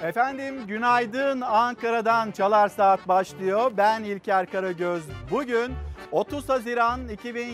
Efendim günaydın, Ankara'dan Çalar Saat başlıyor. Ben İlker Karagöz. Bugün 30 Haziran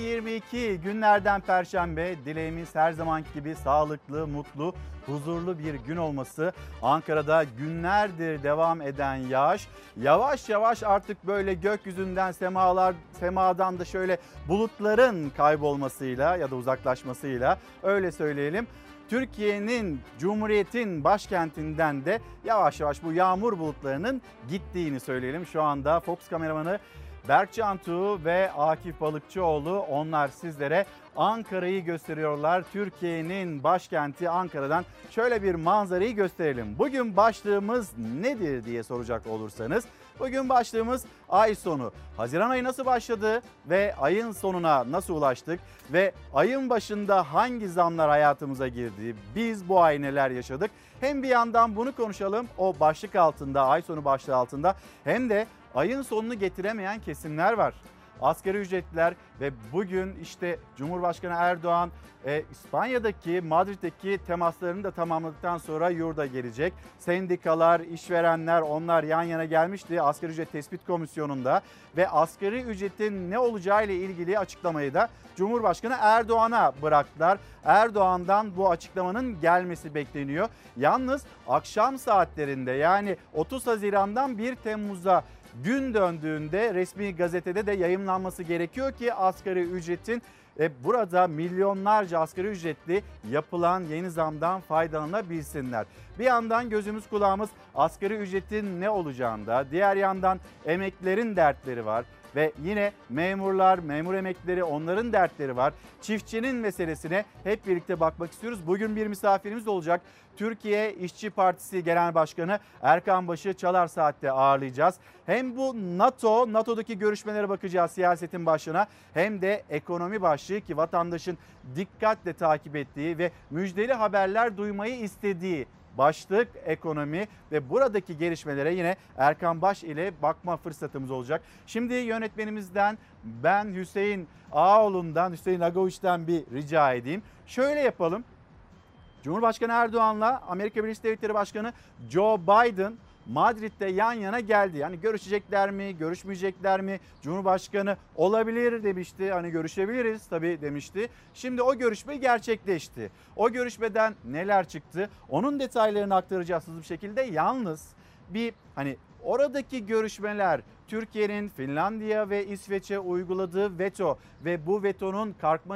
2022 günlerden Perşembe. Dileğimiz her zamanki gibi sağlıklı, mutlu, huzurlu bir gün olması. Ankara'da günlerdir devam eden yağış yavaş yavaş artık böyle gökyüzünden, semadan da şöyle bulutların kaybolmasıyla ya da uzaklaşmasıyla, öyle söyleyelim, Türkiye'nin, Cumhuriyet'in başkentinden de yavaş yavaş bu yağmur bulutlarının gittiğini söyleyelim. Şu anda Fox kameramanı Berkcan Tuğ ve Akif Balıkçıoğlu, onlar sizlere Ankara'yı gösteriyorlar. Türkiye'nin başkenti Ankara'dan şöyle bir manzarayı gösterelim. Bugün başlığımız nedir diye soracak olursanız, bugün başlığımız ay sonu. Haziran ayı nasıl başladı ve ayın sonuna nasıl ulaştık ve ayın başında hangi zamlar hayatımıza girdi? Biz bu ay neler yaşadık? Hem bir yandan bunu konuşalım o başlık altında, ay sonu başlığı altında, hem de ayın sonunu getiremeyen kesimler var. Asgari ücretliler ve bugün işte Cumhurbaşkanı Erdoğan İspanya'daki, Madrid'deki temaslarını da tamamladıktan sonra yurda gelecek. Sendikalar, işverenler, onlar yan yana gelmişti Asgari Ücret Tespit Komisyonu'nda ve asgari ücretin ne olacağı ile ilgili açıklamayı da Cumhurbaşkanı Erdoğan'a bıraktılar. Erdoğan'dan bu açıklamanın gelmesi bekleniyor. Yalnız akşam saatlerinde, yani 30 Haziran'dan 1 Temmuz'a gün döndüğünde resmi gazetede de yayımlanması gerekiyor ki asgari ücretin burada milyonlarca asgari ücretli yapılan yeni zamdan faydalanabilsinler. Bir yandan gözümüz kulağımız asgari ücretin ne olacağında, diğer yandan emeklilerin dertleri var. Ve yine memurlar, memur emeklileri, onların dertleri var. Çiftçinin meselesine hep birlikte bakmak istiyoruz. Bugün bir misafirimiz olacak. Türkiye İşçi Partisi Genel Başkanı Erkan Baş'ı Çalar Saat'te ağırlayacağız. Hem bu NATO'daki görüşmelere bakacağız, siyasetin başlığına, hem de ekonomi başlığı ki vatandaşın dikkatle takip ettiği ve müjdeli haberler duymayı istediği başlık ekonomi ve buradaki gelişmelere yine Erkan Baş ile bakma fırsatımız olacak. Şimdi yönetmenimizden, ben Hüseyin Ağaoğlu'ndan, Hüseyin Agaviç'ten bir rica edeyim. Şöyle yapalım. Cumhurbaşkanı Erdoğan'la Amerika Birleşik Devletleri Başkanı Joe Biden Madrid'de yan yana geldi. Yani görüşecekler mi, görüşmeyecekler mi? Cumhurbaşkanı olabilir demişti. Hani görüşebiliriz tabii demişti. Şimdi o görüşme gerçekleşti. O görüşmeden neler çıktı? Onun detaylarını aktaracağız hızlı bir şekilde. Yalnız bir oradaki görüşmeler, Türkiye'nin Finlandiya ve İsveç'e uyguladığı veto ve bu vetonun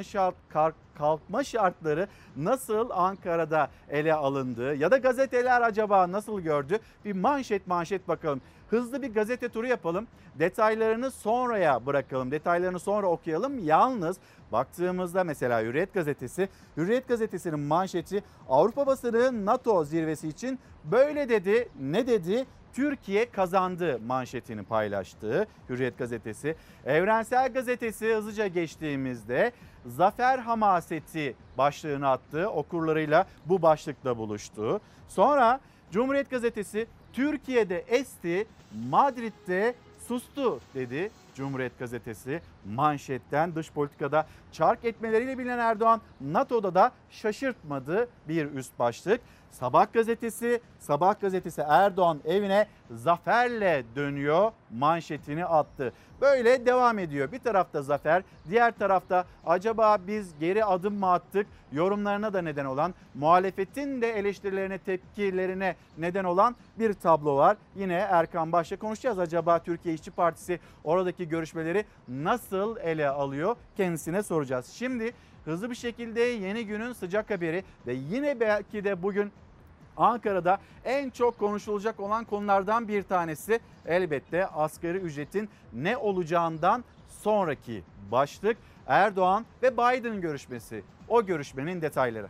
kalkma şartları nasıl Ankara'da ele alındı ya da gazeteler acaba nasıl gördü? Bir manşet bakalım. Hızlı bir gazete turu yapalım. Detaylarını sonraya bırakalım. Detaylarını sonra okuyalım. Yalnız baktığımızda mesela Hürriyet Gazetesi'nin manşeti Avrupa basını NATO zirvesi için böyle dedi. Ne dedi? Türkiye kazandı manşetini paylaştığı Hürriyet Gazetesi. Evrensel Gazetesi hızlıca geçtiğimizde zafer hamaseti başlığını attı. Okurlarıyla bu başlıkla buluştu. Sonra Cumhuriyet Gazetesi Türkiye'de esti, Madrid'de sustu dedi. Cumhuriyet Gazetesi manşetten dış politikada çark etmeleriyle bilinen Erdoğan NATO'da da şaşırtmadı bir üst başlık. Sabah gazetesi Erdoğan evine zaferle dönüyor manşetini attı. Böyle devam ediyor. Bir tarafta zafer, diğer tarafta acaba biz geri adım mı attık yorumlarına da neden olan, muhalefetin de eleştirilerine, tepkilerine neden olan bir tablo var. Yine Erkan Baş'la konuşacağız. Acaba Türkiye İşçi Partisi oradaki görüşmeleri nasıl ele alıyor? Kendisine soracağız. Şimdi hızlı bir şekilde yeni günün sıcak haberi ve yine belki de bugün Ankara'da en çok konuşulacak olan konulardan bir tanesi elbette asgari ücretin ne olacağından sonraki başlık. Erdoğan ve Biden görüşmesi. O görüşmenin detayları.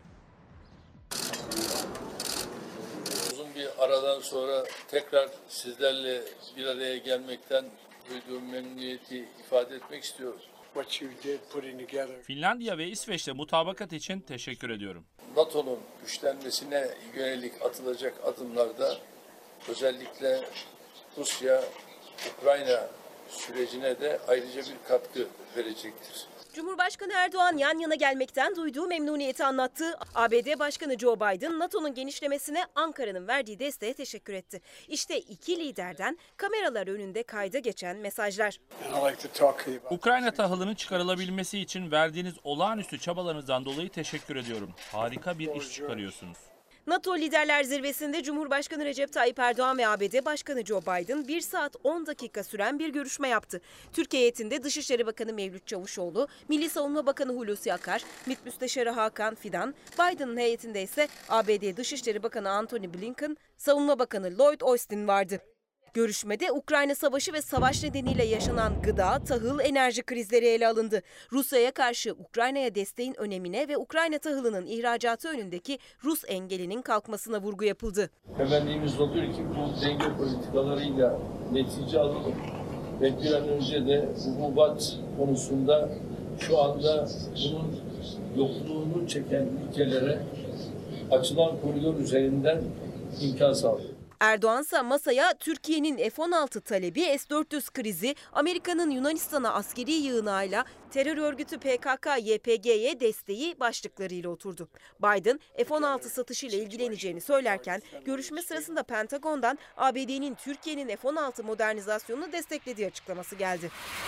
Uzun bir aradan sonra tekrar sizlerle bir araya gelmekten duyduğum memnuniyeti ifade etmek istiyorum. Finlandiya ve İsveç'le mutabakat için teşekkür ediyorum. NATO'nun güçlenmesine yönelik atılacak adımlarda özellikle Rusya-Ukrayna sürecine de ayrıca bir katkı verecektir. Cumhurbaşkanı Erdoğan yan yana gelmekten duyduğu memnuniyeti anlattı. ABD Başkanı Joe Biden NATO'nun genişlemesine Ankara'nın verdiği desteğe teşekkür etti. İşte iki liderden kameralar önünde kayda geçen mesajlar. Ukrayna tahılının çıkarılabilmesi için verdiğiniz olağanüstü çabalarınızdan dolayı teşekkür ediyorum. Harika bir iş çıkarıyorsunuz. NATO Liderler Zirvesi'nde Cumhurbaşkanı Recep Tayyip Erdoğan ve ABD Başkanı Joe Biden 1 saat 10 dakika süren bir görüşme yaptı. Türkiye heyetinde Dışişleri Bakanı Mevlüt Çavuşoğlu, Milli Savunma Bakanı Hulusi Akar, MİT Müsteşarı Hakan Fidan, Biden'ın heyetinde ise ABD Dışişleri Bakanı Antony Blinken, Savunma Bakanı Lloyd Austin vardı. Görüşmede Ukrayna Savaşı ve savaş nedeniyle yaşanan gıda, tahıl, enerji krizleri ele alındı. Rusya'ya karşı Ukrayna'ya desteğin önemine ve Ukrayna tahılının ihracatı önündeki Rus engelinin kalkmasına vurgu yapıldı. Temennimiz odur ki bu denge politikalarıyla netice alınıp ve bir an önce de hububat konusunda şu anda bunun yokluğunu çeken ülkelere açılan koridor üzerinden imkan sağlıyor. Erdoğan ise masaya Türkiye'nin F-16 talebi, S-400 krizi, Amerika'nın Yunanistan'a askeri yığınağıyla terör örgütü PKK-YPG'ye desteği başlıklarıyla oturdu. Biden F-16 satışıyla ilgileneceğini söylerken görüşme sırasında Pentagon'dan ABD'nin Türkiye'nin F-16 modernizasyonunu desteklediği açıklaması geldi.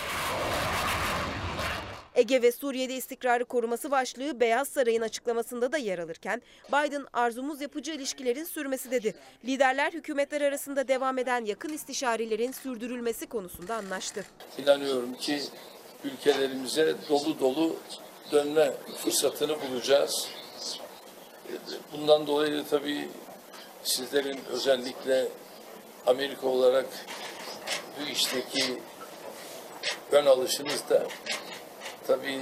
Ege ve Suriye'de istikrarı koruması başlığı Beyaz Saray'ın açıklamasında da yer alırken Biden arzumuz yapıcı ilişkilerin sürmesi dedi. Liderler hükümetler arasında devam eden yakın istişarelerin sürdürülmesi konusunda anlaştı. İnanıyorum ki ülkelerimize dolu dolu dönme fırsatını bulacağız. Bundan dolayı da tabii sizlerin özellikle Amerika olarak bu işteki ön alışınız da tabii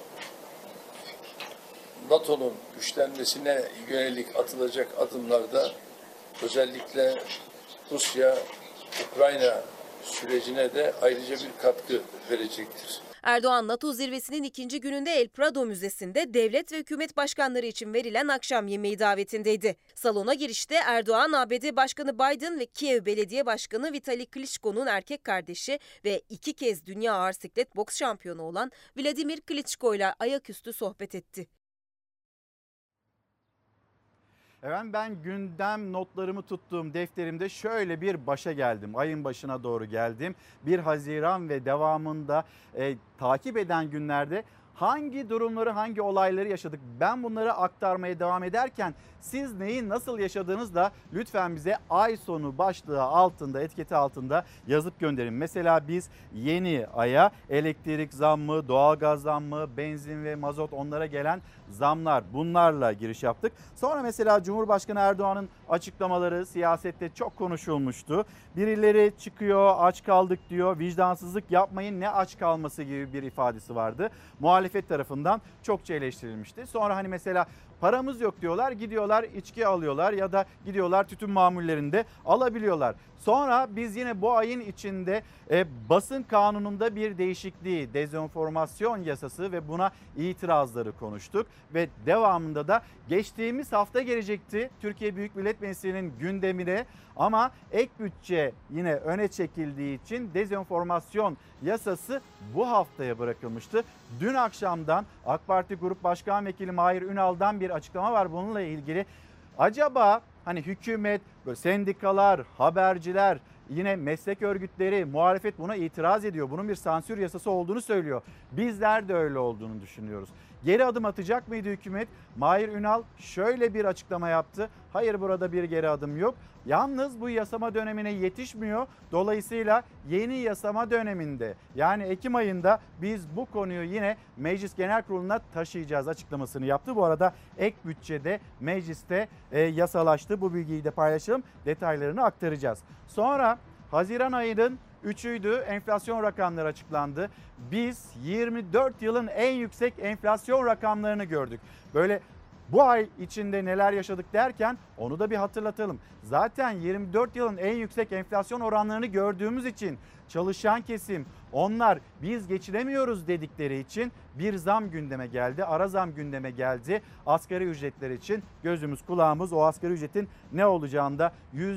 NATO'nun güçlenmesine yönelik atılacak adımlarda özellikle Rusya-Ukrayna sürecine de ayrıca bir katkı verecektir. Erdoğan, NATO zirvesinin ikinci gününde El Prado Müzesi'nde devlet ve hükümet başkanları için verilen akşam yemeği davetindeydi. Salona girişte Erdoğan, ABD Başkanı Biden ve Kiev Belediye Başkanı Vitali Klitschko'nun erkek kardeşi ve 2 kez dünya ağır siklet boks şampiyonu olan Vladimir Klitschko ile ayaküstü sohbet etti. Efendim ben gündem notlarımı tuttuğum defterimde şöyle bir başa geldim. Ayın başına doğru geldim. 1 Haziran ve devamında takip eden günlerde hangi durumları, hangi olayları yaşadık? Ben bunları aktarmaya devam ederken siz neyi nasıl yaşadığınız da lütfen bize ay sonu başlığı altında, etiketi altında yazıp gönderin. Mesela biz yeni aya elektrik zammı, doğalgaz zammı, benzin ve mazot, onlara gelen zamlar, bunlarla giriş yaptık. Sonra mesela Cumhurbaşkanı Erdoğan'ın açıklamaları siyasette çok konuşulmuştu. Birileri çıkıyor, aç kaldık diyor, vicdansızlık yapmayın, ne aç kalması gibi bir ifadesi vardı. Muhalefet tarafından çokça eleştirilmişti. Sonra hani mesela paramız yok diyorlar, gidiyorlar içki alıyorlar ya da gidiyorlar tütün mamullerinde alabiliyorlar. Sonra biz yine bu ayın içinde basın kanununda bir değişikliği, dezenformasyon yasası ve buna itirazları konuştuk. Ve devamında da geçtiğimiz hafta gelecekti Türkiye Büyük Millet Meclisi'nin gündemine, ama ek bütçe yine öne çekildiği için dezenformasyon yasası bu haftaya bırakılmıştı. Dün akşamdan AK Parti Grup Başkan Vekili Mahir Ünal'dan bir açıklama var bununla ilgili. Acaba hani hükümet, sendikalar, haberciler, yine meslek örgütleri, muhalefet buna itiraz ediyor. Bunun bir sansür yasası olduğunu söylüyor. Bizler de öyle olduğunu düşünüyoruz. Geri adım atacak mıydı hükümet? Mahir Ünal şöyle bir açıklama yaptı. Hayır, burada bir geri adım yok. Yalnız bu yasama dönemine yetişmiyor. Dolayısıyla yeni yasama döneminde, yani Ekim ayında biz bu konuyu yine Meclis Genel Kurulu'na taşıyacağız açıklamasını yaptı. Bu arada ek bütçede mecliste yasalaştı. Bu bilgiyi de paylaşalım. Detaylarını aktaracağız. Sonra Haziran ayının 3'üydü. Enflasyon rakamları açıklandı. Biz 24 yılın en yüksek enflasyon rakamlarını gördük. Böyle bu ay içinde neler yaşadık derken onu da bir hatırlatalım. Zaten 24 yılın en yüksek enflasyon oranlarını gördüğümüz için çalışan kesim, onlar biz geçinemiyoruz dedikleri için bir zam gündeme geldi. Ara zam gündeme geldi. Asgari ücretler için gözümüz kulağımız o asgari ücretin ne olacağında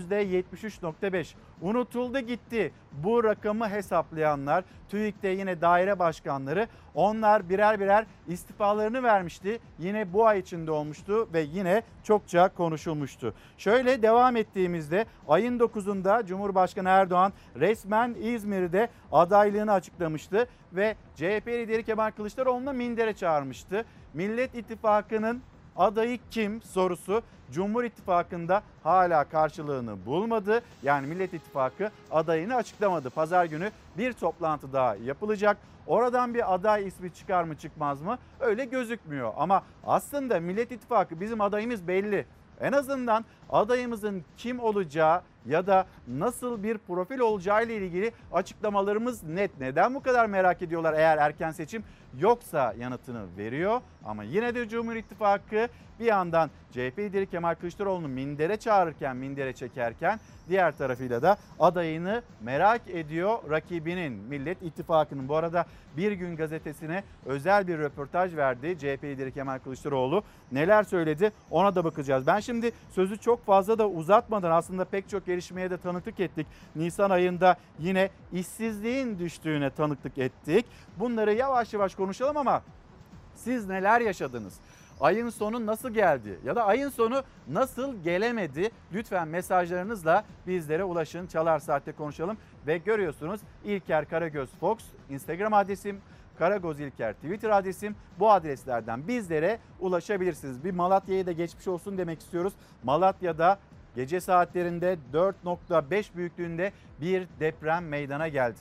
%73.5 unutuldu gitti. Bu rakamı hesaplayanlar, TÜİK'te yine daire başkanları, onlar birer birer istifalarını vermişti. Yine bu ay içinde olmuştu ve yine çokça konuşulmuştu. Şöyle devam ettiğimizde ayın 9'unda Cumhurbaşkanı Erdoğan resmen İzmir'de adaylığını açıklamıştı ve CHP lideri Kemal Kılıçdaroğlu'na mindere çağırmıştı. Millet İttifakı'nın adayı kim sorusu Cumhur İttifakı'nda hala karşılığını bulmadı. Yani Millet İttifakı adayını açıklamadı. Pazar günü bir toplantı daha yapılacak. Oradan bir aday ismi çıkar mı çıkmaz mı öyle gözükmüyor. Ama aslında Millet İttifakı bizim adayımız belli. En azından adayımızın kim olacağı ya da nasıl bir profil olacağı ile ilgili açıklamalarımız net. Neden bu kadar merak ediyorlar eğer erken seçim yoksa yanıtını veriyor. Ama yine de Cumhur İttifakı bir yandan CHP lideri Kemal Kılıçdaroğlu'nu mindere çağırırken, mindere çekerken diğer tarafıyla da adayını merak ediyor rakibinin, Millet İttifakı'nın. Bu arada Bir Gün Gazetesi'ne özel bir röportaj verdi CHP lideri Kemal Kılıçdaroğlu. Neler söyledi ona da bakacağız. Ben şimdi sözü çok fazla da uzatmadan aslında pek çok gelişmeye de tanıklık ettik. Nisan ayında yine işsizliğin düştüğüne tanıklık ettik. Bunları yavaş yavaş konuşalım ama siz neler yaşadınız? Ayın sonu nasıl geldi ya da ayın sonu nasıl gelemedi? Lütfen mesajlarınızla bizlere ulaşın. Çalar Saat'te konuşalım ve görüyorsunuz İlker Karagöz Fox Instagram adresim, Karagöz İlker Twitter adresim. Bu adreslerden bizlere ulaşabilirsiniz. Bir Malatya'ya da geçmiş olsun demek istiyoruz. Malatya'da gece saatlerinde 4.5 büyüklüğünde bir deprem meydana geldi.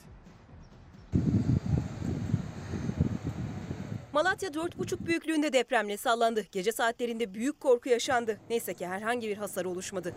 Malatya 4,5 büyüklüğünde depremle sallandı. Gece saatlerinde büyük korku yaşandı. Neyse ki herhangi bir hasar oluşmadı.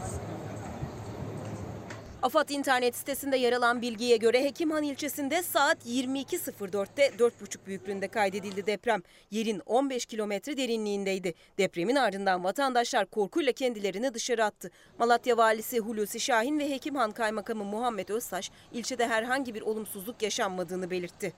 AFAD internet sitesinde yer alan bilgiye göre Hekimhan ilçesinde saat 22.04'te 4,5 büyüklüğünde kaydedildi deprem. Yerin 15 kilometre derinliğindeydi. Depremin ardından vatandaşlar korkuyla kendilerini dışarı attı. Malatya Valisi Hulusi Şahin ve Hekimhan Kaymakamı Muhammed Öztaş ilçede herhangi bir olumsuzluk yaşanmadığını belirtti.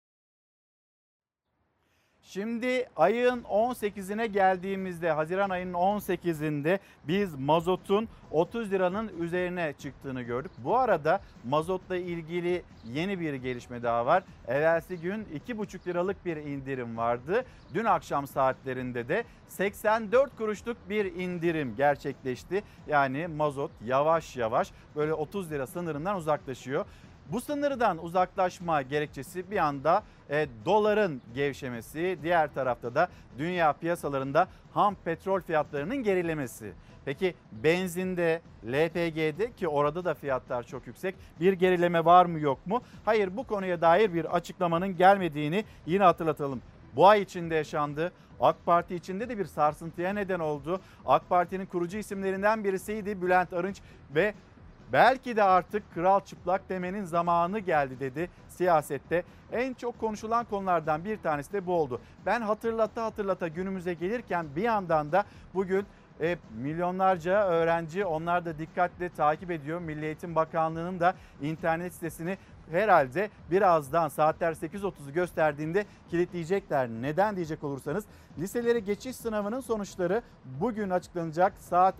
Şimdi ayın 18'ine geldiğimizde, Haziran ayının 18'inde biz mazotun 30 liranın üzerine çıktığını gördük. Bu arada mazotla ilgili yeni bir gelişme daha var. Evvelsi gün 2,5 liralık bir indirim vardı. Dün akşam saatlerinde de 84 kuruşluk bir indirim gerçekleşti. Yani mazot yavaş yavaş böyle 30 lira sınırından uzaklaşıyor. Bu sınırdan uzaklaşma gerekçesi bir anda doların gevşemesi, diğer tarafta da dünya piyasalarında ham petrol fiyatlarının gerilemesi. Peki benzinde, LPG'de ki orada da fiyatlar çok yüksek, bir gerileme var mı yok mu? Hayır, bu konuya dair bir açıklamanın gelmediğini yine hatırlatalım. Bu ay içinde yaşandı. AK Parti içinde de bir sarsıntıya neden oldu. AK Parti'nin kurucu isimlerinden birisiydi Bülent Arınç ve belki de artık kral çıplak demenin zamanı geldi dedi siyasette. En çok konuşulan konulardan bir tanesi de bu oldu. Ben hatırlata günümüze gelirken bir yandan da bugün milyonlarca öğrenci, onlar da dikkatle takip ediyor. Milli Eğitim Bakanlığı'nın da internet sitesini herhalde birazdan saatler 8.30'u gösterdiğinde kilitleyecekler. Neden diyecek olursanız liselere geçiş sınavının sonuçları bugün açıklanacak. Saat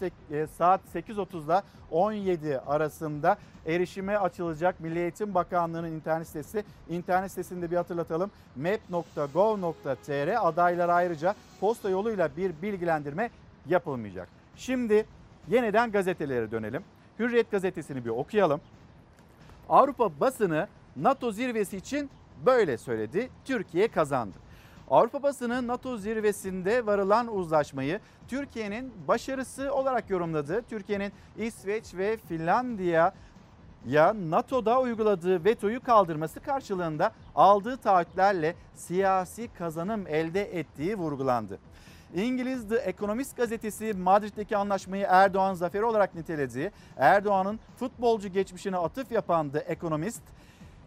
8.30'da 17 arasında erişime açılacak Milli Eğitim Bakanlığı'nın internet sitesi. İnternet sitesinde bir hatırlatalım. map.gov.tr, adaylar ayrıca posta yoluyla bir bilgilendirme yapılmayacak. Şimdi yeniden gazetelere dönelim. Hürriyet gazetesini bir okuyalım. Avrupa basını NATO zirvesi için böyle söyledi. Türkiye kazandı. Avrupa basını NATO zirvesinde varılan uzlaşmayı Türkiye'nin başarısı olarak yorumladı. Türkiye'nin İsveç ve Finlandiya'ya NATO'da uyguladığı vetoyu kaldırması karşılığında aldığı taahhütlerle siyasi kazanım elde ettiği vurgulandı. İngiliz The Economist gazetesi Madrid'deki anlaşmayı Erdoğan zaferi olarak niteledi. Erdoğan'ın futbolcu geçmişine atıf yapan The Economist,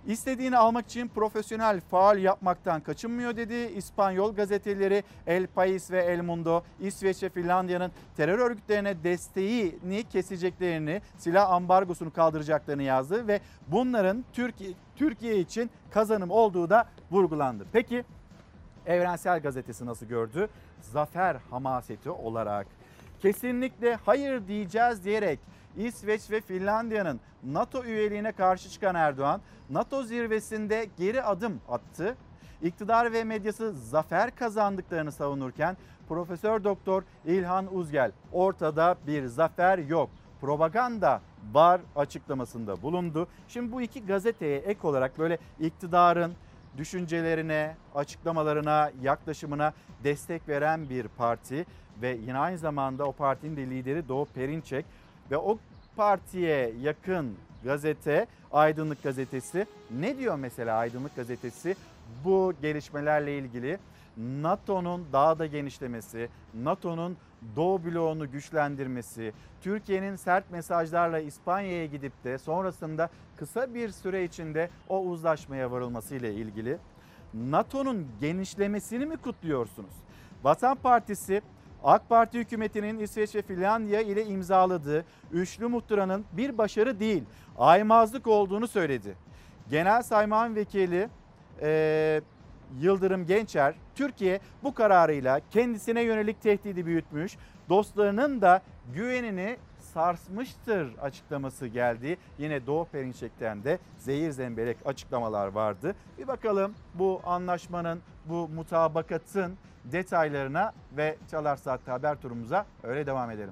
İstediğini almak için profesyonel faal yapmaktan kaçınmıyor dedi. İspanyol gazeteleri El País ve El Mundo, İsveç ve Finlandiya'nın terör örgütlerine desteğini keseceklerini, silah ambargosunu kaldıracaklarını yazdı ve bunların Türkiye için kazanım olduğu da vurgulandı. Peki Evrensel Gazetesi nasıl gördü? Zafer hamaseti olarak kesinlikle hayır diyeceğiz diyerek İsveç ve Finlandiya'nın NATO üyeliğine karşı çıkan Erdoğan, NATO zirvesinde geri adım attı. İktidar ve medyası zafer kazandıklarını savunurken Profesör Doktor İlhan Uzgel ortada bir zafer yok, propaganda var açıklamasında bulundu. Şimdi bu iki gazeteye ek olarak böyle iktidarın düşüncelerine, açıklamalarına, yaklaşımına destek veren bir parti ve yine aynı zamanda o partinin de lideri Doğu Perinçek ve o partiye yakın gazete Aydınlık Gazetesi ne diyor mesela Aydınlık Gazetesi bu gelişmelerle ilgili? NATO'nun daha da genişlemesi, NATO'nun Doğu bloğunu güçlendirmesi, Türkiye'nin sert mesajlarla İspanya'ya gidip de sonrasında kısa bir süre içinde o uzlaşmaya varılması ile ilgili. NATO'nun genişlemesini mi kutluyorsunuz? Vatan Partisi AK Parti hükümetinin İsveç ve Finlandiya ile imzaladığı üçlü muhtıranın bir başarı değil, aymazlık olduğunu söyledi. Genel Sayman Vekili Yıldırım Gençer, Türkiye bu kararıyla kendisine yönelik tehdidi büyütmüş, dostlarının da güvenini sarsmıştır açıklaması geldi. Yine Doğu Perinçek'ten de zehir zemberek açıklamalar vardı. Bir bakalım bu anlaşmanın, bu mutabakatın detaylarına ve Çalar Saat'te haber turumuza öyle devam edelim.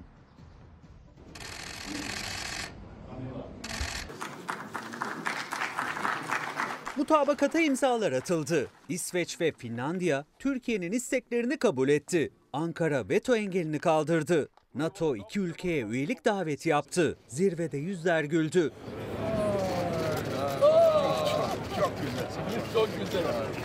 Mutabakata imzalar atıldı. İsveç ve Finlandiya Türkiye'nin isteklerini kabul etti. Ankara veto engelini kaldırdı. NATO iki ülkeye üyelik daveti yaptı. Zirvede yüzler güldü. Çok güzel. Çok güzel.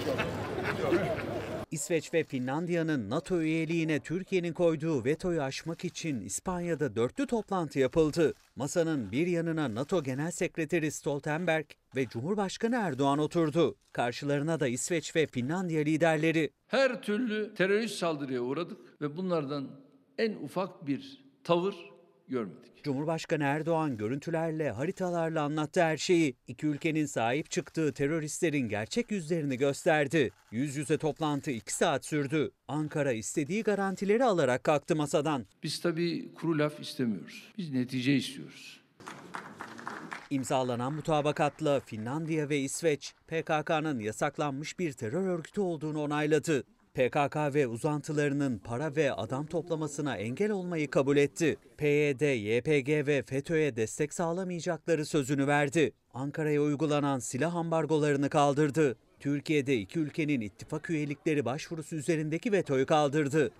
İsveç ve Finlandiya'nın NATO üyeliğine Türkiye'nin koyduğu vetoyu aşmak için İspanya'da dörtlü toplantı yapıldı. Masanın bir yanına NATO Genel Sekreteri Stoltenberg ve Cumhurbaşkanı Erdoğan oturdu. Karşılarına da İsveç ve Finlandiya liderleri. Her türlü terörist saldırıya uğradık ve bunlardan en ufak bir tavır görmedik. Cumhurbaşkanı Erdoğan görüntülerle, haritalarla anlattı her şeyi. İki ülkenin sahip çıktığı teröristlerin gerçek yüzlerini gösterdi. Yüz yüze toplantı 2 saat sürdü. Ankara istediği garantileri alarak kalktı masadan. Biz tabii kuru laf istemiyoruz. Biz netice istiyoruz. İmzalanan mutabakatla Finlandiya ve İsveç, PKK'nın yasaklanmış bir terör örgütü olduğunu onayladı. PKK ve uzantılarının para ve adam toplamasına engel olmayı kabul etti. PYD, YPG ve FETÖ'ye destek sağlamayacakları sözünü verdi. Ankara'ya uygulanan silah ambargolarını kaldırdı. Türkiye'de iki ülkenin ittifak üyelikleri başvurusu üzerindeki vetoyu kaldırdı.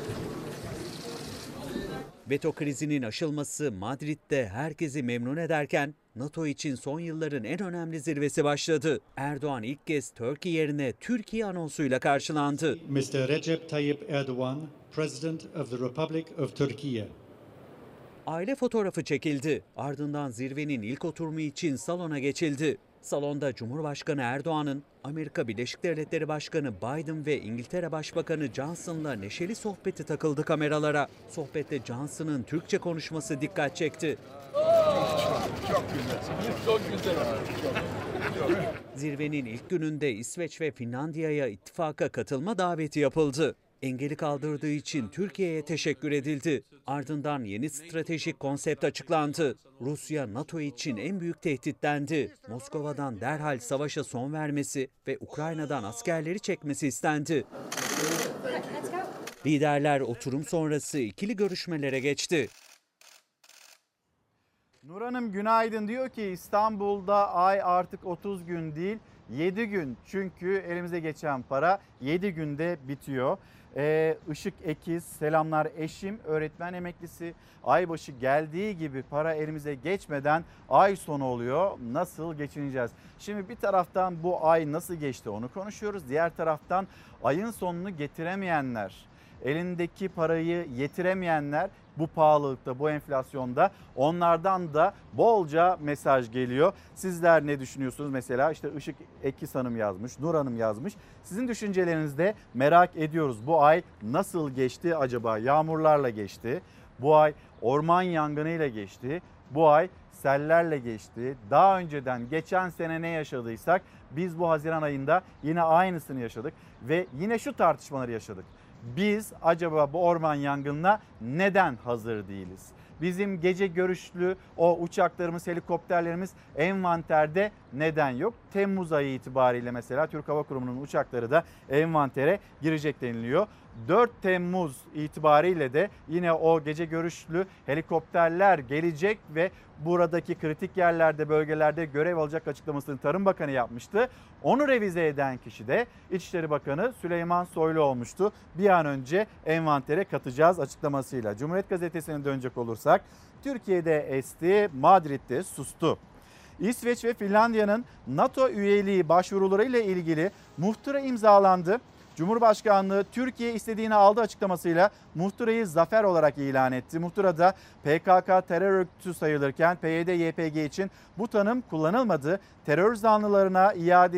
Veto krizinin aşılması Madrid'de herkesi memnun ederken NATO için son yılların en önemli zirvesi başladı. Erdoğan ilk kez Türkiye yerine Türkiye anonsuyla karşılandı. Mr. Recep Tayyip Erdoğan, President of the Republic of Turkey. Aile fotoğrafı çekildi. Ardından zirvenin ilk oturumu için salona geçildi. Salonda Cumhurbaşkanı Erdoğan'ın Amerika Birleşik Devletleri Başkanı Biden ve İngiltere Başbakanı Johnson'la neşeli sohbeti takıldı kameralara. Sohbette Johnson'ın Türkçe konuşması dikkat çekti. Çok güzel. Çok güzel. Zirvenin ilk gününde İsveç ve Finlandiya'ya ittifaka katılma daveti yapıldı. Engeli kaldırdığı için Türkiye'ye teşekkür edildi. Ardından yeni stratejik konsept açıklandı. Rusya NATO için en büyük tehdit dendi. Moskova'dan derhal savaşa son vermesi ve Ukrayna'dan askerleri çekmesi istendi. Liderler oturum sonrası ikili görüşmelere geçti. Nur Hanım günaydın, diyor ki İstanbul'da ay artık 30 gün değil 7 gün. Çünkü elimize geçen para 7 günde bitiyor. Işık Ekiz, selamlar eşim, öğretmen emeklisi. Aybaşı geldiği gibi para elimize geçmeden ay sonu oluyor. Nasıl geçineceğiz? Şimdi bir taraftan bu ay nasıl geçti onu konuşuyoruz. Diğer taraftan ayın sonunu getiremeyenler, elindeki parayı yetiremeyenler bu pahalılıkta, bu enflasyonda, onlardan da bolca mesaj geliyor. Sizler ne düşünüyorsunuz? Mesela işte Işık Ekiz Hanım yazmış, Nur Hanım yazmış. Sizin düşüncelerinizi de merak ediyoruz. Bu ay nasıl geçti acaba? Yağmurlarla geçti. Bu ay orman yangınıyla geçti. Bu ay sellerle geçti. Daha önceden geçen sene ne yaşadıysak biz bu Haziran ayında yine aynısını yaşadık ve yine şu tartışmaları yaşadık. Biz acaba bu orman yangınına neden hazır değiliz? Bizim gece görüşlü o uçaklarımız, helikopterlerimiz envanterde neden yok? Temmuz ayı itibariyle mesela Türk Hava Kurumu'nun uçakları da envantere girecek deniliyor. 4 Temmuz itibariyle de yine o gece görüşlü helikopterler gelecek ve buradaki kritik yerlerde, bölgelerde görev alacak açıklamasını Tarım Bakanı yapmıştı. Onu revize eden kişi de İçişleri Bakanı Süleyman Soylu olmuştu. Bir an önce envantere katacağız açıklamasıyla. Cumhuriyet Gazetesi'ne dönecek olursak Türkiye'de esti, Madrid'de sustu. İsveç ve Finlandiya'nın NATO üyeliği başvurularıyla ilgili muhtıra imzalandı. Cumhurbaşkanlığı Türkiye istediğini aldı açıklamasıyla muhtırayı zafer olarak ilan etti. Muhtırada PKK terör örgütü sayılırken PYD-YPG için bu tanım kullanılmadı. Terör zanlılarına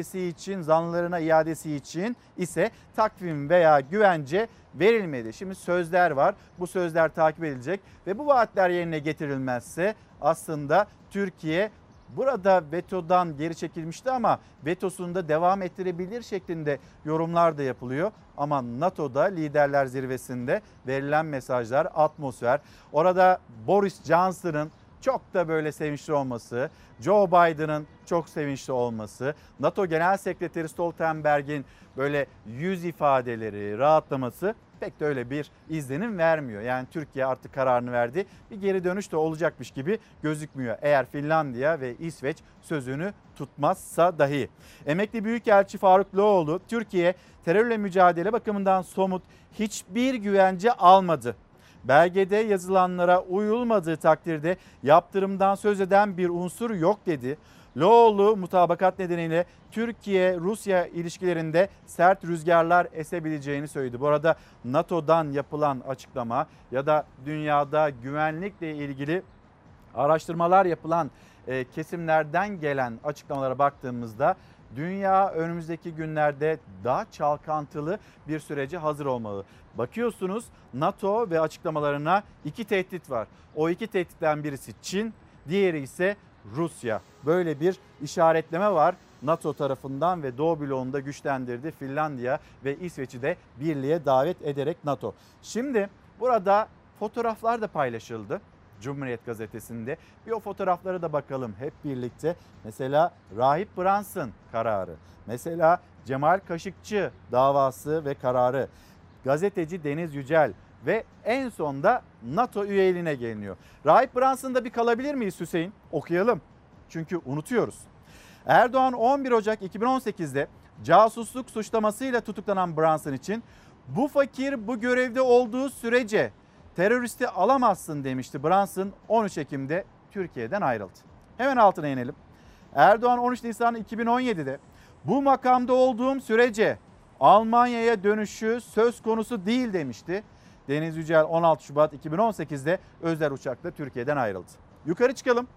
iadesi için ise takvim veya güvence verilmedi. Şimdi sözler var. Bu sözler takip edilecek ve bu vaatler yerine getirilmezse aslında Türkiye burada vetodan geri çekilmişti ama vetosunu da devam ettirebilir şeklinde yorumlar da yapılıyor. Ama NATO'da liderler zirvesinde verilen mesajlar, atmosfer, orada Boris Johnson'ın çok da böyle sevinçli olması, Joe Biden'ın çok sevinçli olması, NATO Genel Sekreteri Stoltenberg'in böyle yüz ifadeleri, rahatlaması pek de öyle bir izlenim vermiyor. Yani Türkiye artık kararını verdi. Bir geri dönüş de olacakmış gibi gözükmüyor. Eğer Finlandiya ve İsveç sözünü tutmazsa dahi. Emekli Büyükelçi Faruk Loğlu, Türkiye terörle mücadele bakımından somut hiçbir güvence almadı. Belgede yazılanlara uyulmadığı takdirde yaptırımdan söz eden bir unsur yok dedi. Loğlu mutabakat nedeniyle Türkiye-Rusya ilişkilerinde sert rüzgarlar esebileceğini söyledi. Bu arada NATO'dan yapılan açıklama ya da dünyada güvenlikle ilgili araştırmalar yapılan kesimlerden gelen açıklamalara baktığımızda dünya önümüzdeki günlerde daha çalkantılı bir sürece hazır olmalı. Bakıyorsunuz NATO ve açıklamalarına iki tehdit var. O iki tehditten birisi Çin, diğeri ise Rusya. Böyle bir işaretleme var NATO tarafından ve Doğu bloğunu da güçlendirdi. Finlandiya ve İsveç'i de birliğe davet ederek NATO. Şimdi burada fotoğraflar da paylaşıldı Cumhuriyet Gazetesi'nde. Bir o fotoğraflara da bakalım hep birlikte. Mesela Rahip Brunson kararı, mesela Cemal Kaşıkçı davası ve kararı, gazeteci Deniz Yücel ve en sonda NATO üyeliğine geliniyor. Rahip Brunson'da bir kalabilir miyiz Hüseyin? Okuyalım. Çünkü unutuyoruz. Erdoğan 11 Ocak 2018'de casusluk suçlamasıyla tutuklanan Brunson için bu fakir bu görevde olduğu sürece teröristi alamazsın demişti. Brunson 13 Ekim'de Türkiye'den ayrıldı. Hemen altına inelim. Erdoğan 13 Nisan 2017'de bu makamda olduğum sürece Almanya'ya dönüşü söz konusu değil demişti. Deniz Yücel 16 Şubat 2018'de özel uçakla Türkiye'den ayrıldı. Yukarı çıkalım.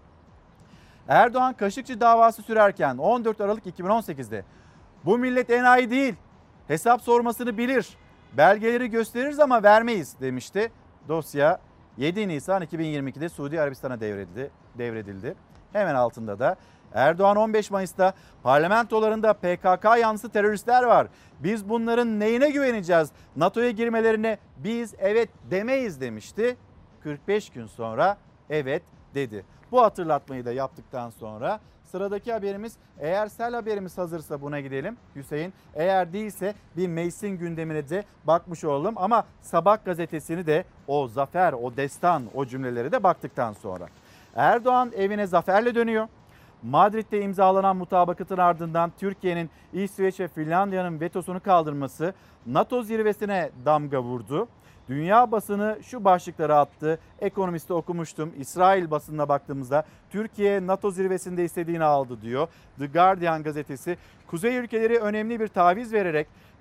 Erdoğan Kaşıkçı davası sürerken 14 Aralık 2018'de bu millet enayi değil, hesap sormasını bilir, belgeleri gösteririz ama vermeyiz demişti. Dosya 7 Nisan 2022'de Suudi Arabistan'a devredildi. Hemen altında da Erdoğan 15 Mayıs'ta parlamentolarında PKK yanlısı teröristler var. Biz bunların neyine güveneceğiz? NATO'ya girmelerine biz evet demeyiz demişti. 45 gün sonra evet dedi. Bu hatırlatmayı da yaptıktan sonra sıradaki haberimiz, eğer sel haberimiz hazırsa buna gidelim Hüseyin. Eğer değilse bir meclisin gündemine de bakmış olalım. Ama Sabah gazetesini de o zafer, o destan, o cümleleri de baktıktan sonra. Erdoğan evine zaferle dönüyor. Madrid'de imzalanan mutabakatın ardından Türkiye'nin İsveç ve Finlandiya'nın vetosunu kaldırması NATO zirvesine damga vurdu. Dünya basını şu başlıkları attı. Ekonomist'te okumuştum. İsrail basınına baktığımızda Türkiye NATO zirvesinde istediğini aldı diyor. The Guardian gazetesi Kuzey ülkeleri önemli bir taviz vererek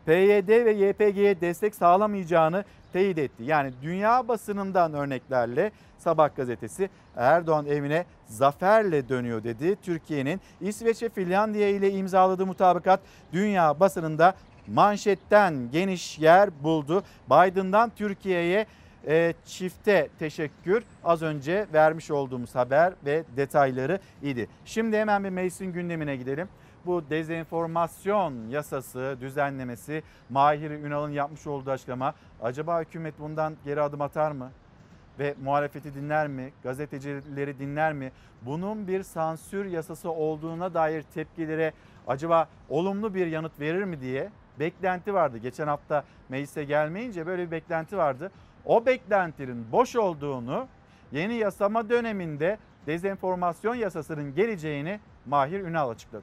PYD ve YPG'ye destek sağlamayacağını teyit etti. Yani dünya basınından örneklerle Sabah gazetesi Erdoğan evine zaferle dönüyor dedi. Türkiye'nin İsveç ve Finlandiya ile imzaladığı mutabakat dünya basınında manşetten geniş yer buldu. Biden'dan Türkiye'ye çifte teşekkür az önce vermiş olduğumuz haber ve detayları idi. Şimdi hemen bir meclisin gündemine gidelim. Bu dezenformasyon yasası düzenlemesi, Mahir Ünal'ın yapmış olduğu açıklama, acaba hükümet bundan geri adım atar mı? Ve muhalefeti dinler mi? Gazetecileri dinler mi? Bunun bir sansür yasası olduğuna dair tepkilere acaba olumlu bir yanıt verir mi diye beklenti vardı. Geçen hafta meclise gelmeyince böyle bir beklenti vardı. O beklentinin boş olduğunu, yeni yasama döneminde dezenformasyon yasasının geleceğini Mahir Ünal açıkladı.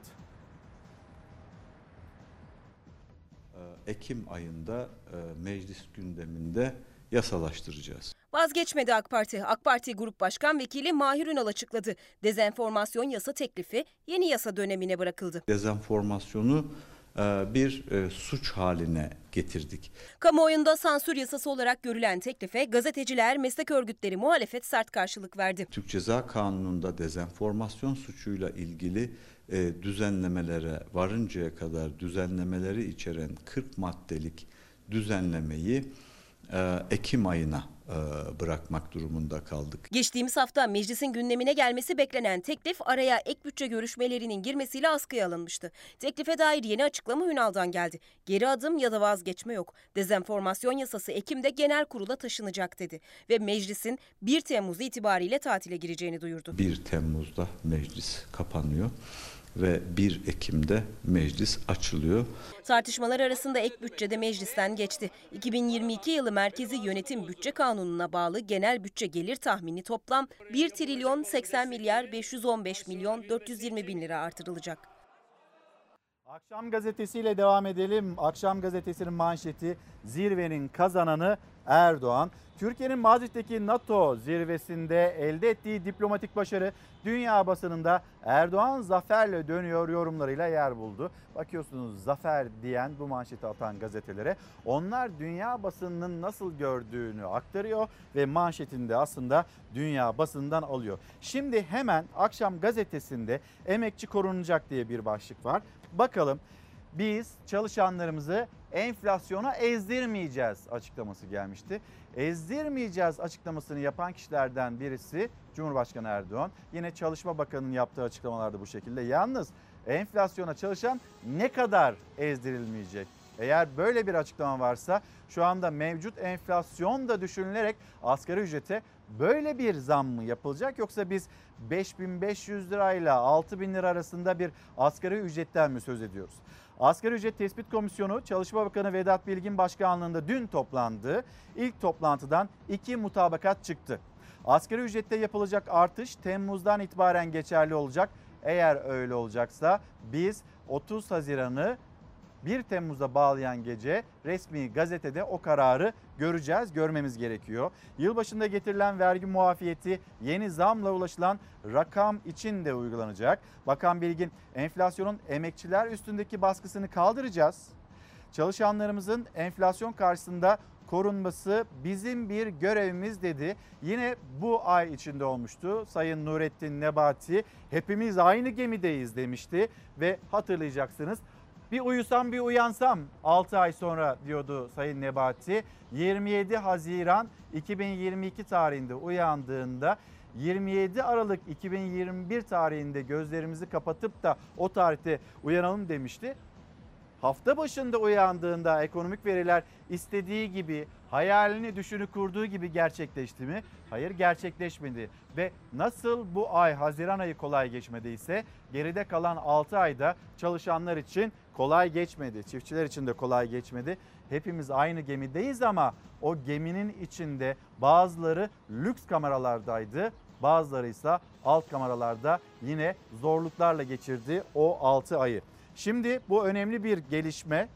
Ekim ayında meclis gündeminde yasalaştıracağız. Vazgeçmedi AK Parti. AK Parti Grup Başkan Vekili Mahir Ünal açıkladı. Dezenformasyon yasa teklifi yeni yasa dönemine bırakıldı. Dezenformasyonu bir suç haline getirdik. Kamuoyunda sansür yasası olarak görülen teklife gazeteciler, meslek örgütleri, muhalefet sert karşılık verdi. Türk Ceza Kanunu'nda dezenformasyon suçuyla ilgili düzenlemelere varıncaya kadar düzenlemeleri içeren 40 maddelik düzenlemeyi Ekim ayına bırakmak durumunda kaldık. Geçtiğimiz hafta meclisin gündemine gelmesi beklenen teklif araya ek bütçe görüşmelerinin girmesiyle askıya alınmıştı. Teklife dair yeni açıklama Ünal'dan geldi. Geri adım ya da vazgeçme yok. Dezenformasyon yasası Ekim'de genel kurula taşınacak dedi. Ve meclisin 1 Temmuz itibariyle tatile gireceğini duyurdu. 1 Temmuz'da meclis kapanıyor ve 1 Ekim'de meclis açılıyor. Tartışmalar arasında ek bütçede meclisten geçti. 2022 yılı Merkezi Yönetim Bütçe Kanunu'na bağlı genel bütçe gelir tahmini toplam 1 trilyon 80 milyar 515 milyon 420 bin lira artırılacak. Akşam gazetesiyle devam edelim. Akşam gazetesinin manşeti zirvenin kazananı Erdoğan. Türkiye'nin Madrid'deki NATO zirvesinde elde ettiği diplomatik başarı dünya basınında Erdoğan zaferle dönüyor yorumlarıyla yer buldu. Bakıyorsunuz zafer diyen bu manşeti atan gazetelere onlar dünya basınının nasıl gördüğünü aktarıyor ve manşetinde aslında dünya basından alıyor. Şimdi hemen Akşam gazetesinde emekçi korunacak diye bir başlık var. Bakalım biz çalışanlarımızı enflasyona ezdirmeyeceğiz açıklaması gelmişti. Ezdirmeyeceğiz açıklamasını yapan kişilerden birisi Cumhurbaşkanı Erdoğan. Yine Çalışma Bakanı'nın yaptığı açıklamalarda bu şekilde. Yalnız enflasyona çalışan ne kadar ezdirilmeyecek? Eğer böyle bir açıklama varsa şu anda mevcut enflasyon da düşünülerek asgari ücrete böyle bir zam mı yapılacak? Yoksa biz 5.500 lirayla 6.000 lira arasında bir asgari ücretten mi söz ediyoruz? Asgari Ücret Tespit Komisyonu Çalışma Bakanı Vedat Bilgin başkanlığında dün toplandı. İlk toplantıdan 2 mutabakat çıktı. Asgari ücrette yapılacak artış Temmuz'dan itibaren geçerli olacak. Eğer öyle olacaksa biz 30 Haziran'ı 1 Temmuz'a bağlayan gece resmi gazetede o kararı görmemiz gerekiyor. Yılbaşında getirilen vergi muafiyeti yeni zamla ulaşılan rakam için de uygulanacak. Bakan Bilgin enflasyonun emekçiler üstündeki baskısını kaldıracağız. Çalışanlarımızın enflasyon karşısında korunması bizim bir görevimiz dedi. Yine bu ay içinde olmuştu. Sayın Nurettin Nebati hepimiz aynı gemideyiz demişti ve hatırlayacaksınız. Bir uyusam bir uyansam 6 ay sonra diyordu Sayın Nebati. 27 Haziran 2022 tarihinde uyandığında 27 Aralık 2021 tarihinde gözlerimizi kapatıp da o tarihte uyanalım demişti. Hafta başında uyandığında ekonomik veriler istediği gibi, hayalini düşünü kurduğu gibi gerçekleşti mi? Hayır, gerçekleşmedi. Ve nasıl bu ay Haziran ayı kolay geçmediyse geride kalan 6 ayda çalışanlar için kolay geçmedi. Çiftçiler için de kolay geçmedi. Hepimiz aynı gemideyiz ama o geminin içinde bazıları lüks kameralardaydı. Bazıları ise alt kameralarda yine zorluklarla geçirdi o 6 ayı. Şimdi bu önemli bir gelişme.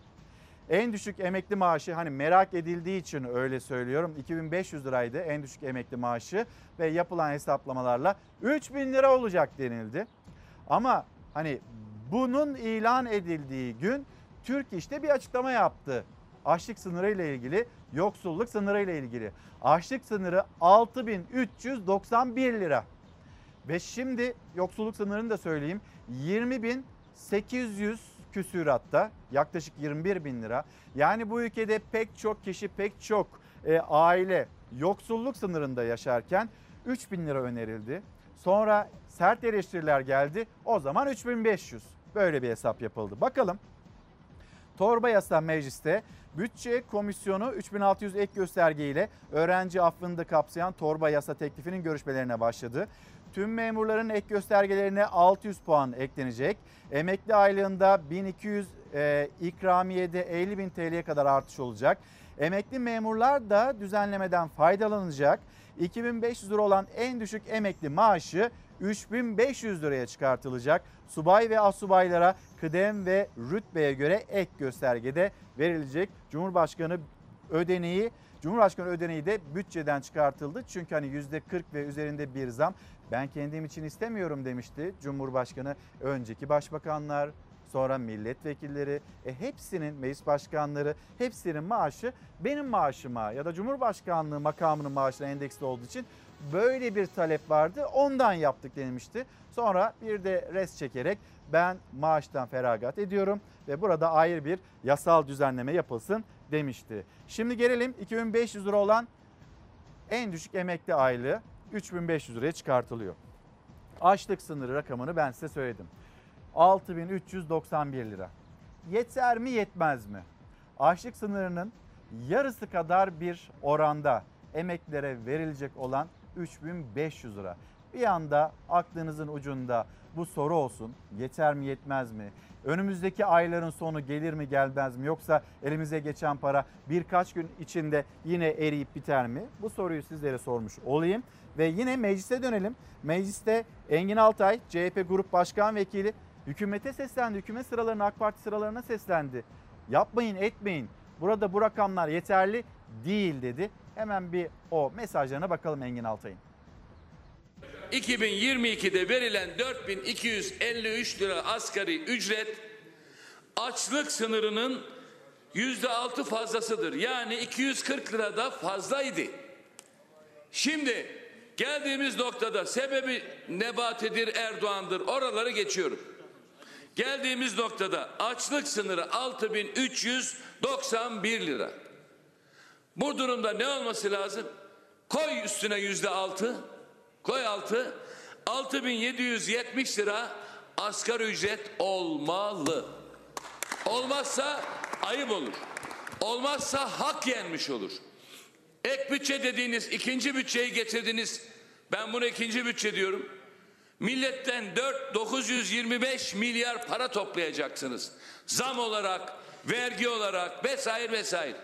En düşük emekli maaşı hani merak edildiği için öyle söylüyorum 2500 liraydı en düşük emekli maaşı ve yapılan hesaplamalarla 3000 lira olacak denildi. Ama hani bunun ilan edildiği gün Türk İş'te bir açıklama yaptı. Açlık sınırı ile ilgili, yoksulluk sınırı ile ilgili. Açlık sınırı 6.391 lira. Ve şimdi yoksulluk sınırını da söyleyeyim. 20.800 küsüratta, yaklaşık 21.000 lira. Yani bu ülkede pek çok kişi, pek çok aile yoksulluk sınırında yaşarken 3.000 lira önerildi. Sonra sert eleştiriler geldi. O zaman 3.500. Böyle bir hesap yapıldı. Bakalım. Torba yasa mecliste, bütçe komisyonu 3.600 ek gösterge ile öğrenci affını da kapsayan torba yasa teklifinin görüşmelerine başladı. Tüm memurların ek göstergelerine 600 puan eklenecek. Emekli aylığında 1200, ikramiyede 50.000 TL'ye kadar artış olacak. Emekli memurlar da düzenlemeden faydalanacak. 2.500 lira olan en düşük emekli maaşı 3.500 liraya çıkartılacak. Subay ve astsubaylara kıdem ve rütbeye göre ek göstergede verilecek. Cumhurbaşkanı ödeneği de bütçeden çıkartıldı. Çünkü hani %40 ve üzerinde bir zam ben kendim için istemiyorum demişti Cumhurbaşkanı. Önceki başbakanlar, sonra milletvekilleri, hepsinin, meclis başkanları, hepsinin maaşı benim maaşıma ya da Cumhurbaşkanlığı makamının maaşına endeksli olduğu için böyle bir talep vardı. Ondan yaptık denilmişti. Sonra bir de res çekerek ben maaştan feragat ediyorum ve burada ayrı bir yasal düzenleme yapılsın demişti. Şimdi gelelim 2.500 lira olan en düşük emekli aylığı 3.500 liraya çıkartılıyor. Açlık sınırı rakamını ben size söyledim. 6.391 lira. Yeter mi yetmez mi? Açlık sınırının yarısı kadar bir oranda emeklilere verilecek olan 3.500 lira. Bir anda aklınızın ucunda bu soru olsun. Yeter mi yetmez mi? Önümüzdeki ayların sonu gelir mi gelmez mi? Yoksa elimize geçen para birkaç gün içinde yine eriyip biter mi? Bu soruyu sizlere sormuş olayım. Ve yine meclise dönelim. Mecliste Engin Altay, CHP Grup Başkan Vekili hükümete seslendi. Hükümet sıralarına, AK Parti sıralarına seslendi. Yapmayın, etmeyin. Burada bu rakamlar yeterli değil dedi. Hemen bir o mesajlarına bakalım Engin Altay'ın. 2022'de verilen 4.253 lira asgari ücret açlık sınırının %6 fazlasıdır. Yani 240 lira da fazlaydı. Şimdi geldiğimiz noktada sebebi Nebati'dir, Erdoğan'dır. Oraları geçiyorum. Geldiğimiz noktada açlık sınırı 6.391 lira. Bu durumda ne olması lazım? Koy üstüne %6. Koy 6.770 lira asgari ücret olmalı. Olmazsa ayıp olur. Olmazsa hak yenmiş olur. Ek bütçe dediğiniz ikinci bütçeyi getirdiniz. Ben buna ikinci bütçe diyorum. Milletten 925 milyar para toplayacaksınız. Zam olarak, vergi olarak vesaire vesaire.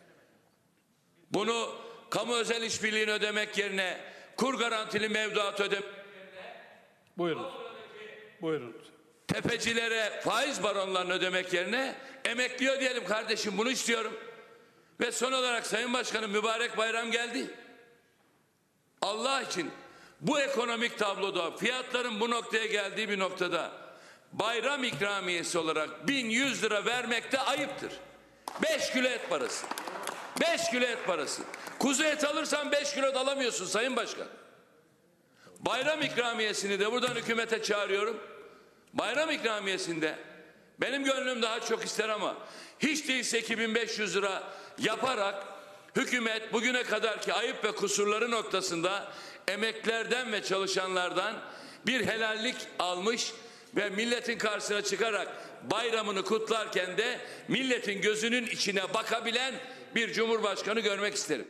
Bunu kamu özel işbirliğini ödemek yerine kur garantili mevduat ödemek yerine Buyurun. tefecilere faiz baronlarını ödemek yerine emekli ödeyelim kardeşim, bunu istiyorum. Ve son olarak Sayın Başkanım, mübarek bayram geldi. Allah için bu ekonomik tabloda fiyatların bu noktaya geldiği bir noktada bayram ikramiyesi olarak 1100 lira vermek de ayıptır. 5 kilo et parası. 5 kilo et parası. Kuzu et alırsan 5 kilo da alamıyorsun Sayın Başkan. Bayram ikramiyesini de buradan hükümete çağırıyorum. Bayram ikramiyesinde benim gönlüm daha çok ister ama hiç değilse 2500 lira yaparak hükümet bugüne kadarki ayıp ve kusurları noktasında emeklerden ve çalışanlardan bir helallik almış ve milletin karşısına çıkarak bayramını kutlarken de milletin gözünün içine bakabilen bir cumhurbaşkanı görmek isterim.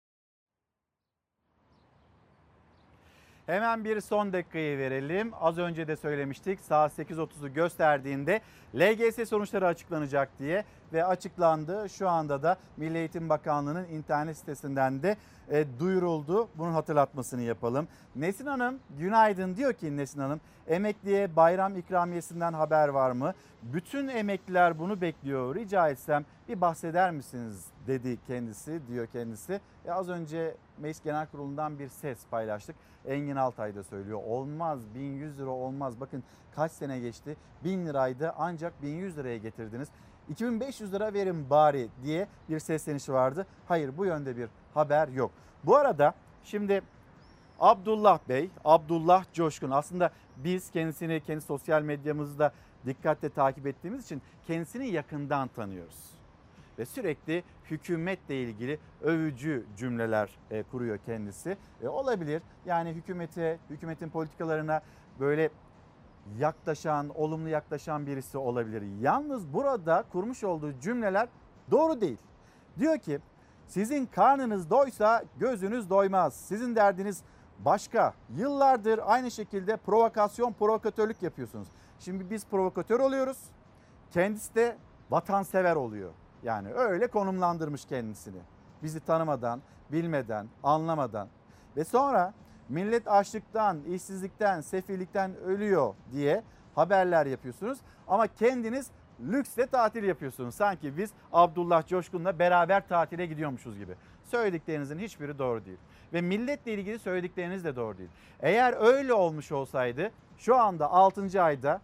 Hemen bir son dakikayı verelim. Az önce de söylemiştik, saat 8.30'u gösterdiğinde LGS sonuçları açıklanacak diye ve açıklandı. Şu anda da Milli Eğitim Bakanlığı'nın internet sitesinden de duyuruldu. Bunun hatırlatmasını yapalım. Nesin Hanım günaydın, diyor ki Nesin Hanım, emekliye bayram ikramiyesinden haber var mı? Bütün emekliler bunu bekliyor. Rica etsem bir bahseder misiniz dedi kendisi, diyor kendisi. Az önce Meclis Genel Kurulu'ndan bir ses paylaştık. Engin Altay da söylüyor. Olmaz, 1100 lira olmaz. Bakın kaç sene geçti. 1000 liraydı ancak 1100 liraya getirdiniz. 2500 lira verin bari diye bir seslenişi vardı. Hayır, bu yönde bir haber yok. Bu arada şimdi Abdullah Bey, Abdullah Coşkun, aslında biz kendisini kendi sosyal medyamızda dikkatle takip ettiğimiz için kendisini yakından tanıyoruz. Ve sürekli hükümetle ilgili övücü cümleler kuruyor kendisi. Olabilir yani hükümetin politikalarına böyle yaklaşan, olumlu yaklaşan birisi olabilir. Yalnız burada kurmuş olduğu cümleler doğru değil. Diyor ki sizin karnınız doysa gözünüz doymaz. Sizin derdiniz başka. Yıllardır aynı şekilde provokatörlük yapıyorsunuz. Şimdi biz provokatör oluyoruz. Kendisi de vatansever oluyor. Yani öyle konumlandırmış kendisini. Bizi tanımadan, bilmeden, anlamadan. Ve sonra millet açlıktan, işsizlikten, sefillikten ölüyor diye haberler yapıyorsunuz. Ama kendiniz lüksle tatil yapıyorsunuz. Sanki biz Abdullah Coşkun'la beraber tatile gidiyormuşuz gibi. Söylediklerinizin hiçbiri doğru değil. Ve milletle ilgili söyledikleriniz de doğru değil. Eğer öyle olmuş olsaydı şu anda 6.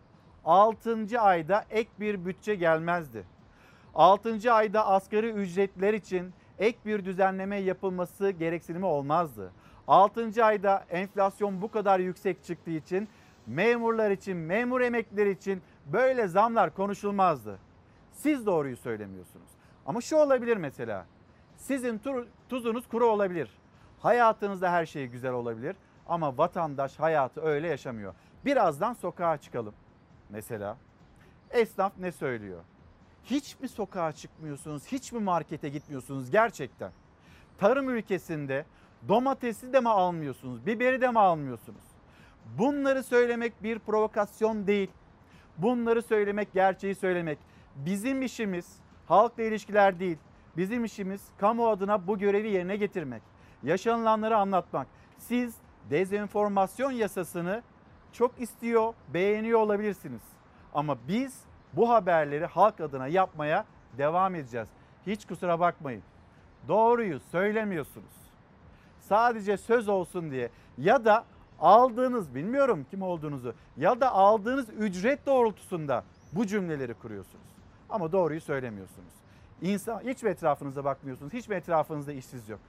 ayda ek bir bütçe gelmezdi. 6. ayda asgari ücretler için ek bir düzenleme yapılması gereksinimi olmazdı. 6. ayda enflasyon bu kadar yüksek çıktığı için memurlar için, memur emeklileri için böyle zamlar konuşulmazdı. Siz doğruyu söylemiyorsunuz. Ama şu olabilir mesela. Sizin tuzunuz kuru olabilir. Hayatınızda her şey güzel olabilir ama vatandaş hayatı öyle yaşamıyor. Birazdan sokağa çıkalım mesela. Esnaf ne söylüyor? Hiç mi sokağa çıkmıyorsunuz? Hiç mi markete gitmiyorsunuz gerçekten? Tarım ülkesinde domatesi de mi almıyorsunuz? Biberi de mi almıyorsunuz? Bunları söylemek bir provokasyon değil. Bunları söylemek, gerçeği söylemek. Bizim işimiz halkla ilişkiler değil. Bizim işimiz kamu adına bu görevi yerine getirmek. Yaşanılanları anlatmak. Siz dezenformasyon yasasını çok istiyor, beğeniyor olabilirsiniz. Ama biz bu haberleri halk adına yapmaya devam edeceğiz. Hiç kusura bakmayın. Doğruyu söylemiyorsunuz. Sadece söz olsun diye ya da aldığınız, bilmiyorum kim olduğunuzu, ya da aldığınız ücret doğrultusunda bu cümleleri kuruyorsunuz. Ama doğruyu söylemiyorsunuz. Hiç mi etrafınıza bakmıyorsunuz? Hiç mi etrafınızda işsiz yok?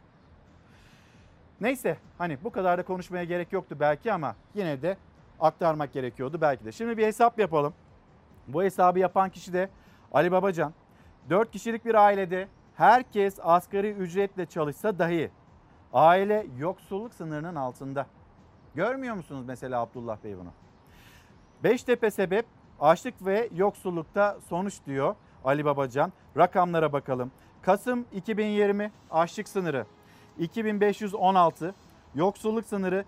Neyse, hani bu kadar da konuşmaya gerek yoktu belki ama yine de aktarmak gerekiyordu belki de. Şimdi bir hesap yapalım. Bu hesabı yapan kişi de Ali Babacan. 4 kişilik bir ailede herkes asgari ücretle çalışsa dahi aile yoksulluk sınırının altında. Görmüyor musunuz mesela Abdullah Bey bunu? Beştepe sebep açlık ve yoksullukta sonuç diyor Ali Babacan. Rakamlara bakalım. Kasım 2020 açlık sınırı 2516, yoksulluk sınırı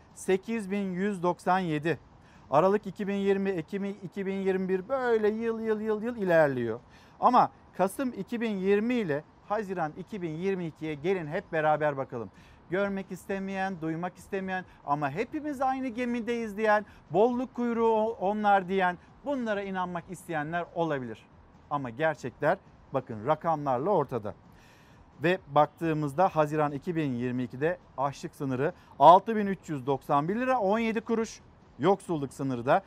8197. Aralık 2020, Ekim 2021 böyle yıl ilerliyor. Ama Kasım 2020 ile Haziran 2022'ye gelin hep beraber bakalım. Görmek istemeyen, duymak istemeyen ama hepimiz aynı gemideyiz diyen, bolluk kuyruğu onlar diyen, bunlara inanmak isteyenler olabilir. Ama gerçekler bakın rakamlarla ortada. Ve baktığımızda Haziran 2022'de açlık sınırı 6.391 lira 17 kuruş. Yoksulluk sınırı da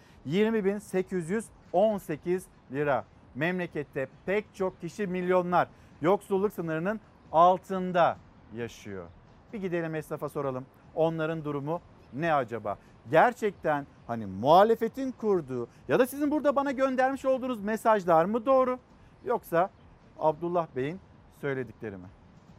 20.818 lira. Memlekette pek çok kişi, milyonlar yoksulluk sınırının altında yaşıyor. Bir gidelim esnafa soralım. Onların durumu ne acaba? Gerçekten hani muhalefetin kurduğu ya da sizin burada bana göndermiş olduğunuz mesajlar mı doğru? Yoksa Abdullah Bey'in söyledikleri mi?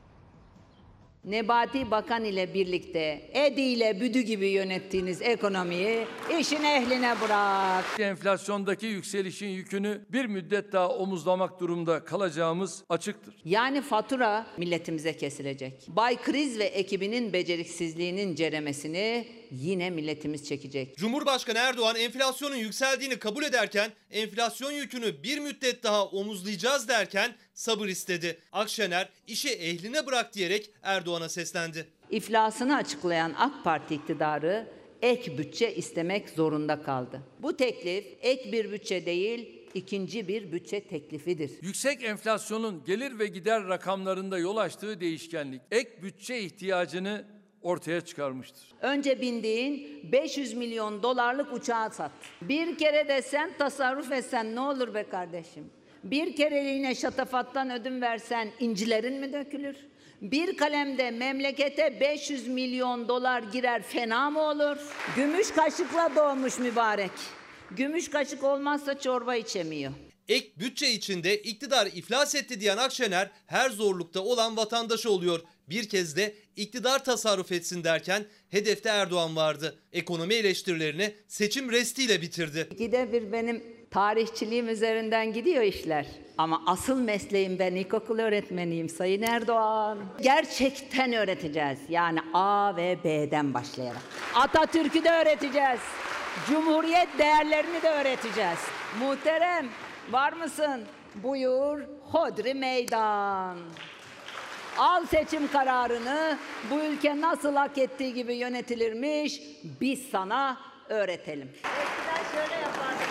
Nebati Bakan ile birlikte Edi ile Büdü gibi yönettiğiniz ekonomiyi işin ehline bırak. Enflasyondaki yükselişin yükünü bir müddet daha omuzlamak durumunda kalacağımız açıktır. Yani fatura milletimize kesilecek. Bay Kriz ve ekibinin beceriksizliğinin ceremesini yine milletimiz çekecek. Cumhurbaşkanı Erdoğan enflasyonun yükseldiğini kabul ederken enflasyon yükünü bir müddet daha omuzlayacağız derken sabır istedi. Akşener işi ehline bırak diyerek Erdoğan'a seslendi. İflasını açıklayan AK Parti iktidarı ek bütçe istemek zorunda kaldı. Bu teklif ek bir bütçe değil, ikinci bir bütçe teklifidir. Yüksek enflasyonun gelir ve gider rakamlarında yol açtığı değişkenlik ek bütçe ihtiyacını ortaya çıkarmıştır. Önce bindiğin 500 milyon dolarlık uçağı sat. Bir kere de sen tasarruf etsen ne olur be kardeşim? Bir kereliğine şatafattan ödün versen incilerin mi dökülür? Bir kalemde memlekete 500 milyon dolar girer, fena mı olur? Gümüş kaşıkla doğmuş mübarek. Gümüş kaşık olmazsa çorba içemiyor. Ek bütçe içinde iktidar iflas etti diyen Akşener her zorlukta olan vatandaşı oluyor. Bir kez de iktidar tasarruf etsin derken hedefte Erdoğan vardı. Ekonomi eleştirilerini seçim restiyle bitirdi. İkide bir benim tarihçiliğim üzerinden gidiyor işler. Ama asıl mesleğim, ben ilkokul öğretmeniyim Sayın Erdoğan. Gerçekten öğreteceğiz. Yani A ve B'den başlayarak. Atatürk'ü de öğreteceğiz. Cumhuriyet değerlerini de öğreteceğiz. Muhterem, var mısın? Buyur, hodri meydan. Al seçim kararını, bu ülke nasıl hak ettiği gibi yönetilirmiş, biz sana öğretelim. Eskiden şöyle yapardık.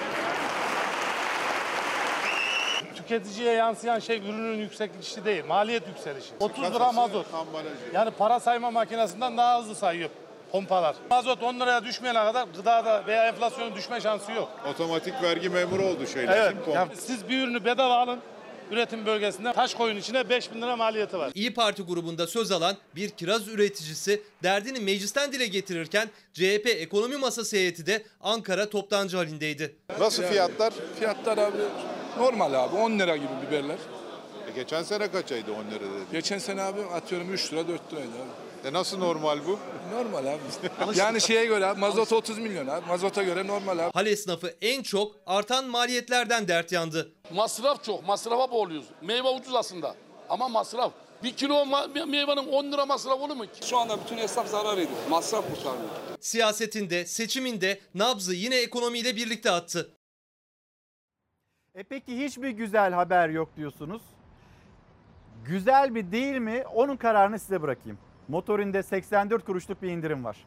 Tüketiciye yansıyan şey ürünün yükselişi değil, maliyet yükselişi. 30 lira mazot. Yani para sayma makinesinden daha hızlı sayıyor pompalar. Mazot 10 liraya düşmeyene kadar gıdada veya enflasyonun düşme şansı yok. Otomatik vergi memuru oldu şeyler. Evet. Yani siz bir ürünü bedava alın. Üretim bölgesinde taş koyun içine 5.000 lira maliyeti var. İYİ Parti grubunda söz alan bir kiraz üreticisi derdini meclisten dile getirirken CHP ekonomi masası heyeti de Ankara toptancı halindeydi. Nasıl fiyatlar? Fiyatlar abi normal abi 10 lira gibi biberler. Geçen sene kaçaydı 10 lira dedi. Geçen sene abi atıyorum 3 lira 4 liraydı abi. Nasıl normal bu? Normal abi. Yani şeye göre abi mazot 30 milyon abi. Mazota göre normal abi. Hal esnafı en çok artan maliyetlerden dert yandı. Masraf çok. Masrafa boğuluyoruz. Meyve ucuz aslında. Ama masraf. Bir kilo meyvenin 10 lira masraf olur mu? Şu anda bütün esnaf zarar ediyor. Masraf kurtarmıyor. Siyasetinde, seçiminde nabzı yine ekonomiyle birlikte attı. Peki hiçbir güzel haber yok diyorsunuz. Güzel mi değil mi onun kararını size bırakayım. Motorinde 84 kuruşluk bir indirim var.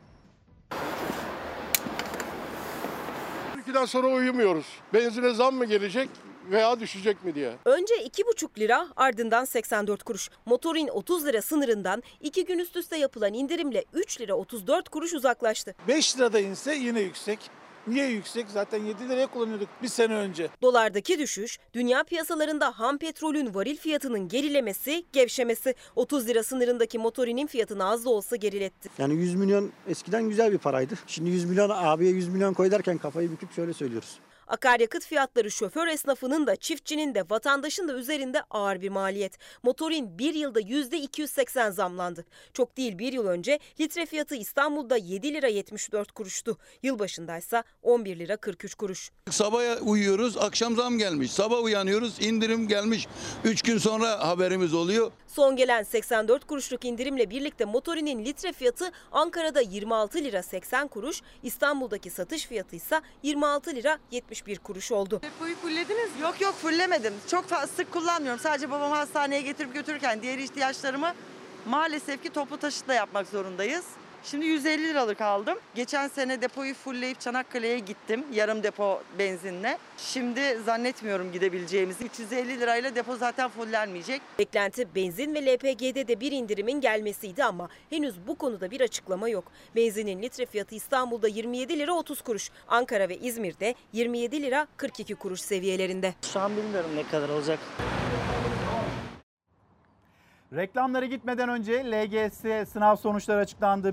Türkiye'den sonra uyumuyoruz. Benzine zam mı gelecek veya düşecek mi diye. Önce 2,5 lira, ardından 84 kuruş. Motorin 30 lira sınırından 2 gün üst üste yapılan indirimle 3 lira 34 kuruş uzaklaştı. 5 lirada inse yine yüksek. Niye yüksek? Zaten 7 liraya kullanıyorduk bir sene önce. Dolardaki düşüş, dünya piyasalarında ham petrolün varil fiyatının gerilemesi, gevşemesi 30 lira sınırındaki motorinin fiyatını az da olsa geriletti. Yani 100 milyon eskiden güzel bir paraydı. Şimdi 100 milyon abiye 100 milyon koy derken kafayı büküp şöyle söylüyoruz. Akaryakıt fiyatları şoför esnafının da çiftçinin de vatandaşın da üzerinde ağır bir maliyet. Motorin bir yılda %280 zamlandı. Çok değil, bir yıl önce litre fiyatı İstanbul'da 7 lira 74 kuruştu. Yılbaşındaysa 11 lira 43 kuruş. Sabah uyuyoruz, akşam zam gelmiş. Sabah uyanıyoruz, indirim gelmiş. 3 gün sonra haberimiz oluyor. Son gelen 84 kuruşluk indirimle birlikte motorinin litre fiyatı Ankara'da 26 lira 80 kuruş, İstanbul'daki satış fiyatı ise 26 lira 71 kuruş oldu. Depoyu fullediniz mi? Yok fullemedim. Çok sık kullanmıyorum. Sadece babamı hastaneye getirip götürürken diğer ihtiyaçlarımı maalesef ki toplu taşıtla yapmak zorundayız. Şimdi 150 liralık aldım. Geçen sene depoyu fullleyip Çanakkale'ye gittim yarım depo benzinle. Şimdi zannetmiyorum gidebileceğimizi. 350 lirayla depo zaten fullenmeyecek. Beklenti benzin ve LPG'de de bir indirimin gelmesiydi ama henüz bu konuda bir açıklama yok. Benzinin litre fiyatı İstanbul'da 27 lira 30 kuruş, Ankara ve İzmir'de 27 lira 42 kuruş seviyelerinde. Şu an bilmiyorum ne kadar olacak. Reklamlara gitmeden önce LGS sınav sonuçları açıklandı.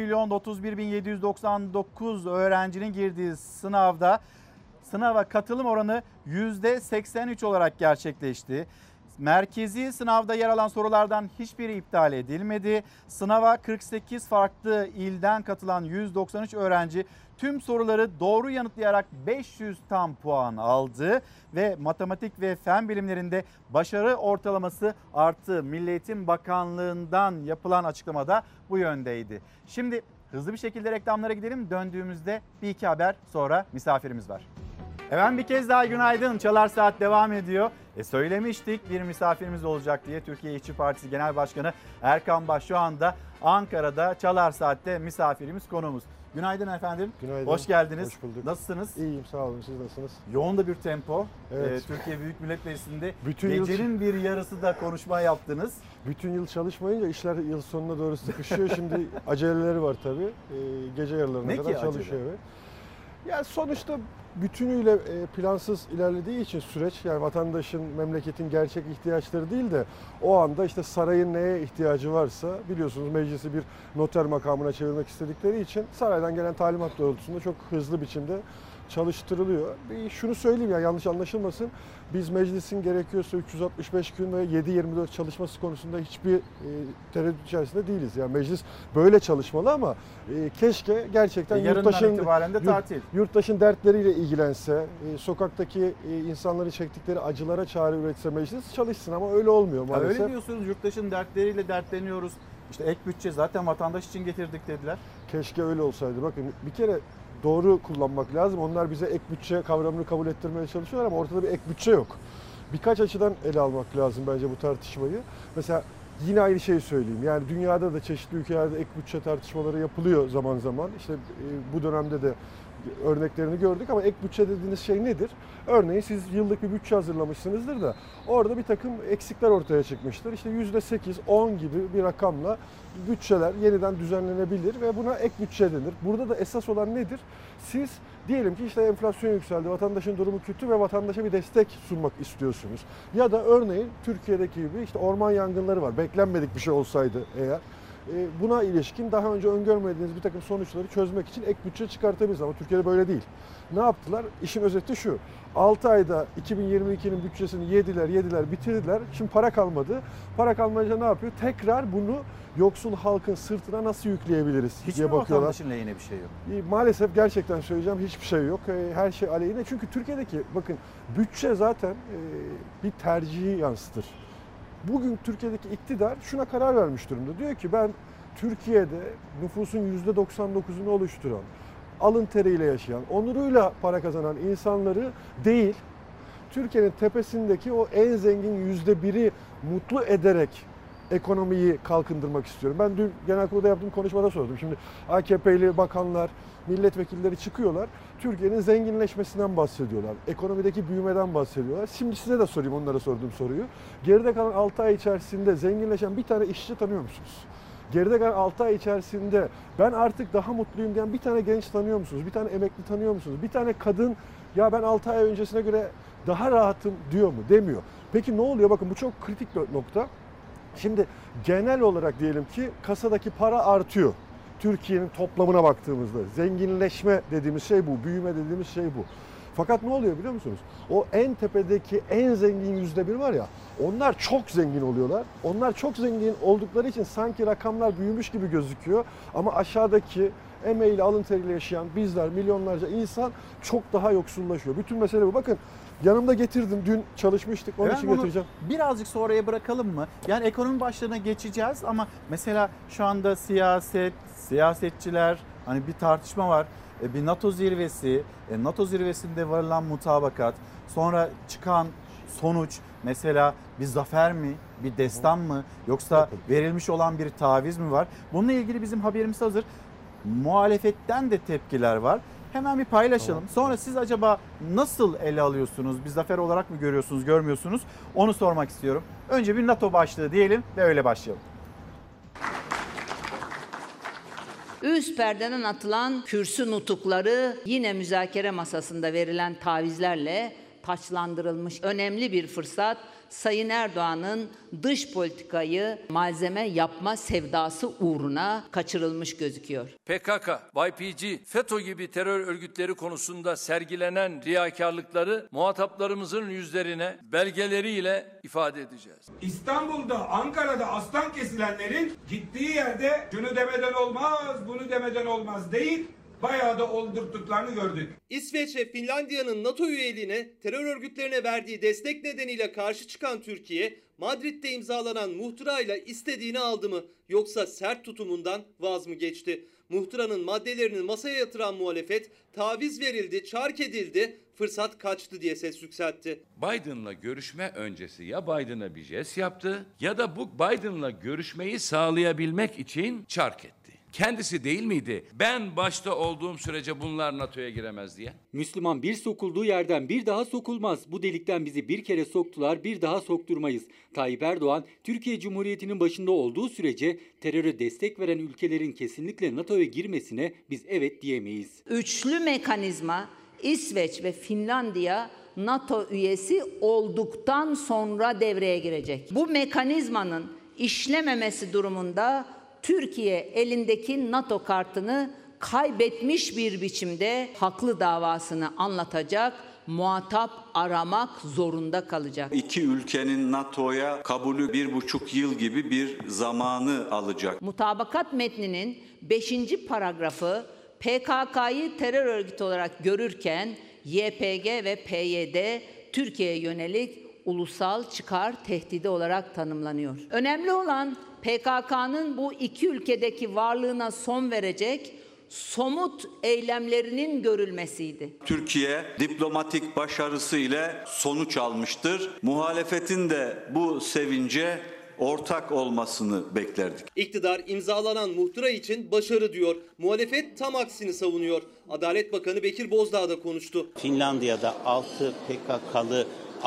1.031.799 öğrencinin girdiği sınava katılım oranı %83 olarak gerçekleşti. Merkezi sınavda yer alan sorulardan hiçbiri iptal edilmedi. Sınava 48 farklı ilden katılan 193 öğrenci tüm soruları doğru yanıtlayarak 500 tam puan aldı ve matematik ve fen bilimlerinde başarı ortalaması arttı. Milli Eğitim Bakanlığı'ndan yapılan açıklamada bu yöndeydi. Şimdi hızlı bir şekilde reklamlara gidelim. Döndüğümüzde bir iki haber sonra misafirimiz var. Efendim bir kez daha günaydın. Çalar Saat devam ediyor. Söylemiştik bir misafirimiz olacak diye. Türkiye İşçi Partisi Genel Başkanı Erkan Baş şu anda Ankara'da Çalar Saat'te misafirimiz, konuğumuz. Günaydın efendim. Günaydın. Hoş geldiniz. Hoş bulduk. Nasılsınız? İyiyim, sağ olun. Siz nasılsınız? Yoğun da bir tempo. Evet. Türkiye Büyük Millet Meclisi'nde Bütün gecenin bir yarısı da konuşma yaptınız. Bütün yıl çalışmayınca işler yıl sonuna doğru sıkışıyor. Şimdi aceleleri var tabii. Gece yarılarına kadar çalışıyor. Yani sonuçta bütünüyle plansız ilerlediği için süreç, yani vatandaşın, memleketin gerçek ihtiyaçları değil de o anda işte sarayın neye ihtiyacı varsa, biliyorsunuz meclisi bir noter makamına çevirmek istedikleri için saraydan gelen talimat doğrultusunda çok hızlı biçimde çalıştırılıyor. Şunu söyleyeyim ya, yanlış anlaşılmasın. Biz meclisin gerekiyorsa 365 gün ve 7/24 çalışması konusunda hiçbir tereddüt içerisinde değiliz. Yani meclis böyle çalışmalı ama keşke gerçekten yurttaşın dertleriyle ilgilense, sokaktaki insanların çektikleri acılara çare üretse meclis çalışsın ama öyle olmuyor maalesef. Öyle diyorsunuz, yurttaşın dertleriyle dertleniyoruz. İşte ek bütçe zaten vatandaş için getirdik dediler. Keşke öyle olsaydı. Bakın bir kere doğru kullanmak lazım. Onlar bize ek bütçe kavramını kabul ettirmeye çalışıyorlar ama ortada bir ek bütçe yok. Birkaç açıdan ele almak lazım bence bu tartışmayı. Mesela yine aynı şeyi söyleyeyim. Yani dünyada da çeşitli ülkelerde ek bütçe tartışmaları yapılıyor zaman zaman. İşte bu dönemde de örneklerini gördük ama ek bütçe dediğiniz şey nedir? Örneğin siz yıllık bir bütçe hazırlamışsınızdır da orada bir takım eksikler ortaya çıkmıştır. İşte %8, 10 gibi bir rakamla bütçeler yeniden düzenlenebilir ve buna ek bütçe denir. Burada da esas olan nedir? Siz diyelim ki işte enflasyon yükseldi, vatandaşın durumu kötü ve vatandaşa bir destek sunmak istiyorsunuz. Ya da örneğin Türkiye'deki gibi işte orman yangınları var. Beklenmedik bir şey olsaydı eğer. Buna ilişkin daha önce öngörmediğiniz bir takım sonuçları çözmek için ek bütçe çıkartabiliriz ama Türkiye'de böyle değil. Ne yaptılar? İşin özeti şu. 6 ayda 2022'nin bütçesini yediler, bitirdiler. Şimdi para kalmadı. Para kalmayınca ne yapıyor? Tekrar bunu yoksul halkın sırtına nasıl yükleyebiliriz diye bakıyorlar. Hiç mi vatandaşın lehine bir şey yok? Maalesef gerçekten söyleyeceğim hiçbir şey yok. Her şey aleyhine. Çünkü Türkiye'deki bakın bütçe zaten bir tercihi yansıtır. Bugün Türkiye'deki iktidar şuna karar vermiş durumda. Diyor ki ben Türkiye'de nüfusun %99'unu oluşturan, alın teriyle yaşayan, onuruyla para kazanan insanları değil, Türkiye'nin tepesindeki o en zengin %1'i mutlu ederek ekonomiyi kalkındırmak istiyorum. Ben dün genel kurulda yaptığım konuşmada sordum. Şimdi AKP'li bakanlar, milletvekilleri çıkıyorlar. Türkiye'nin zenginleşmesinden bahsediyorlar. Ekonomideki büyümeden bahsediyorlar. Şimdi size de sorayım onlara sorduğum soruyu. Geride kalan 6 ay içerisinde zenginleşen bir tane işçi tanıyor musunuz? Geride kalan 6 ay içerisinde ben artık daha mutluyum diyen bir tane genç tanıyor musunuz? Bir tane emekli tanıyor musunuz? Bir tane kadın ya ben 6 ay öncesine göre daha rahatım diyor mu? Demiyor. Peki ne oluyor? Bakın bu çok kritik bir nokta. Şimdi genel olarak diyelim ki kasadaki para artıyor. Türkiye'nin toplamına baktığımızda zenginleşme dediğimiz şey bu, büyüme dediğimiz şey bu. Fakat ne oluyor biliyor musunuz? O en tepedeki en zengin %1 var ya, onlar çok zengin oluyorlar. Onlar çok zengin oldukları için sanki rakamlar büyümüş gibi gözüküyor. Ama aşağıdaki emeğiyle, alın teriyle yaşayan bizler, milyonlarca insan çok daha yoksullaşıyor. Bütün mesele bu. Bakın yanımda getirdim, dün çalışmıştık, onun için getireceğim. Birazcık sonraya bırakalım mı? Yani ekonomi başlığına geçeceğiz ama mesela şu anda siyasetçiler, hani bir tartışma var. Bir NATO zirvesi, NATO zirvesinde varılan mutabakat, sonra çıkan sonuç mesela bir zafer mi, bir destan mı, yoksa verilmiş olan bir taviz mi var? Bununla ilgili bizim haberimiz hazır. Muhalefetten de tepkiler var. Hemen bir paylaşalım. Sonra siz acaba nasıl ele alıyorsunuz? Bir zafer olarak mı görüyorsunuz, görmüyorsunuz? Onu sormak istiyorum. Önce bir NATO başlığı diyelim ve öyle başlayalım. Üst perdeden atılan kürsü nutukları yine müzakere masasında verilen tavizlerle taçlandırılmış önemli bir fırsat. Sayın Erdoğan'ın dış politikayı malzeme yapma sevdası uğruna kaçırılmış gözüküyor. PKK, YPG, FETÖ gibi terör örgütleri konusunda sergilenen riyakarlıkları muhataplarımızın yüzlerine belgeleriyle ifade edeceğiz. İstanbul'da, Ankara'da aslan kesilenlerin gittiği yerde şunu demeden olmaz, bunu demeden olmaz değil, bayağı da oldurttuklarını gördük. İsveç ve Finlandiya'nın NATO üyeliğine, terör örgütlerine verdiği destek nedeniyle karşı çıkan Türkiye, Madrid'de imzalanan muhtırayla istediğini aldı mı? Yoksa sert tutumundan vaz mı geçti? Muhtıranın maddelerini masaya yatıran muhalefet, taviz verildi, çark edildi, fırsat kaçtı diye ses yükseltti. Biden'la görüşme öncesi ya Biden'a bir jest yaptı ya da bu Biden'la görüşmeyi sağlayabilmek için çark etti. Kendisi değil miydi? Ben başta olduğum sürece bunlar NATO'ya giremez diye. Müslüman bir sokulduğu yerden bir daha sokulmaz. Bu delikten bizi bir kere soktular, bir daha sokturmayız. Tayyip Erdoğan, Türkiye Cumhuriyeti'nin başında olduğu sürece teröre destek veren ülkelerin kesinlikle NATO'ya girmesine biz evet diyemeyiz. Üçlü mekanizma İsveç ve Finlandiya NATO üyesi olduktan sonra devreye girecek. Bu mekanizmanın işlememesi durumunda Türkiye elindeki NATO kartını kaybetmiş bir biçimde haklı davasını anlatacak, muhatap aramak zorunda kalacak. İki ülkenin NATO'ya kabulü 1,5 yıl gibi bir zamanı alacak. Mutabakat metninin 5. paragrafı PKK'yı terör örgütü olarak görürken YPG ve PYD Türkiye'ye yönelik ulusal çıkar tehdidi olarak tanımlanıyor. Önemli olan PKK'nın bu iki ülkedeki varlığına son verecek somut eylemlerinin görülmesiydi. Türkiye diplomatik başarısı ile sonuç almıştır. Muhalefetin de bu sevince ortak olmasını beklerdik. İktidar imzalanan muhtıra için başarı diyor. Muhalefet tam aksini savunuyor. Adalet Bakanı Bekir Bozdağ da konuştu. Finlandiya'da 6 PKK'lı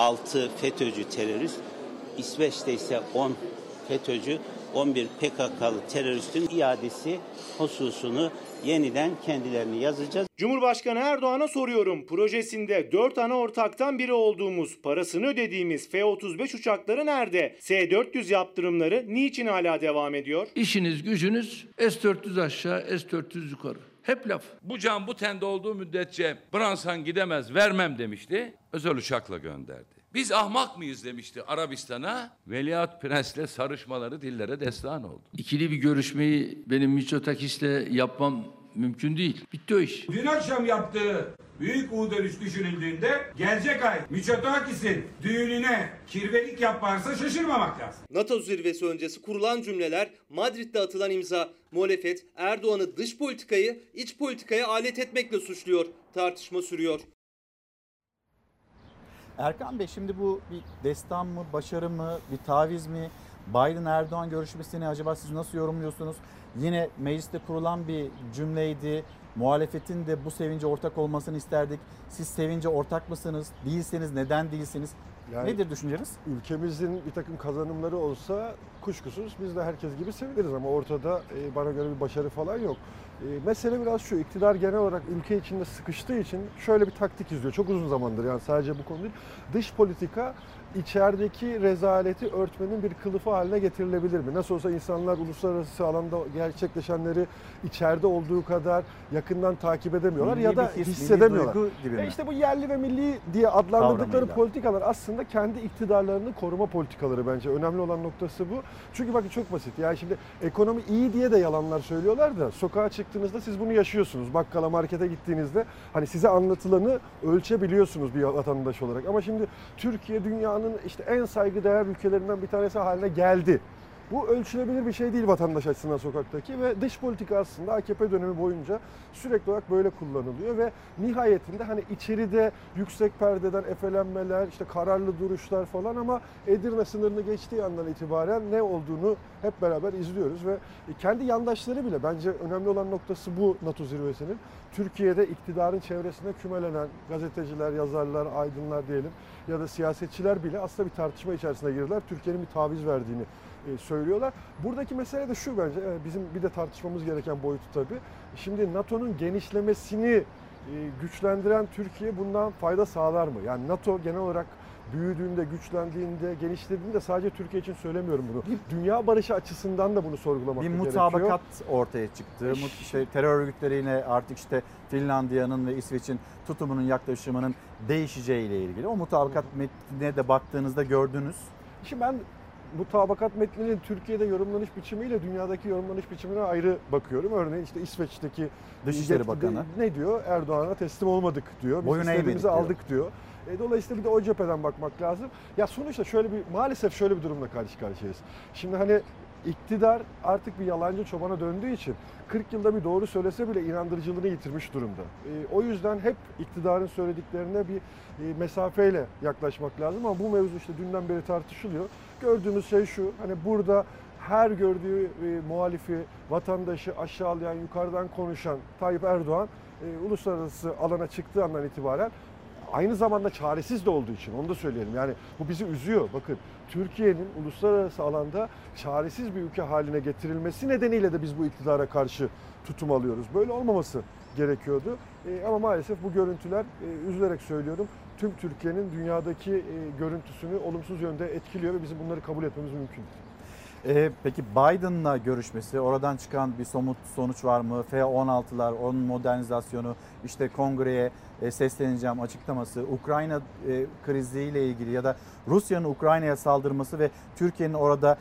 6 FETÖ'cü terörist, İsveç'te ise 10 FETÖ'cü, 11 PKK'lı teröristin iadesi hususunu yeniden kendilerini yazacağız. Cumhurbaşkanı Erdoğan'a soruyorum. Projesinde 4 ana ortaktan biri olduğumuz, parasını ödediğimiz F-35 uçakları nerede? S-400 yaptırımları niçin hala devam ediyor? İşiniz gücünüz S-400 aşağı, S-400 yukarı. Hep laf. Bu can bu tende olduğu müddetçe Bransan gidemez, vermem demişti. Özel uçakla gönderdi. Biz ahmak mıyız demişti Arabistan'a. Veliaht Prens'le sarışmaları dillere destan oldu. İkili bir görüşmeyi benim Mitsotakis'le yapmam mümkün değil. Bitti o iş. Dün akşam yaptığı büyük U-dönüş düşünüldüğünde gelecek ay Mitsotakis'in düğününe kirvelik yaparsa şaşırmamak lazım. NATO zirvesi öncesi kurulan cümleler, Madrid'de atılan imza. Muhalefet Erdoğan'ı dış politikayı iç politikaya alet etmekle suçluyor. Tartışma sürüyor. Erkan Bey, şimdi bu bir destan mı, başarı mı, bir taviz mi? Biden-Erdoğan görüşmesini acaba siz nasıl yorumluyorsunuz? Yine mecliste kurulan bir cümleydi. Muhalefetin de bu sevince ortak olmasını isterdik. Siz sevince ortak mısınız? Değilseniz neden değilsiniz? Yani nedir düşünceniz? Ülkemizin bir takım kazanımları olsa kuşkusuz biz de herkes gibi seviniriz ama ortada bana göre bir başarı falan yok. Mesele biraz şu, iktidar genel olarak ülke içinde sıkıştığı için şöyle bir taktik izliyor. Çok uzun zamandır, yani sadece bu konu değil. Dış politika içerideki rezaleti örtmenin bir kılıfı haline getirilebilir mi? Nasıl olsa insanlar uluslararası alanda gerçekleşenleri içeride olduğu kadar yakından takip edemiyorlar Milli ya da bir his, hissedemiyorlar. milli duygu gibi mi? İşte bu yerli ve milli diye adlandırdıkları Kavramıyla. politikalar aslında kendi iktidarlarını koruma politikaları bence. Önemli olan noktası bu. Çünkü bakın çok basit. Yani şimdi ekonomi iyi diye de yalanlar söylüyorlar da sokağa çıktığınızda siz bunu yaşıyorsunuz. Bakkala, markete gittiğinizde hani size anlatılanı ölçebiliyorsunuz bir vatandaş olarak. Ama şimdi Türkiye dünyanın işte en saygıdeğer ülkelerinden bir tanesi haline geldi. Bu ölçülebilir bir şey değil vatandaş açısından sokaktaki ve dış politika aslında AKP dönemi boyunca sürekli olarak böyle kullanılıyor ve nihayetinde hani içeride yüksek perdeden efelenmeler, işte kararlı duruşlar falan ama Edirne sınırını geçtiği andan itibaren ne olduğunu hep beraber izliyoruz ve kendi yandaşları bile, bence önemli olan noktası bu NATO zirvesinin, Türkiye'de iktidarın çevresinde kümelenen gazeteciler, yazarlar, aydınlar diyelim ya da siyasetçiler bile aslında bir tartışma içerisine girdiler. Türkiye'nin bir taviz verdiğini söylüyorlar. Buradaki mesele de şu bence, bizim bir de tartışmamız gereken boyutu tabii. Şimdi NATO'nun genişlemesini güçlendiren Türkiye bundan fayda sağlar mı? Yani NATO genel olarak büyüdüğünde, güçlendiğinde, genişlediğinde sadece Türkiye için söylemiyorum bunu. Dünya barışı açısından da bunu sorgulamak gerekiyor. Bir mutabakat ortaya çıktı. İşte terör örgütleriyle artık işte Finlandiya'nın ve İsveç'in tutumunun, yaklaşımının değişeceğiyle ilgili. O mutabakat metnine de baktığınızda gördünüz. Şimdi ben mutabakat metninin Türkiye'de yorumlanış biçimiyle dünyadaki yorumlanış biçimine ayrı bakıyorum. Örneğin işte İsveç'teki Dışişleri Bakanı ne diyor? Erdoğan'a teslim olmadık diyor. Biz istediğimizi aldık diyor. Dolayısıyla bir de o cepheden bakmak lazım. Ya sonuçta maalesef şöyle bir durumla karşı karşıyayız. Şimdi hani iktidar artık bir yalancı çobana döndüğü için 40 yılda bir doğru söylese bile inandırıcılığını yitirmiş durumda. O yüzden hep iktidarın söylediklerine bir mesafeyle yaklaşmak lazım ama bu mevzu işte dünden beri tartışılıyor. Gördüğümüz şey şu, hani burada her gördüğü muhalifi, vatandaşı aşağılayan, yukarıdan konuşan Tayyip Erdoğan uluslararası alana çıktığı andan itibaren aynı zamanda çaresiz de olduğu için onu da söyleyelim. Yani bu bizi üzüyor. Bakın Türkiye'nin uluslararası alanda çaresiz bir ülke haline getirilmesi nedeniyle de biz bu iktidara karşı tutum alıyoruz. Böyle olmaması gerekiyordu. Ama maalesef bu görüntüler, üzülerek söylüyorum, tüm Türkiye'nin dünyadaki görüntüsünü olumsuz yönde etkiliyor ve bizim bunları kabul etmemiz mümkün değil. Peki Biden'la görüşmesi, oradan çıkan bir somut sonuç var mı? F-16'lar, onun modernizasyonu, işte kongreye sesleneceğim açıklaması, Ukrayna kriziyle ilgili ya da Rusya'nın Ukrayna'ya saldırması ve Türkiye'nin orada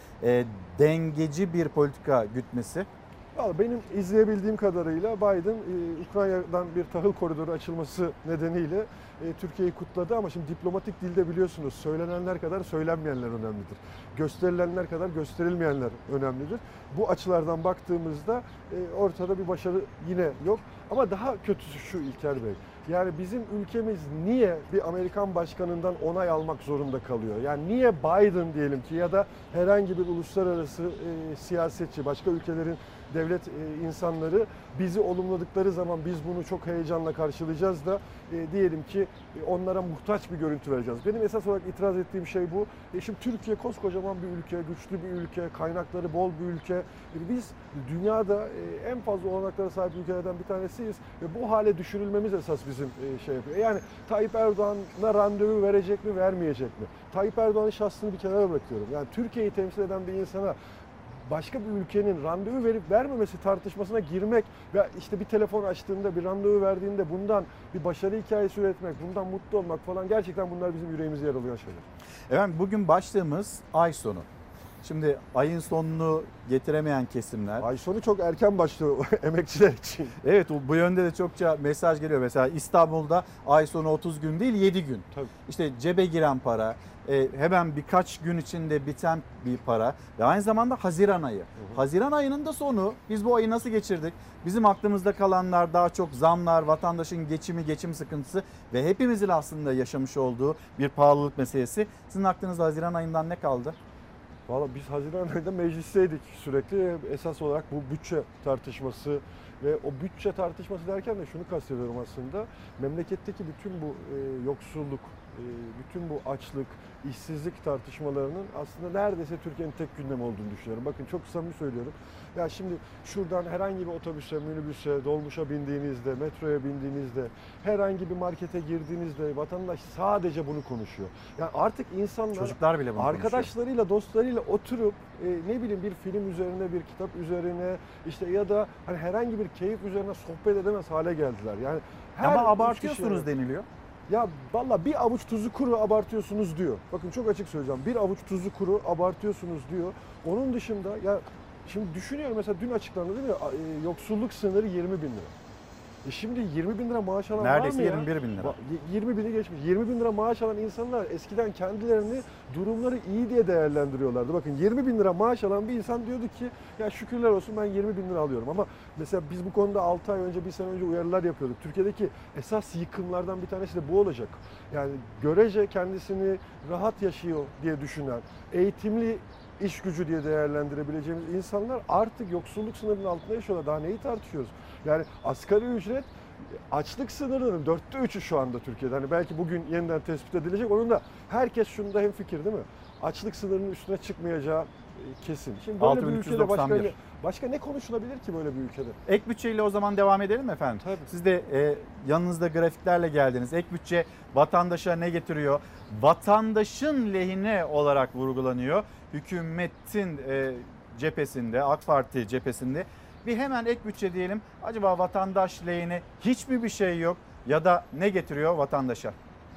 dengeci bir politika gütmesi? Benim izleyebildiğim kadarıyla Biden Ukrayna'dan bir tahıl koridoru açılması nedeniyle Türkiye'yi kutladı ama şimdi diplomatik dilde biliyorsunuz söylenenler kadar söylenmeyenler önemlidir. Gösterilenler kadar gösterilmeyenler önemlidir. Bu açılardan baktığımızda ortada bir başarı yine yok. Ama daha kötüsü şu İlker Bey. Yani bizim ülkemiz niye bir Amerikan başkanından onay almak zorunda kalıyor? Yani niye Biden diyelim ki ya da herhangi bir uluslararası siyasetçi, başka ülkelerin devlet insanları bizi olumladıkları zaman biz bunu çok heyecanla karşılayacağız da diyelim ki onlara muhtaç bir görüntü vereceğiz. Benim esas olarak itiraz ettiğim şey bu. Şimdi Türkiye koskocaman bir ülke, güçlü bir ülke, kaynakları bol bir ülke. Biz dünyada en fazla olanaklara sahip ülkelerden bir tanesiyiz ve bu hale düşürülmemiz esas bizim şey yapıyor. Yani Tayyip Erdoğan'a randevu verecek mi, vermeyecek mi? Tayyip Erdoğan'ın şahsını bir kenara bırakıyorum. Yani Türkiye'yi temsil eden bir insana başka bir ülkenin randevu verip vermemesi tartışmasına girmek ve işte bir telefon açtığında, bir randevu verdiğinde bundan bir başarı hikayesi üretmek, bundan mutlu olmak falan, gerçekten bunlar bizim yüreğimizi yaralayan şeyler. Efendim bugün başlığımız ay sonu. Şimdi ayın sonunu getiremeyen kesimler. Ay sonu çok erken başlıyor emekçiler için. Evet, bu yönde de çokça mesaj geliyor. Mesela İstanbul'da ay sonu 30 gün değil 7 gün. Tabii. İşte cebe giren para, hemen birkaç gün içinde biten bir para ve aynı zamanda Haziran ayı. Haziran ayının da sonu, biz bu ayı nasıl geçirdik? Bizim aklımızda kalanlar daha çok zamlar, vatandaşın geçim sıkıntısı ve hepimizin aslında yaşamış olduğu bir pahalılık meselesi. Sizin aklınızda Haziran ayından ne kaldı? Valla biz Haziran ayında meclisteydik sürekli. Esas olarak bu bütçe tartışması ve o bütçe tartışması derken de şunu kastediyorum aslında. Memleketteki bütün bu yoksulluk, bütün bu açlık, işsizlik tartışmalarının aslında neredeyse Türkiye'nin tek gündemi olduğunu düşünüyorum. Bakın çok samimi söylüyorum. Ya şimdi şuradan herhangi bir otobüse, minibüse, dolmuşa bindiğinizde, metroya bindiğinizde, herhangi bir markete girdiğinizde vatandaş sadece bunu konuşuyor. Yani artık insanlar, çocuklar bile bunu arkadaşlarıyla, dostlarıyla oturup ne bileyim bir film üzerine, bir kitap üzerine işte ya da hani herhangi bir keyif üzerine sohbet edemez hale geldiler. Yani ama abartıyorsunuz deniliyor. Ya valla bir avuç tuzu kuru abartıyorsunuz diyor. Bakın çok açık söyleyeceğim. Bir avuç tuzu kuru abartıyorsunuz diyor. Onun dışında ya şimdi düşünüyorum mesela dün açıklandı değil mi? Yoksulluk sınırı 20 bin lira. Şimdi 20 bin lira maaş alan neredeyse var mı ya? 21 bin lira. 20 bini geçmiş. 20 bin lira maaş alan insanlar eskiden kendilerini durumları iyi diye değerlendiriyorlardı. Bakın 20 bin lira maaş alan bir insan diyordu ki ya şükürler olsun ben 20 bin lira alıyorum. Ama mesela biz bu konuda 6 ay önce, 1 sene önce uyarılar yapıyorduk. Türkiye'deki esas yıkımlardan bir tanesi de bu olacak. Yani görece kendisini rahat yaşıyor diye düşünen, eğitimli iş gücü diye değerlendirebileceğimiz insanlar artık yoksulluk sınırının altında yaşıyorlar. Daha neyi tartışıyoruz? Yani asgari ücret açlık sınırının 4'te 3'ü şu anda Türkiye'de. Hani belki bugün yeniden tespit edilecek. Onun da herkes şunda hemfikir değil mi? Açlık sınırının üstüne çıkmayacağı kesin. Şimdi böyle bir ülkede başka ne konuşulabilir ki böyle bir ülkede? Ek bütçeyle o zaman devam edelim mi efendim? Tabii. Siz de yanınızda grafiklerle geldiniz. Ek bütçe vatandaşa ne getiriyor? Vatandaşın lehine olarak vurgulanıyor. Hükümetin cephesinde, AK Parti cephesinde. Bir hemen ek bütçe diyelim. Acaba vatandaş lehine hiç mi bir şey yok ya da ne getiriyor vatandaşa?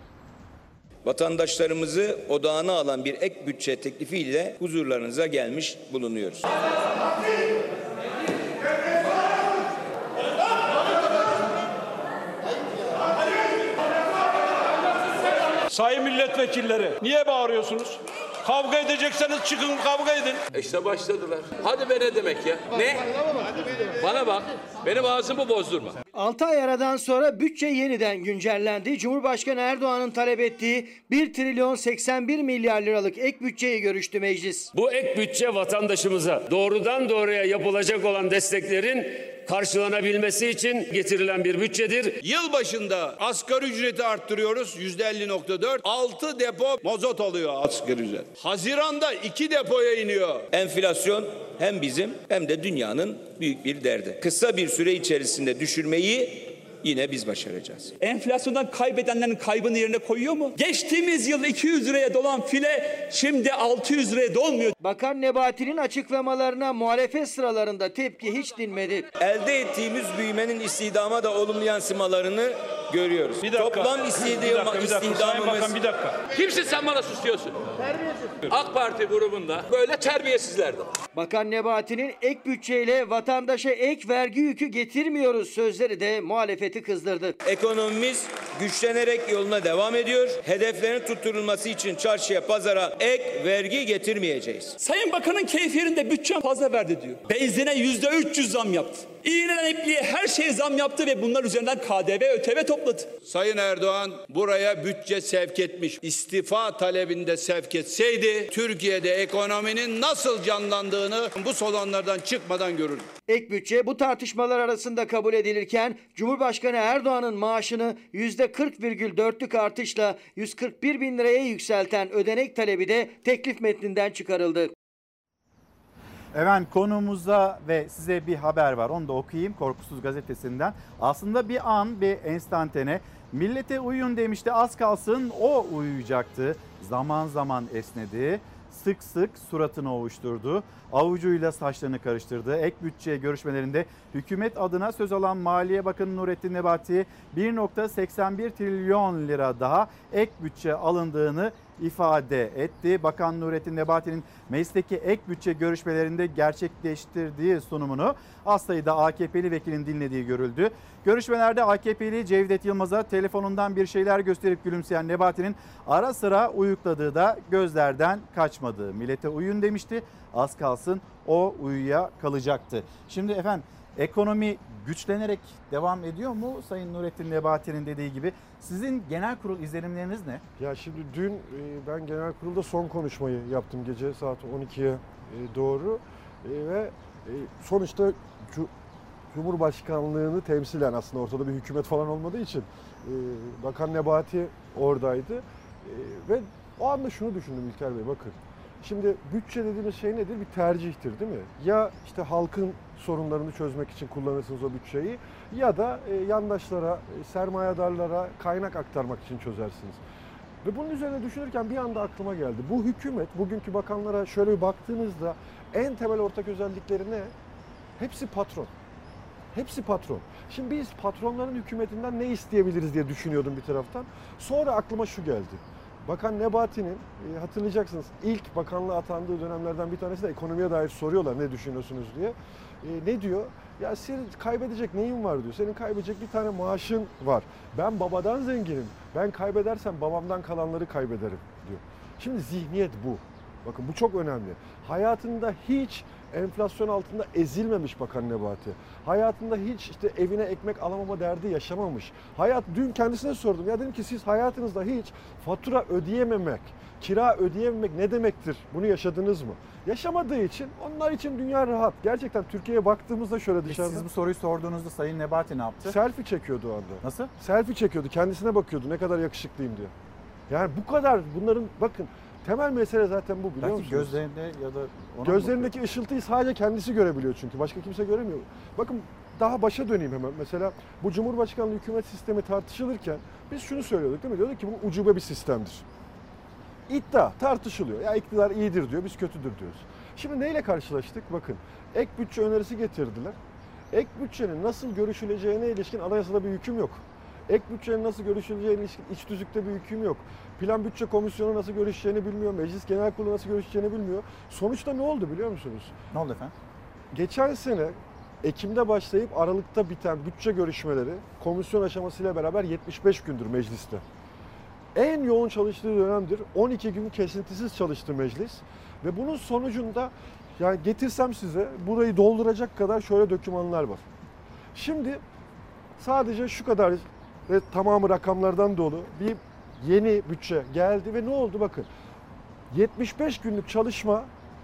Vatandaşlarımızı odağına alan bir ek bütçe teklifiyle huzurlarınıza gelmiş bulunuyoruz. Sayın milletvekilleri, niye bağırıyorsunuz? Kavga edecekseniz çıkın kavga edin. İşte başladılar. Hadi be ne demek ya? Ne? Bana bak. Benim ağzımı bozdurma. 6 ay aradan sonra bütçe yeniden güncellendi. Cumhurbaşkanı Erdoğan'ın talep ettiği 1 trilyon 81 milyar liralık ek bütçeyi görüştü meclis. Bu ek bütçe vatandaşımıza doğrudan doğruya yapılacak olan desteklerin karşılanabilmesi için getirilen bir bütçedir. Yılbaşında asgari ücreti arttırıyoruz %50.4. 6 depo mazot alıyor asgari ücret. Haziran'da 2 depoya iniyor. Enflasyon hem bizim hem de dünyanın büyük bir derdi. Kısa bir süre içerisinde düşürmeyi yine biz başaracağız. Enflasyondan kaybedenlerin kaybını yerine koyuyor mu? Geçtiğimiz yıl 200 liraya dolan file şimdi 600 liraya dolmuyor. Bakan Nebati'nin açıklamalarına muhalefet sıralarında tepki hiç dinmedi. Elde ettiğimiz büyümenin istihdama da olumlu yansımalarını görüyoruz. Toplam istihdamımız... Sayın Bakan bir dakika. Kimsin sen bana susuyorsun? AK Parti grubunda böyle terbiyesizlerdi. Bakan Nebati'nin ek bütçeyle vatandaşa ek vergi yükü getirmiyoruz sözleri de muhalefeti kızdırdı. Ekonomimiz güçlenerek yoluna devam ediyor. Hedeflerin tutturulması için çarşıya, pazara ek vergi getirmeyeceğiz. Sayın Bakan'ın keyfi yerinde bütçem fazla verdi diyor. Benzine %300 zam yaptı. İğneden ipliğe her şeye zam yaptı ve bunlar üzerinden KDV, ÖTV topladı. Sayın Erdoğan buraya bütçe sevk etmiş. İstifa talebinde sevk etseydi Türkiye'de ekonominin nasıl canlandığını bu salonlardan çıkmadan görürdük. Ek bütçe bu tartışmalar arasında kabul edilirken Cumhurbaşkanı Erdoğan'ın maaşını %40,4'lük artışla 141 bin liraya yükselten ödenek talebi de teklif metninden çıkarıldı. Evet, konumuzda ve size bir haber var, onu da okuyayım Korkusuz Gazetesi'nden. Aslında bir an, bir enstantane. Millete uyuyun demişti, az kalsın o uyuyacaktı. Zaman zaman esnedi, sık sık suratını ovuşturdu, avucuyla saçlarını karıştırdı. Ek bütçe görüşmelerinde hükümet adına söz alan Maliye Bakanı Nurettin Nebati 1.81 trilyon lira daha ek bütçe alındığını ifade etti. Bakan Nurettin Nebati'nin meclisteki ek bütçe görüşmelerinde gerçekleştirdiği sunumunu az sayıda AKP'li vekilin dinlediği görüldü. Görüşmelerde AKP'li Cevdet Yılmaz'a telefonundan bir şeyler gösterip gülümseyen Nebati'nin ara sıra uyukladığı da gözlerden kaçmadı. Millete uyun demişti, az kalsın o uyuya kalacaktı. Şimdi efendim, ekonomi güçlenerek devam ediyor mu Sayın Nurettin Nebati'nin dediği gibi? Sizin genel kurul izlenimleriniz ne? Ya şimdi dün ben genel kurulda son konuşmayı yaptım gece saat 12'ye doğru ve sonuçta Cumhurbaşkanlığını temsilen, aslında ortada bir hükümet falan olmadığı için Bakan Nebati oradaydı ve o anda şunu düşündüm İlker Bey, bakın. Şimdi bütçe dediğimiz şey nedir? Bir tercihtir, değil mi? Ya işte halkın sorunlarını çözmek için kullanırsınız o bütçeyi ya da yandaşlara, sermayedarlara kaynak aktarmak için çözersiniz. Ve bunun üzerine düşünürken bir anda aklıma geldi. Bu hükümet, bugünkü bakanlara şöyle bir baktığınızda en temel ortak özellikleri ne? Hepsi patron. Hepsi patron. Şimdi biz patronların hükümetinden ne isteyebiliriz diye düşünüyordum bir taraftan. Sonra aklıma şu geldi. Bakan Nebati'nin hatırlayacaksınız ilk bakanlığa atandığı dönemlerden bir tanesi de ekonomiye dair soruyorlar ne düşünüyorsunuz diye. Ne diyor? Ya senin kaybedecek neyin var diyor. Senin kaybedecek bir tane maaşın var. Ben babadan zenginim. Ben kaybedersem babamdan kalanları kaybederim diyor. Şimdi zihniyet bu. Bakın bu çok önemli. Hayatında hiç enflasyon altında ezilmemiş Bakan Nebati. Hayatında hiç işte evine ekmek alamama derdi yaşamamış. Dün kendisine sordum. Ya dedim ki siz hayatınızda hiç fatura ödeyememek, kira ödeyememek ne demektir? Bunu yaşadınız mı? Yaşamadığı için onlar için dünya rahat. Gerçekten Türkiye'ye baktığımızda şöyle dışarıda. Siz bu soruyu sorduğunuzda Sayın Nebati ne yaptı? Selfie çekiyordu o anda. Nasıl? Selfie çekiyordu. Kendisine bakıyordu ne kadar yakışıklıyım diye. Yani bu kadar bunların bakın temel mesele zaten bu, biliyor musunuz? Gözlerinde ya da gözlerindeki ışıltıyı sadece kendisi görebiliyor çünkü. Başka kimse göremiyor. Bakın daha başa döneyim hemen. Mesela bu Cumhurbaşkanlığı hükümet sistemi tartışılırken biz şunu söylüyorduk, değil mi? Diyorduk ki bu ucube bir sistemdir. İddia tartışılıyor. Ya iktidar iyidir diyor, biz kötüdür diyoruz. Şimdi neyle karşılaştık? Bakın ek bütçe önerisi getirdiler. Ek bütçenin nasıl görüşüleceğine ilişkin anayasada bir hüküm yok. Ek bütçenin nasıl görüşüleceğine ilişkin iç tüzükte bir hüküm yok. Plan Bütçe Komisyonu nasıl görüşeceğini bilmiyor. Meclis Genel Kurulu nasıl görüşeceğini bilmiyor. Sonuçta ne oldu biliyor musunuz? Ne oldu efendim? Geçen sene Ekim'de başlayıp Aralık'ta biten bütçe görüşmeleri komisyon aşamasıyla beraber 75 gündür mecliste. En yoğun çalıştığı dönemdir. 12 gün kesintisiz çalıştı meclis. Ve bunun sonucunda yani getirsem size burayı dolduracak kadar şöyle dokümanlar var. Şimdi sadece şu kadar ve tamamı rakamlardan dolu bir yeni bütçe geldi ve ne oldu bakın. 75 günlük çalışma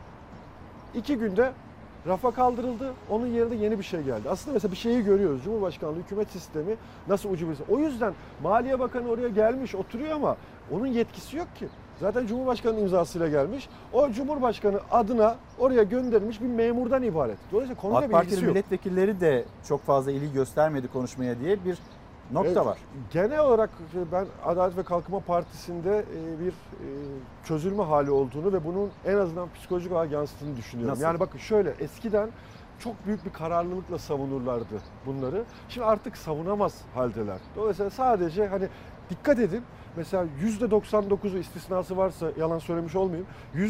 2 günde rafa kaldırıldı. Onun yerine yeni bir şey geldi. Aslında mesela bir şeyi görüyoruz. Cumhurbaşkanlığı hükümet sistemi nasıl ucu bir. O yüzden Maliye Bakanı oraya gelmiş oturuyor ama onun yetkisi yok ki. Zaten Cumhurbaşkanı'nın imzasıyla gelmiş. O Cumhurbaşkanı adına oraya gönderilmiş bir memurdan ibaret. Dolayısıyla konuyla AK bir ilgisi Partili yok. milletvekilleri de çok fazla ilgi göstermedi konuşmaya diye bir nokta var. Genel olarak ben Adalet ve Kalkınma Partisi'nde bir çözülme hali olduğunu ve bunun en azından psikolojik olarak yansıttığını düşünüyorum. Nasıl? Yani bakın şöyle, eskiden çok büyük bir kararlılıkla savunurlardı bunları. Şimdi artık savunamaz haldeler. Dolayısıyla sadece hani dikkat edin. Mesela %99'u istisnası varsa yalan söylemiş olmayayım.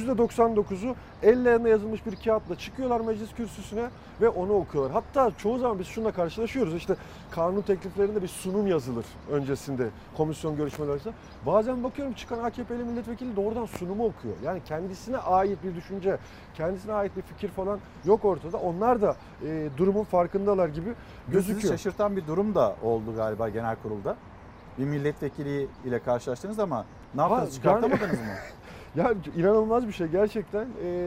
%99'u ellerine yazılmış bir kağıtla çıkıyorlar meclis kürsüsüne ve onu okuyorlar. Hatta çoğu zaman biz şununla karşılaşıyoruz. İşte kanun tekliflerinde bir sunum yazılır öncesinde komisyon görüşmelerinde. Bazen bakıyorum çıkan AKP'li milletvekili doğrudan sunumu okuyor. Yani kendisine ait bir düşünce, kendisine ait bir fikir falan yok ortada. Onlar da durumun farkındalar gibi gözüküyor. Sizi şaşırtan bir durum da oldu galiba genel kurulda. Bir milletvekili ile karşılaştınız ama ne yaptınız, çıkartamadınız mı? Ya inanılmaz bir şey gerçekten.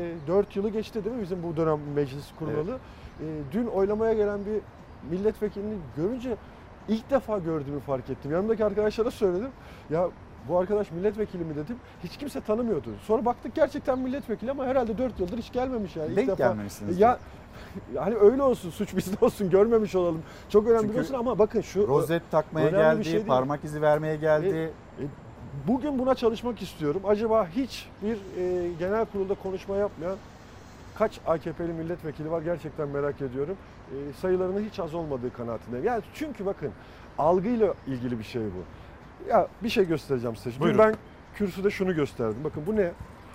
4 yılı geçti değil mi bizim bu dönem meclis kurulalı? Evet. Dün oylamaya gelen bir milletvekilini görünce ilk defa gördüğümü fark ettim. Yanımdaki arkadaşlara söyledim. Ya bu arkadaş milletvekili mi dedim. Hiç kimse tanımıyordu. Sonra baktık gerçekten milletvekili ama herhalde 4 yıldır hiç gelmemiş yani. Denk gelmemişsiniz. Ya hani öyle olsun, suç bizde olsun, görmemiş olalım. Çok önemli biliyorsun ama bakın şu rozet takmaya geldi, şey parmak izi vermeye geldi. Bugün buna çalışmak istiyorum. Acaba hiç bir genel kurulda konuşma yapmayan kaç AKP'li milletvekili var gerçekten merak ediyorum. Sayılarının hiç az olmadığı kanaatindeyim. Yani çünkü bakın algıyla ilgili bir şey bu. Ya bir şey göstereceğim size. Dün ben kürsüde şunu gösterdim. Bakın bu ne?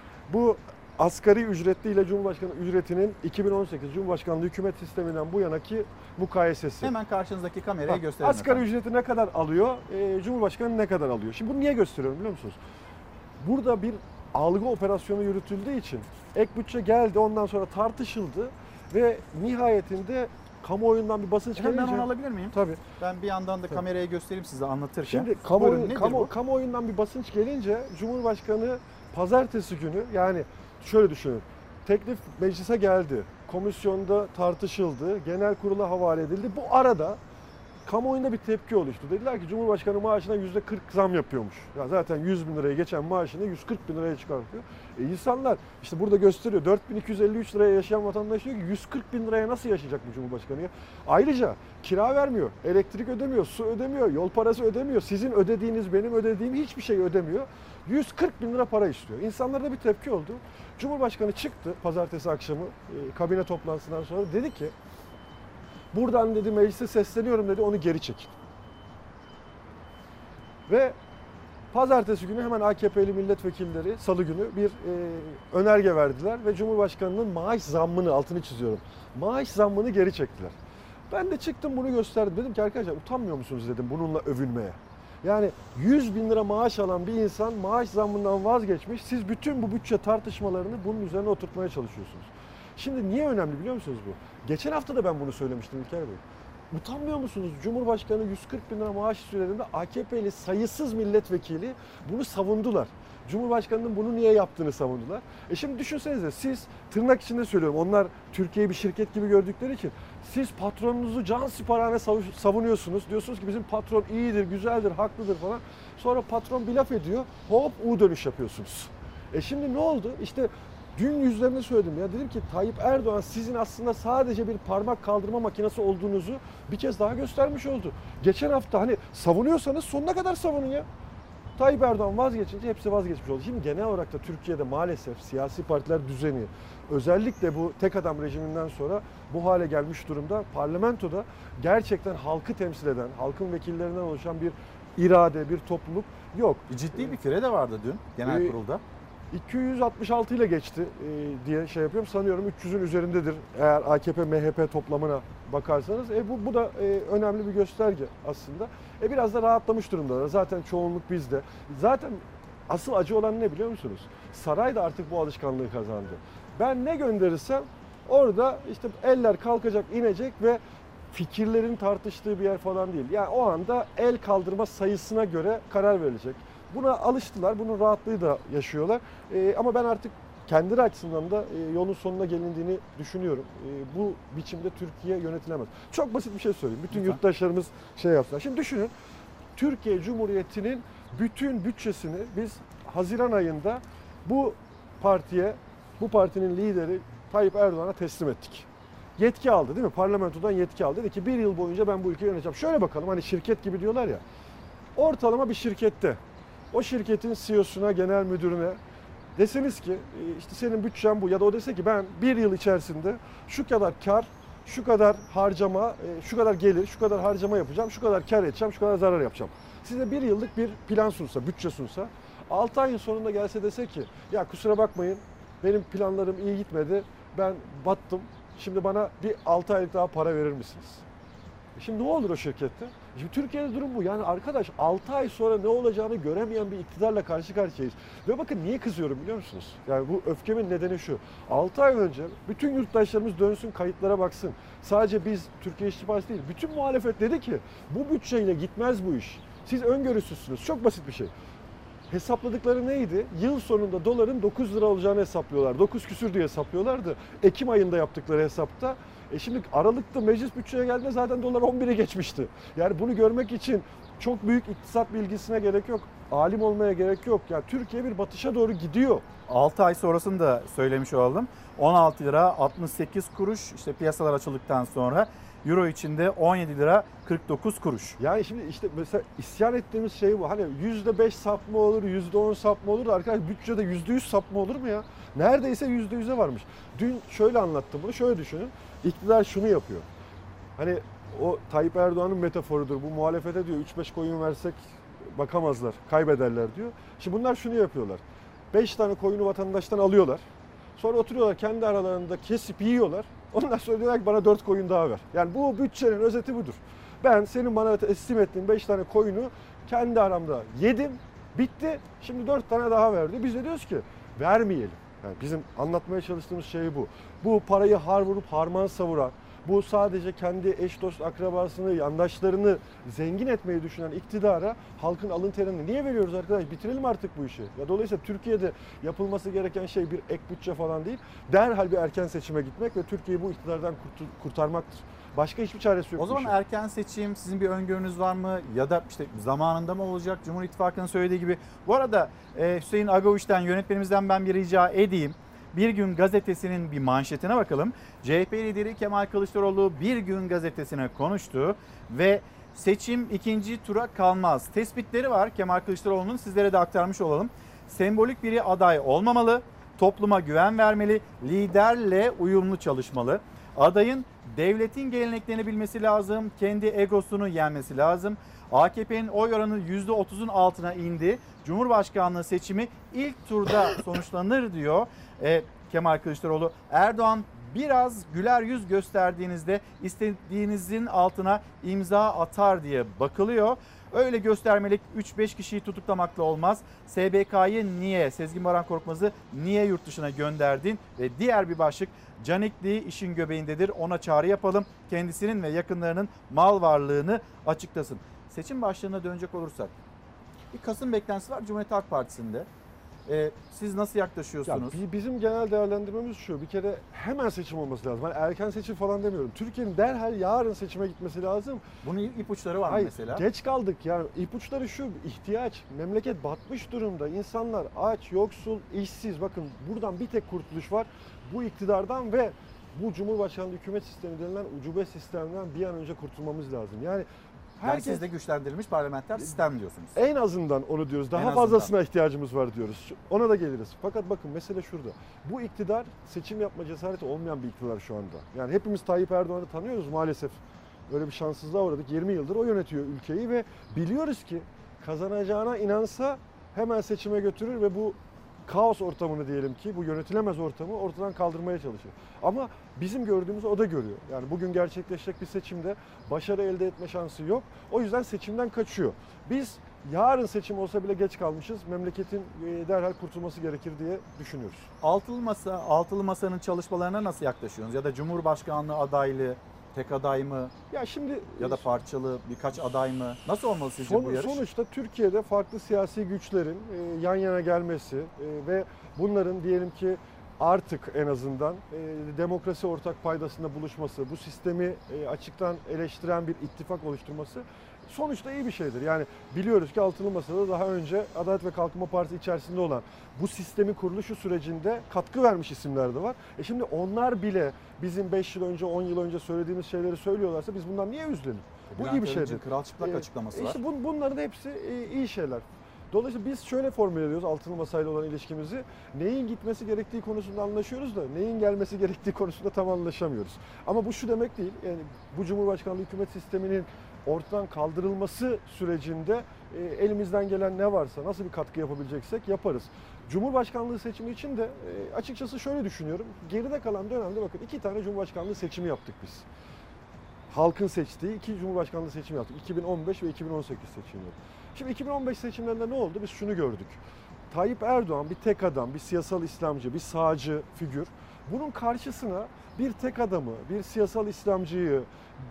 Bu asgari ücretli ile Cumhurbaşkanı ücretinin 2018 Cumhurbaşkanlığı hükümet sisteminden bu yanaki mukayesesi. Hemen karşınızdaki kameraya gösterin. Asgari ücreti ne kadar alıyor, Cumhurbaşkanı ne kadar alıyor? Şimdi bunu niye gösteriyorum biliyor musunuz? Burada bir algı operasyonu yürütüldüğü için ek bütçe geldi, ondan sonra tartışıldı ve nihayetinde kamuoyundan bir basınç gelince... Ben onu alabilir miyim? Tabii. Ben bir yandan da kameraya göstereyim size anlatırken. Şimdi kamuoyundan bir basınç gelince Cumhurbaşkanı pazartesi günü, yani şöyle düşünün, teklif meclise geldi, komisyonda tartışıldı, genel kurula havale edildi. Bu arada kamuoyunda bir tepki oluştu. Dediler ki Cumhurbaşkanı maaşına %40 zam yapıyormuş. Ya zaten 100 bin liraya geçen maaşını 140 bin liraya çıkartıyor. İnsanlar işte burada gösteriyor. 4253 liraya yaşayan vatandaş diyor ki 140 bin liraya nasıl yaşayacak bu Cumhurbaşkanı ya? Ayrıca kira vermiyor, elektrik ödemiyor, su ödemiyor, yol parası ödemiyor. Sizin ödediğiniz, benim ödediğim hiçbir şey ödemiyor. 140 bin lira para istiyor. İnsanlarda bir tepki oldu. Cumhurbaşkanı çıktı pazartesi akşamı kabine toplantısından sonra, dedi ki buradan dedi meclise sesleniyorum dedi, onu geri çekin. Ve pazartesi günü hemen AKP'li milletvekilleri salı günü bir önerge verdiler ve Cumhurbaşkanı'nın maaş zammını, altını çiziyorum, maaş zammını geri çektiler. Ben de çıktım bunu gösterdim. Dedim ki arkadaşlar utanmıyor musunuz dedim bununla övünmeye. Yani 100 bin lira maaş alan bir insan maaş zammından vazgeçmiş. Siz bütün bu bütçe tartışmalarını bunun üzerine oturtmaya çalışıyorsunuz. Şimdi niye önemli biliyor musunuz bu? Geçen hafta da ben bunu söylemiştim İlker Bey. Utanmıyor musunuz? Cumhurbaşkanı 140 bin lira maaş istediğinde AKP'li sayısız milletvekili bunu savundular. Cumhurbaşkanının bunu niye yaptığını savundular. Şimdi düşünsenize, siz tırnak içinde söylüyorum, onlar Türkiye'yi bir şirket gibi gördükleri için siz patronunuzu cansiparane savunuyorsunuz. Diyorsunuz ki bizim patron iyidir, güzeldir, haklıdır falan. Sonra patron bir laf ediyor, hop U dönüş yapıyorsunuz. Şimdi ne oldu? İşte dün yüzlerine söyledim ya, dedim ki Tayyip Erdoğan sizin aslında sadece bir parmak kaldırma makinesi olduğunuzu bir kez daha göstermiş oldu. Geçen hafta hani savunuyorsanız sonuna kadar savunun ya. Tayyip Erdoğan vazgeçince hepsi vazgeçmiş oldu. Şimdi genel olarak da Türkiye'de maalesef siyasi partiler düzeni, özellikle bu tek adam rejiminden sonra bu hale gelmiş durumda. Parlamentoda gerçekten halkı temsil eden, halkın vekillerinden oluşan bir irade, bir topluluk yok. Ciddi bir fire de vardı dün genel kurulda. 266 ile geçti diye şey yapıyorum. Sanıyorum 300'ün üzerindedir eğer AKP-MHP toplamına bakarsanız. Bu da önemli bir gösterge aslında. Biraz da rahatlamış durumdalar. Zaten çoğunluk bizde. Zaten asıl acı olan ne biliyor musunuz? Saray da artık bu alışkanlığı kazandı. Ben ne gönderirsem orada işte eller kalkacak, inecek ve fikirlerin tartıştığı bir yer falan değil. Yani o anda el kaldırma sayısına göre karar verilecek. Buna alıştılar, bunun rahatlığı da yaşıyorlar. Ama ben artık kendileri açısından da yolun sonuna gelindiğini düşünüyorum. Bu biçimde Türkiye yönetilemez. Çok basit bir şey söyleyeyim. Bütün yurttaşlarımız şey yapsınlar. Şimdi düşünün, Türkiye Cumhuriyeti'nin bütün bütçesini biz Haziran ayında bu partiye, bu partinin lideri Tayyip Erdoğan'a teslim ettik. Yetki aldı değil mi? Parlamentodan yetki aldı. Dedi ki bir yıl boyunca ben bu ülkeyi yöneteceğim. Şöyle bakalım, hani şirket gibi diyorlar ya. Ortalama bir şirkette o şirketin CEO'suna, genel müdürüne deseniz ki işte senin bütçen bu, ya da o dese ki ben bir yıl içerisinde şu kadar kar, şu kadar harcama, şu kadar gelir, şu kadar harcama yapacağım, şu kadar kar edeceğim, şu kadar zarar yapacağım. Size bir yıllık bir plan sunsa, bütçe sunsa, 6 ayın sonunda gelse dese ki ya kusura bakmayın benim planlarım iyi gitmedi, ben battım, şimdi bana bir 6 aylık daha para verir misiniz? Şimdi ne olur o şirkette? Şimdi Türkiye'de durum bu. Yani arkadaş 6 ay sonra ne olacağını göremeyen bir iktidarla karşı karşıyayız. Ve bakın niye kızıyorum biliyor musunuz? Yani bu öfkemin nedeni şu. 6 ay önce bütün yurttaşlarımız dönsün, kayıtlara baksın. Sadece biz, Türkiye İşçi Partisi değil, bütün muhalefet dedi ki bu bütçeyle gitmez bu iş. Siz öngörüsüzsünüz. Çok basit bir şey. Hesapladıkları neydi? Yıl sonunda doların 9 lira olacağını hesaplıyorlar. 9 küsür diye hesaplıyorlardı. Ekim ayında yaptıkları hesapta. Şimdi Aralık'ta meclis bütçeye geldiğinde zaten dolar 11'e geçmişti. Yani bunu görmek için çok büyük iktisat bilgisine gerek yok. Alim olmaya gerek yok. Yani Türkiye bir batışa doğru gidiyor. 6 ay sonrasını da söylemiş olalım. 16 lira 68 kuruş işte piyasalar açıldıktan sonra. Euro içinde 17 lira 49 kuruş. Yani şimdi işte mesela isyan ettiğimiz şey bu. Hani %5 sapma olur, %10 sapma olur. Arkadaş bütçede %100 sapma olur mu ya? Neredeyse %100'e varmış. Dün şöyle anlattım bunu, şöyle düşünün. İktidar şunu yapıyor. Hani o Tayyip Erdoğan'ın metaforudur. Bu muhalefete diyor 3-5 koyun versek bakamazlar, kaybederler diyor. Şimdi bunlar şunu yapıyorlar. 5 tane koyunu vatandaştan alıyorlar. Sonra oturuyorlar kendi aralarında kesip yiyorlar. Ondan sonra diyorlar ki bana 4 koyun daha ver. Yani bu bütçenin özeti budur. Ben senin bana teslim ettiğin 5 tane koyunu kendi aramda yedim, bitti. Şimdi 4 tane daha verdi. Biz de diyoruz ki vermeyelim. Yani bizim anlatmaya çalıştığımız şey bu. Bu parayı har vurup harman savuran, bu sadece kendi eş dost akrabasını, yandaşlarını zengin etmeyi düşünen iktidara halkın alın terini niye veriyoruz arkadaş? Bitirelim artık bu işi. Ya dolayısıyla Türkiye'de yapılması gereken şey bir ek bütçe falan değil. Derhal bir erken seçime gitmek ve Türkiye'yi bu iktidardan kurtarmaktır. Başka hiçbir çaresi yok. O zaman erken seçim, sizin bir öngörünüz var mı? Ya da işte zamanında mı olacak? Cumhur İttifakı'nın söylediği gibi. Bu arada Hüseyin Agaviç'ten, yönetmenimizden ben bir rica edeyim. Bir Gün Gazetesi'nin bir manşetine bakalım. CHP lideri Kemal Kılıçdaroğlu Bir Gün Gazetesi'ne konuştu ve seçim ikinci tura kalmaz tespitleri var Kemal Kılıçdaroğlu'nun, sizlere de aktarmış olalım. Sembolik biri aday olmamalı, topluma güven vermeli, liderle uyumlu çalışmalı. Adayın devletin geleneklerini bilmesi lazım, kendi egosunu yenmesi lazım. AKP'nin oy oranı %30'un altına indi. Cumhurbaşkanlığı seçimi ilk turda sonuçlanır diyor Kemal Kılıçdaroğlu. Erdoğan biraz güler yüz gösterdiğinizde istediğinizin altına imza atar diye bakılıyor. Öyle göstermelik 3-5 kişiyi tutuklamakla olmaz. SBK'yı niye, Sezgin Baran Korkmaz'ı niye yurt dışına gönderdin? Ve diğer bir başlık, Canikli işin göbeğindedir, ona çağrı yapalım. Kendisinin ve yakınlarının mal varlığını açıklasın. Seçim başlığına dönecek olursak, bir Kasım beklentisi var Cumhuriyet Halk Partisi'nde. Siz nasıl yaklaşıyorsunuz? Ya bizim genel değerlendirmemiz şu. Bir kere hemen seçim olması lazım. Hani erken seçim falan demiyorum. Türkiye'nin derhal yarın seçime gitmesi lazım. Bunun ipuçları var mı mesela? Geç kaldık. Yani ipuçları şu: ihtiyaç. Memleket batmış durumda. İnsanlar aç, yoksul, işsiz. Bakın buradan bir tek kurtuluş var. Bu iktidardan ve bu Cumhurbaşkanlığı hükümet sistemi denilen ucube sistemden bir an önce kurtulmamız lazım. Yani herkes de güçlendirilmiş parlamenter sistem diyorsunuz. En azından onu diyoruz. Daha fazlasına ihtiyacımız var diyoruz. Ona da geliriz. Fakat bakın mesele şurada. Bu iktidar seçim yapma cesareti olmayan bir iktidar şu anda. Yani hepimiz Tayyip Erdoğan'ı tanıyoruz maalesef. Öyle bir şanssızlığa uğradık. 20 yıldır o yönetiyor ülkeyi ve biliyoruz ki kazanacağına inansa hemen seçime götürür ve bu kaos ortamını diyelim ki, bu yönetilemez ortamı ortadan kaldırmaya çalışır. Ama bizim gördüğümüz o da görüyor. Yani bugün gerçekleşecek bir seçimde başarı elde etme şansı yok. O yüzden seçimden kaçıyor. Biz yarın seçim olsa bile geç kalmışız. Memleketin derhal kurtulması gerekir diye düşünüyoruz. Altılı Masa'nın çalışmalarına nasıl yaklaşıyorsunuz? Ya da Cumhurbaşkanlığı adaylığı Tek aday mı? Ya şimdi Ya da parçalı birkaç aday mı? Nasıl olmalı sizce bu yarış? Sonuçta Türkiye'de farklı siyasi güçlerin yan yana gelmesi ve bunların diyelim ki artık en azından demokrasi ortak paydasında buluşması, bu sistemi açıktan eleştiren bir ittifak oluşturması sonuçta iyi bir şeydir. Yani biliyoruz ki Altılı Masa'da daha önce Adalet ve Kalkınma Partisi içerisinde olan bu sistemin kuruluşu sürecinde katkı vermiş isimler de var. Şimdi onlar bile bizim 5 yıl önce, 10 yıl önce söylediğimiz şeyleri söylüyorlarsa biz bundan niye üzülelim? Bu iyi bir şeydir. Kral çıplak açıklaması var. İşte bunların hepsi iyi şeyler. Dolayısıyla biz şöyle formüle ediyoruz Altılı Masa'yla olan ilişkimizi. Neyin gitmesi gerektiği konusunda anlaşıyoruz da neyin gelmesi gerektiği konusunda tam anlaşamıyoruz. Ama bu şu demek değil. Yani bu Cumhurbaşkanlığı hükümet sisteminin ortadan kaldırılması sürecinde elimizden gelen ne varsa, nasıl bir katkı yapabileceksek yaparız. Cumhurbaşkanlığı seçimi için de açıkçası şöyle düşünüyorum. Geride kalan dönemde bakın 2 tane Cumhurbaşkanlığı seçimi yaptık biz. Halkın seçtiği 2 Cumhurbaşkanlığı seçimi yaptık. 2015 ve 2018 seçimleri. Şimdi 2015 seçimlerinde ne oldu? Biz şunu gördük. Tayyip Erdoğan bir tek adam, bir siyasal İslamcı, bir sağcı figür. Bunun karşısına bir tek adamı, bir siyasal İslamcıyı,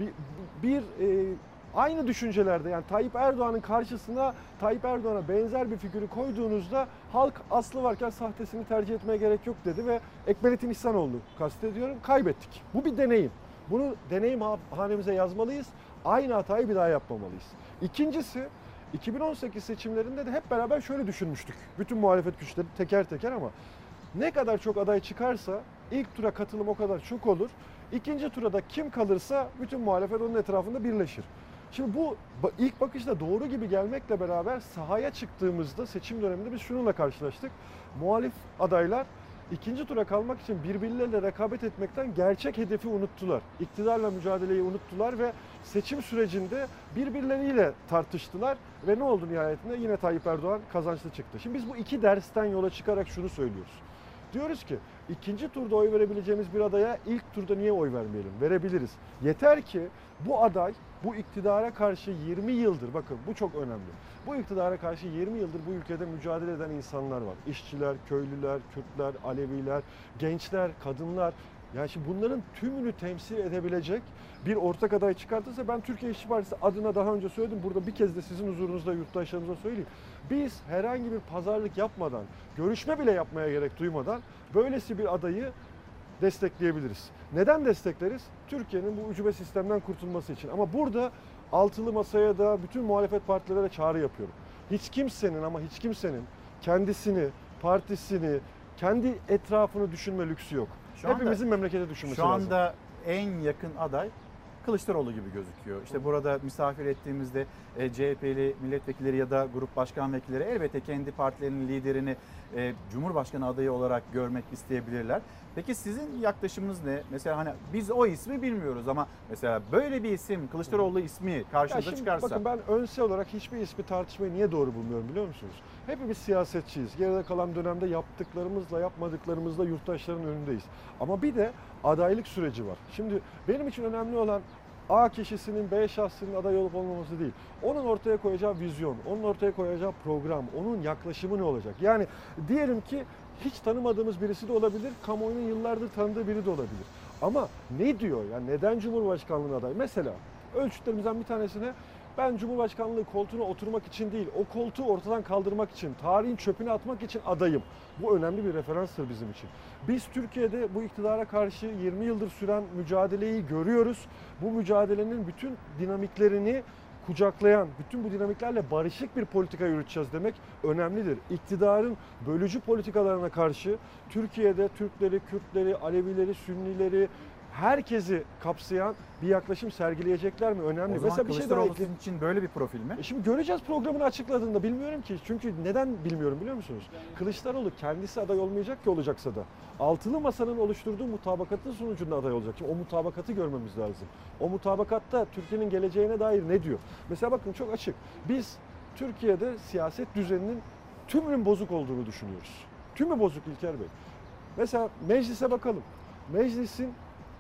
aynı düşüncelerde yani Tayyip Erdoğan'ın karşısına Tayyip Erdoğan'a benzer bir figürü koyduğunuzda halk aslı varken sahtesini tercih etmeye gerek yok dedi ve Ekmelettin İhsanoğlu'nu kastediyorum. Kaybettik. Bu bir deneyim. Bunu deneyim hanemize yazmalıyız. Aynı hatayı bir daha yapmamalıyız. İkincisi 2018 seçimlerinde de hep beraber şöyle düşünmüştük. Bütün muhalefet güçleri teker teker ama ne kadar çok aday çıkarsa ilk tura katılım o kadar çok olur. İkinci turada kim kalırsa bütün muhalefet onun etrafında birleşir. Şimdi bu ilk bakışta doğru gibi gelmekle beraber sahaya çıktığımızda seçim döneminde biz şununla karşılaştık. Muhalif adaylar ikinci tura kalmak için birbirleriyle rekabet etmekten gerçek hedefi unuttular. İktidarla mücadeleyi unuttular ve seçim sürecinde birbirleriyle tartıştılar ve ne oldu nihayetinde? Yine Tayyip Erdoğan kazançlı çıktı. Şimdi biz bu iki dersten yola çıkarak şunu söylüyoruz. Diyoruz ki ikinci turda oy verebileceğimiz bir adaya ilk turda niye oy vermeyelim? Verebiliriz. Yeter ki bu aday bu iktidara karşı 20 yıldır, bakın bu çok önemli. Bu iktidara karşı 20 yıldır bu ülkede mücadele eden insanlar var. İşçiler, köylüler, Kürtler, Aleviler, gençler, kadınlar. Yani şimdi bunların tümünü temsil edebilecek bir ortak aday çıkartırsa ben Türkiye İşçi Partisi adına daha önce söyledim. Burada bir kez de sizin huzurunuzda yurttaşlarımıza söyleyeyim. Biz herhangi bir pazarlık yapmadan, görüşme bile yapmaya gerek duymadan böylesi bir adayı destekleyebiliriz. Neden destekleriz? Türkiye'nin bu ucube sistemden kurtulması için. Ama burada Altılı Masa'ya da bütün muhalefet partilere çağrı yapıyorum. Hiç kimsenin kendisini, partisini, kendi etrafını düşünme lüksü yok. Hepimizin memlekete düşünmesi lazım. Şu anda en yakın aday Kılıçdaroğlu gibi gözüküyor. İşte burada misafir ettiğimizde CHP'li milletvekilleri ya da grup başkan vekilleri elbette kendi partilerinin liderini Cumhurbaşkanı adayı olarak görmek isteyebilirler. Peki sizin yaklaşımınız ne? Mesela hani biz o ismi bilmiyoruz ama mesela böyle bir isim, Kılıçdaroğlu ismi karşımıza çıkarsa. Bakın ben önsel olarak hiçbir ismi tartışmayı niye doğru bulmuyorum biliyor musunuz? Hepimiz siyasetçiyiz. Geride kalan dönemde yaptıklarımızla yapmadıklarımızla yurttaşların önündeyiz. Ama bir de adaylık süreci var. Şimdi benim için önemli olan A kişisinin, B şahsının aday olup olmaması değil. Onun ortaya koyacağı vizyon, onun ortaya koyacağı program, onun yaklaşımı ne olacak? Yani diyelim ki hiç tanımadığımız birisi de olabilir, kamuoyunun yıllardır tanıdığı biri de olabilir. Ama ne diyor? Yani neden Cumhurbaşkanlığına aday? Mesela ölçütlerimizden bir tanesine ben Cumhurbaşkanlığı koltuğuna oturmak için değil, o koltuğu ortadan kaldırmak için, tarihin çöpüne atmak için adayım. Bu önemli bir referanstır bizim için. Biz Türkiye'de bu iktidara karşı 20 yıldır süren mücadeleyi görüyoruz. Bu mücadelenin bütün dinamiklerini kucaklayan, bütün bu dinamiklerle barışık bir politika yürüteceğiz demek önemlidir. İktidarın bölücü politikalarına karşı Türkiye'de Türkleri, Kürtleri, Alevileri, Sünnileri, herkesi kapsayan bir yaklaşım sergileyecekler mi? Önemli. O zaman Kılıçdaroğlu sizin için böyle bir profil mi? Şimdi göreceğiz programını açıkladığında. Bilmiyorum ki. Çünkü neden bilmiyorum biliyor musunuz? Kılıçdaroğlu kendisi aday olmayacak ki olacaksa da. Altılı Masa'nın oluşturduğu mutabakatın sonucunda aday olacak. Şimdi o mutabakatı görmemiz lazım. O mutabakatta Türkiye'nin geleceğine dair ne diyor? Mesela bakın çok açık. Biz Türkiye'de siyaset düzeninin tümünün bozuk olduğunu düşünüyoruz. Tümü bozuk İlker Bey. Mesela meclise bakalım. Meclisin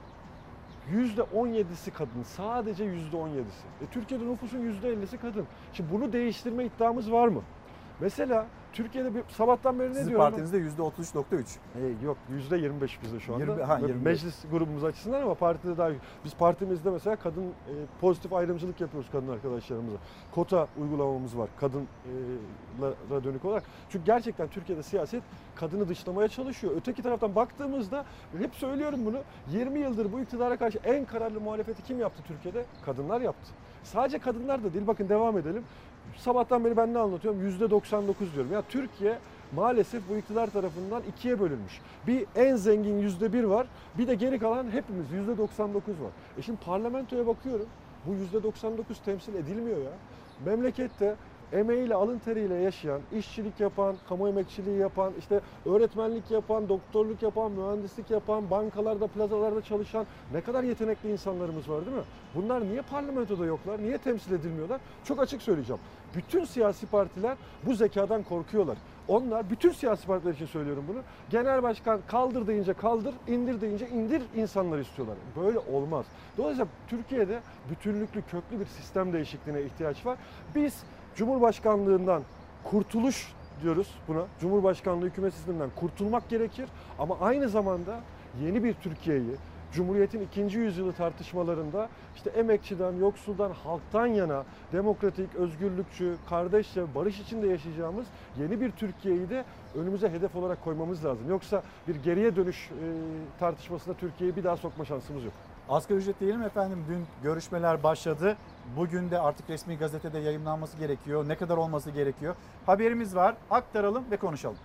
%17'si kadın. Sadece %17'si. Türkiye'de nüfusun %50'si kadın. Şimdi bunu değiştirme iddiamız var mı? Mesela Türkiye'de sabahtan beri ne Sizin diyorum? partinizde %33.3. Yok %25 bizde şu anda. 25. Meclis grubumuz açısından ama partide daha biz partimizde mesela kadın pozitif ayrımcılık yapıyoruz kadın arkadaşlarımıza. Kota uygulamamız var kadınlara dönük olarak. Çünkü gerçekten Türkiye'de siyaset kadını dışlamaya çalışıyor. Öteki taraftan baktığımızda hep söylüyorum bunu. 20 yıldır bu iktidara karşı en kararlı muhalefeti kim yaptı Türkiye'de? Kadınlar yaptı. Sadece kadınlar da değil. Bakın devam edelim. Sabahtan beri ben ne anlatıyorum? %99 diyorum. Ya Türkiye maalesef bu iktidar tarafından ikiye bölünmüş. Bir en zengin %1 var. Bir de geri kalan hepimiz %99 var. Şimdi parlamentoya bakıyorum. Bu %99 temsil edilmiyor ya. Memlekette emeğiyle, alın teriyle yaşayan, işçilik yapan, kamu emekçiliği yapan, işte öğretmenlik yapan, doktorluk yapan, mühendislik yapan, bankalarda, plazalarda çalışan ne kadar yetenekli insanlarımız var değil mi? Bunlar niye parlamentoda yoklar? Niye temsil edilmiyorlar? Çok açık söyleyeceğim. Bütün siyasi partiler bu zekadan korkuyorlar. Onlar, bütün siyasi partiler için söylüyorum bunu. Genel başkan kaldır deyince kaldır, indir deyince indir insanlar istiyorlar. Böyle olmaz. Dolayısıyla Türkiye'de bütünlüklü, köklü bir sistem değişikliğine ihtiyaç var. Biz Cumhurbaşkanlığından kurtuluş diyoruz buna. Cumhurbaşkanlığı hükümet sisteminden kurtulmak gerekir. Ama aynı zamanda yeni bir Türkiye'yi, Cumhuriyet'in 2. yüzyılı tartışmalarında işte emekçiden, yoksuldan, halktan yana demokratik, özgürlükçü, kardeşçe, barış içinde yaşayacağımız yeni bir Türkiye'yi de önümüze hedef olarak koymamız lazım. Yoksa bir geriye dönüş tartışmasına Türkiye'yi bir daha sokma şansımız yok. Asgari ücret diyelim efendim, dün görüşmeler başladı. Bugün de artık resmi gazetede yayımlanması gerekiyor. Ne kadar olması gerekiyor? Haberimiz var, aktaralım ve konuşalım.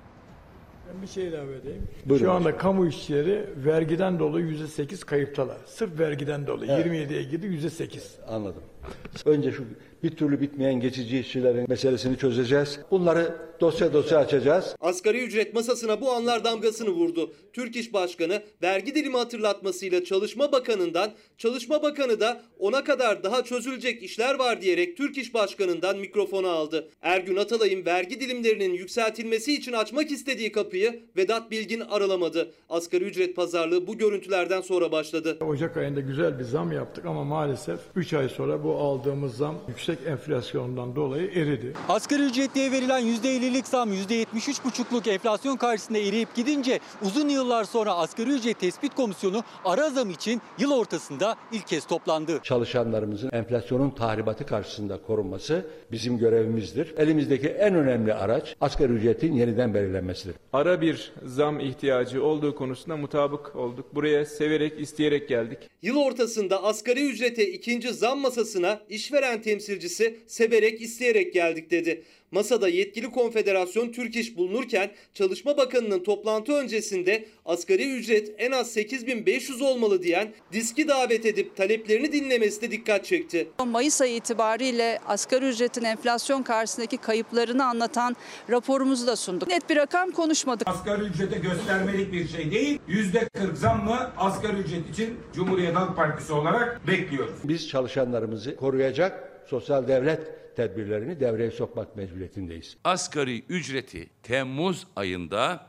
Ben bir şey ilave edeyim. Buyurun. Şu anda kamu işçileri vergiden dolayı %8 kayıptalar. Sırf vergiden dolayı. Evet. 27'ye girdi %8. Anladım. Önce şu bir türlü bitmeyen geçici işçilerin meselesini çözeceğiz. Bunları dosya açacağız. Asgari ücret masasına bu anlar damgasını vurdu. Türk İş Başkanı vergi dilimi hatırlatmasıyla Çalışma Bakanı'ndan, Çalışma Bakanı da ona kadar daha çözülecek işler var diyerek Türk İş Başkanı'ndan mikrofonu aldı. Ergün Atalay'ın vergi dilimlerinin yükseltilmesi için açmak istediği kapıyı Vedat Bilgin aralamadı. Asgari ücret pazarlığı bu görüntülerden sonra başladı. Ocak ayında güzel bir zam yaptık ama maalesef 3 ay sonra bu aldığımız zam yüksek enflasyondan dolayı eridi. Asgari ücretliye verilen %50'lik zam %73,5'luk enflasyon karşısında eriyip gidince uzun yıllar sonra Asgari Ücret Tespit Komisyonu ara zam için yıl ortasında ilk kez toplandı. Çalışanlarımızın enflasyonun tahribatı karşısında korunması bizim görevimizdir. Elimizdeki en önemli araç asgari ücretin yeniden belirlenmesidir. Ara bir zam ihtiyacı olduğu konusunda mutabık olduk. Buraya severek, isteyerek geldik. Yıl ortasında asgari ücrete ikinci zam masasına işveren temsilcisi severek, isteyerek geldik dedi. Masada yetkili konfederasyon Türk İş bulunurken Çalışma Bakanı'nın toplantı öncesinde asgari ücret en az 8.500 olmalı diyen DİSK'i davet edip taleplerini dinlemesi de dikkat çekti. Mayıs ayı itibariyle asgari ücretin enflasyon karşısındaki kayıplarını anlatan raporumuzu da sunduk. Net bir rakam konuşmadık. Asgari ücrete göstermelik bir şey değil. %40 zammı asgari ücret için Cumhuriyet Halk Partisi olarak bekliyoruz. Biz çalışanlarımızı koruyacak sosyal devlet tedbirlerini devreye sokmak mecburiyetindeyiz. Asgari ücreti Temmuz ayında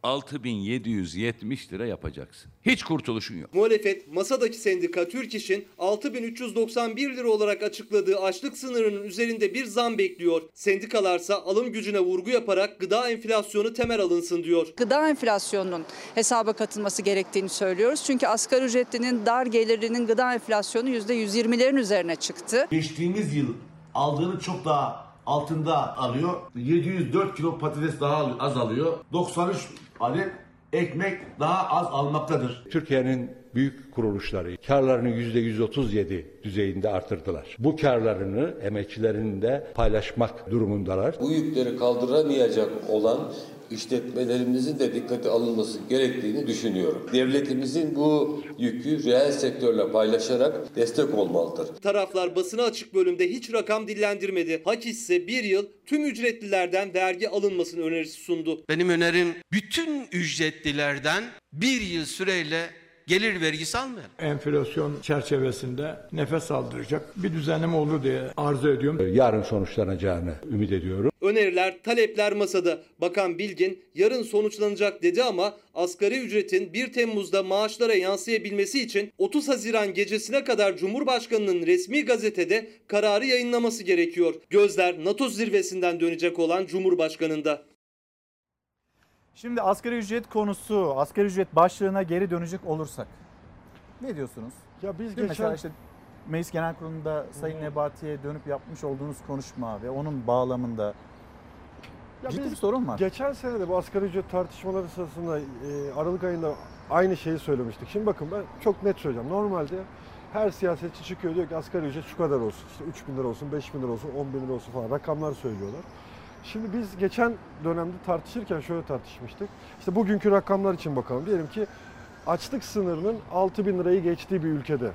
6.770 lira yapacaksın. Hiç kurtuluşun yok. Muhalefet masadaki sendika Türk İş'in 6.391 lira olarak açıkladığı açlık sınırının üzerinde bir zam bekliyor. Sendikalarsa alım gücüne vurgu yaparak gıda enflasyonu temel alınsın diyor. Gıda enflasyonunun hesaba katılması gerektiğini söylüyoruz. Çünkü asgari ücretlinin dar gelirinin gıda enflasyonu %120'lerin üzerine çıktı. Geçtiğimiz yıl aldığını çok daha altında alıyor. 704 kilo patates daha az alıyor. 93 adet ekmek daha az almaktadır. Türkiye'nin büyük kuruluşları karlarını %137 düzeyinde artırdılar. Bu karlarını emekçilerinin de paylaşmak durumundalar. Bu yükleri kaldıramayacak olan işletmelerimizin de dikkate alınması gerektiğini düşünüyorum. Devletimizin bu yükü reel sektörle paylaşarak destek olmalıdır. Taraflar basına açık bölümde hiç rakam dillendirmedi. Hak ise bir yıl tüm ücretlilerden vergi alınmasının önerisi sundu. Benim önerim bütün ücretlilerden bir yıl süreyle gelir vergisi almayalım. Enflasyon çerçevesinde nefes aldıracak bir düzenleme olur diye arzu ediyorum. Yarın sonuçlanacağını ümit ediyorum. Öneriler, talepler masada. Bakan Bilgin yarın sonuçlanacak dedi ama asgari ücretin 1 Temmuz'da maaşlara yansıyabilmesi için 30 Haziran gecesine kadar Cumhurbaşkanı'nın resmi gazetede kararı yayınlaması gerekiyor. Gözler NATO zirvesinden dönecek olan Cumhurbaşkanı'nda. Şimdi asgari ücret konusu, asgari ücret başlığına geri dönecek olursak ne diyorsunuz? Ya biz Mesela işte Meclis Genel Kurulu'nda Sayın Nebati'ye dönüp yapmış olduğunuz konuşma ve onun bağlamında ciddi bir sorun var. Geçen sene de bu asgari ücret tartışmaları sırasında Aralık ayında aynı şeyi söylemiştik. Şimdi bakın ben çok net söyleyeceğim. Normalde her siyasetçi çıkıyor diyor ki asgari ücret şu kadar olsun. İşte 3 bin lira olsun, 5 bin lira olsun, 10 bin lira olsun falan rakamlar söylüyorlar. Şimdi biz geçen dönemde tartışırken şöyle tartışmıştık. İşte bugünkü rakamlar için bakalım. Diyelim ki açlık sınırının 6 bin lirayı geçtiği bir ülkede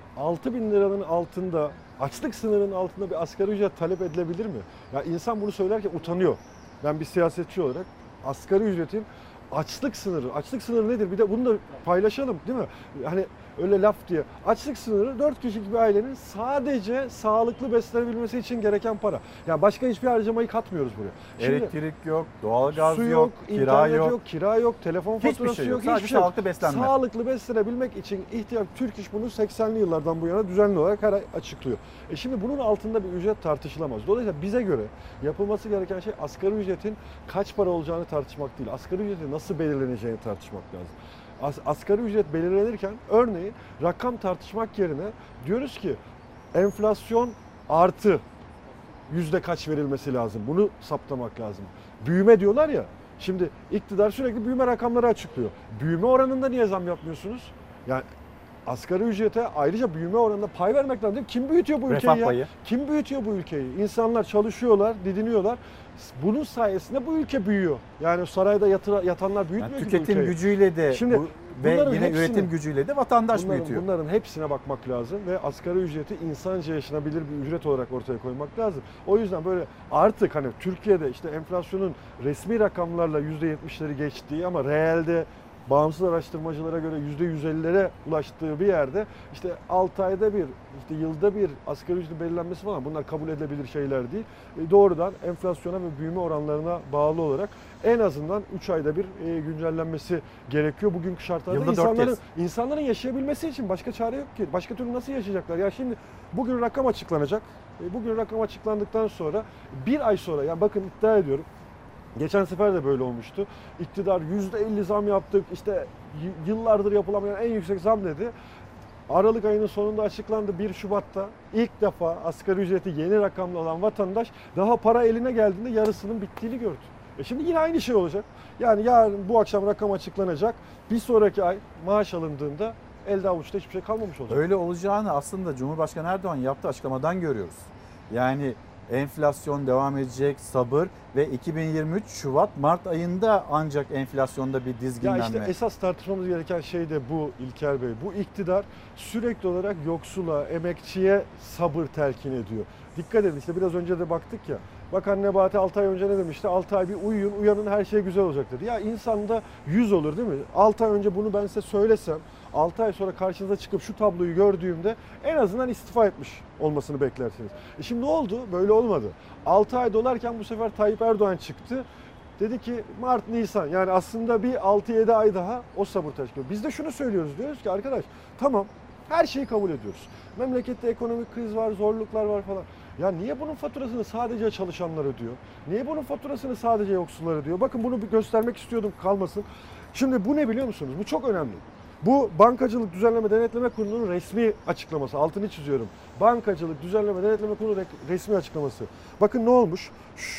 6 bin liranın altında, açlık sınırının altında bir asgari ücret talep edilebilir mi? Ya insan bunu söylerken utanıyor. Ben bir siyasetçi olarak asgari ücretin açlık sınırı nedir? Bir de bunu da paylaşalım değil mi? Hani öyle laf diye. Açlık sınırı 4 kişilik bir ailenin sadece sağlıklı beslenebilmesi için gereken para. Yani başka hiçbir harcamayı katmıyoruz buraya. Şimdi, elektrik yok, doğalgaz su yok, kira yok, kira yok, telefon faturası yok, hiçbir şey yok. Sağlıklı beslenme. Sağlıklı beslenebilmek için ihtiyaç, Türk İş bunu 80'li yıllardan bu yana düzenli olarak her ay açıklıyor. Şimdi bunun altında bir ücret tartışılamaz. Dolayısıyla bize göre yapılması gereken şey asgari ücretin kaç para olacağını tartışmak değil. Asgari ücretin nasıl belirleneceğini tartışmak lazım. Asgari ücret belirlenirken örneğin rakam tartışmak yerine diyoruz ki enflasyon artı yüzde kaç verilmesi lazım. Bunu saptamak lazım. Büyüme diyorlar ya. Şimdi iktidar sürekli büyüme rakamları açıklıyor. Büyüme oranında niye zam yapmıyorsunuz? Yani asgari ücrete ayrıca büyüme oranında pay vermek lazım. Kim büyütüyor bu ülkeyi ya? Payı. Kim büyütüyor bu ülkeyi? İnsanlar çalışıyorlar, didiniyorlar. Bunun sayesinde bu ülke büyüyor. Yani sarayda yatanlar büyütmüyor yani ki tüketim bu ülkeyi. gücüyle de Şimdi ve yine üretim gücüyle de vatandaş büyütüyor. Bunların hepsine bakmak lazım ve asgari ücreti insanca yaşanabilir bir ücret olarak ortaya koymak lazım. O yüzden böyle artık hani Türkiye'de işte enflasyonun resmi rakamlarla %70'leri geçtiği ama reelde bağımsız araştırmacılara göre %150'lere ulaştığı bir yerde işte 6 ayda bir, işte yılda bir asgari ücretin belirlenmesi falan bunlar kabul edilebilir şeyler değil. Doğrudan enflasyona ve büyüme oranlarına bağlı olarak en azından 3 ayda bir güncellenmesi gerekiyor. Bugünkü şartlarda insanların yaşayabilmesi için başka çare yok ki. Başka türlü nasıl yaşayacaklar? Ya şimdi bugün rakam açıklanacak. Bugün rakam açıklandıktan sonra bir ay sonra yani bakın iddia ediyorum. Geçen sefer de böyle olmuştu. İktidar %50 zam yaptık, işte yıllardır yapılamayan en yüksek zam dedi. Aralık ayının sonunda açıklandı 1 Şubat'ta. İlk defa asgari ücreti yeni rakamla alan vatandaş daha para eline geldiğinde yarısının bittiğini gördü. Şimdi yine aynı şey olacak. Yani yarın bu akşam rakam açıklanacak. Bir sonraki ay maaş alındığında elde avuçta hiçbir şey kalmamış olacak. Öyle olacağını aslında Cumhurbaşkanı Erdoğan yaptığı açıklamadan görüyoruz. Yani enflasyon devam edecek, sabır ve 2023 Şubat-Mart ayında ancak enflasyonda bir dizginlenme. Ya işte esas tartışmamız gereken şey de bu İlker Bey. Bu iktidar sürekli olarak yoksula, emekçiye sabır telkin ediyor. Dikkat edin işte biraz önce de baktık ya. Bakan Nebati 6 ay önce ne demişti? 6 ay bir uyuyun, uyanın her şey güzel olacak dedi. Ya insanda 100 olur değil mi? 6 ay önce bunu ben size söylesem 6 ay sonra karşınıza çıkıp şu tabloyu gördüğümde en azından istifa etmiş olmasını beklersiniz. Şimdi ne oldu? Böyle olmadı. 6 ay dolarken bu sefer Tayyip Erdoğan çıktı. Dedi ki Mart, Nisan yani aslında bir 6-7 ay daha o sabır teşkil ediyor. Biz de şunu söylüyoruz diyoruz ki arkadaş tamam her şeyi kabul ediyoruz. Memlekette ekonomik kriz var, zorluklar var falan. Ya niye bunun faturasını sadece çalışanlar ödüyor? Niye bunun faturasını sadece yoksullar ödüyor? Bakın bunu bir göstermek istiyordum kalmasın. Şimdi bu ne biliyor musunuz? Bu çok önemli. Bu Bankacılık Düzenleme Denetleme Kurulu'nun resmi açıklaması. Altını çiziyorum. Bankacılık Düzenleme Denetleme Kurulu resmi açıklaması. Bakın ne olmuş?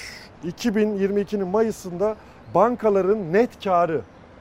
2022'nin Mayıs'ında bankaların net karı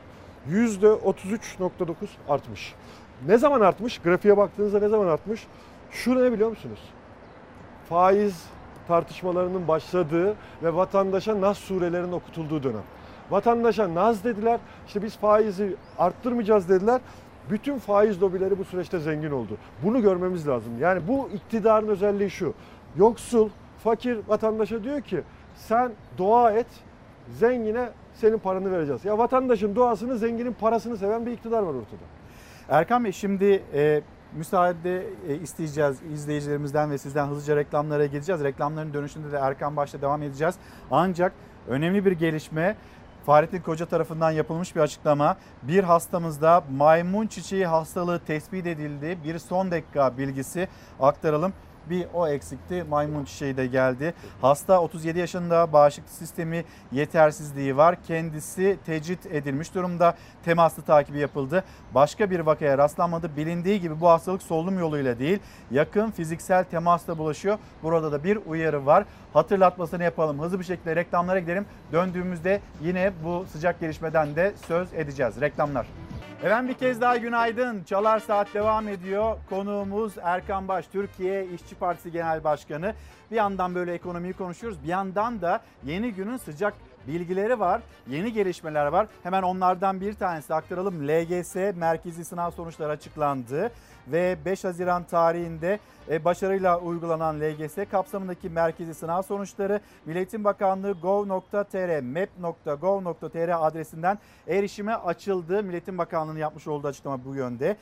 %33.9 artmış. Ne zaman artmış? Grafiğe baktığınızda ne zaman artmış? Şu ne biliyor musunuz? Faiz tartışmalarının başladığı ve vatandaşa Nas surelerinin okutulduğu dönem. Vatandaşa Nas dediler, işte biz faizi arttırmayacağız dediler. Bütün faiz lobileri bu süreçte zengin oldu. Bunu görmemiz lazım. Yani bu iktidarın özelliği şu. Yoksul, fakir vatandaşa diyor ki sen dua et, zengine senin paranı vereceğiz. Ya vatandaşın duasını, zenginin parasını seven bir iktidar var ortada. Erkan Bey şimdi müsaade isteyeceğiz izleyicilerimizden ve sizden, hızlıca reklamlara gideceğiz. Reklamların dönüşünde de Erkan Baş'la devam edeceğiz. Ancak önemli bir gelişme, Fahrettin Koca tarafından yapılmış bir açıklama. Bir hastamızda maymun çiçeği hastalığı tespit edildi. Bir son dakika bilgisi aktaralım. Bir o eksikti. Maymun çiçeği de geldi. Hasta 37 yaşında, bağışıklık sistemi yetersizliği var. Kendisi tecrit edilmiş durumda. Temaslı takibi yapıldı. Başka bir vakaya rastlanmadı. Bilindiği gibi bu hastalık solunum yoluyla değil, yakın fiziksel temasla bulaşıyor. Burada da bir uyarı var. Hatırlatmasını yapalım. Hızlı bir şekilde reklamlara gidelim. Döndüğümüzde yine bu sıcak gelişmeden de söz edeceğiz. Reklamlar. Efendim bir kez daha günaydın. Çalar Saat devam ediyor. Konuğumuz Erkan Baş, Türkiye İşçi Partisi Genel Başkanı. Bir yandan böyle ekonomiyi konuşuyoruz. Bir yandan da yeni günün sıcak bilgileri var. Yeni gelişmeler var. Hemen onlardan bir tanesi aktaralım. LGS merkezi sınav sonuçları açıklandı. Ve 5 Haziran tarihinde başarıyla uygulanan LGS kapsamındaki merkezi sınav sonuçları Milli Eğitim Bakanlığı gov.tr, map.gov.tr adresinden erişime açıldı. Milli Eğitim Bakanlığı'nın yapmış olduğu açıklama bu yönde.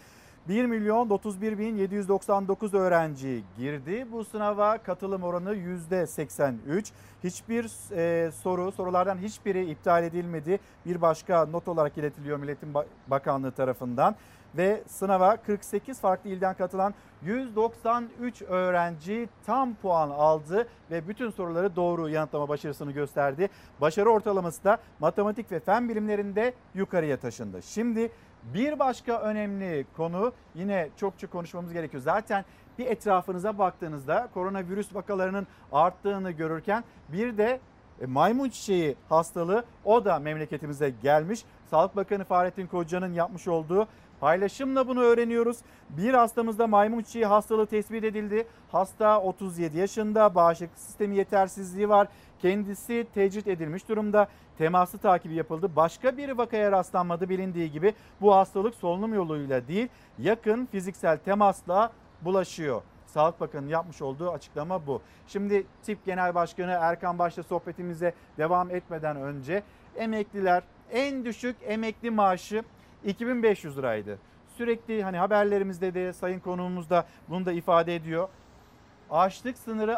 1.031.799 öğrenci girdi. Bu sınava katılım oranı %83. Hiçbir sorulardan hiçbiri iptal edilmedi. Bir başka not olarak iletiliyor Milli Eğitim Bakanlığı tarafından. Ve sınava 48 farklı ilden katılan 193 öğrenci tam puan aldı ve bütün soruları doğru yanıtlama başarısını gösterdi. Başarı ortalaması da matematik ve fen bilimlerinde yukarıya taşındı. Şimdi bir başka önemli konu, yine çokça konuşmamız gerekiyor. Zaten bir etrafınıza baktığınızda koronavirüs vakalarının arttığını görürken bir de maymun çiçeği hastalığı, o da memleketimize gelmiş. Sağlık Bakanı Fahrettin Koca'nın yapmış olduğu paylaşımla bunu öğreniyoruz. Bir hastamızda maymun çiçeği hastalığı tespit edildi. Hasta 37 yaşında, bağışıklık sistemi yetersizliği var. Kendisi tecrit edilmiş durumda. Temaslı takibi yapıldı. Başka bir vakaya rastlanmadı bilindiği gibi. Bu hastalık solunum yoluyla değil, yakın fiziksel temasla bulaşıyor. Sağlık Bakanı'nın yapmış olduğu açıklama bu. Şimdi TİP Genel Başkanı Erkan Baş'la sohbetimize devam etmeden önce emekliler, en düşük emekli maaşı 2500 liraydı. Sürekli hani haberlerimizde de sayın konuğumuz da bunu da ifade ediyor. Açlık sınırı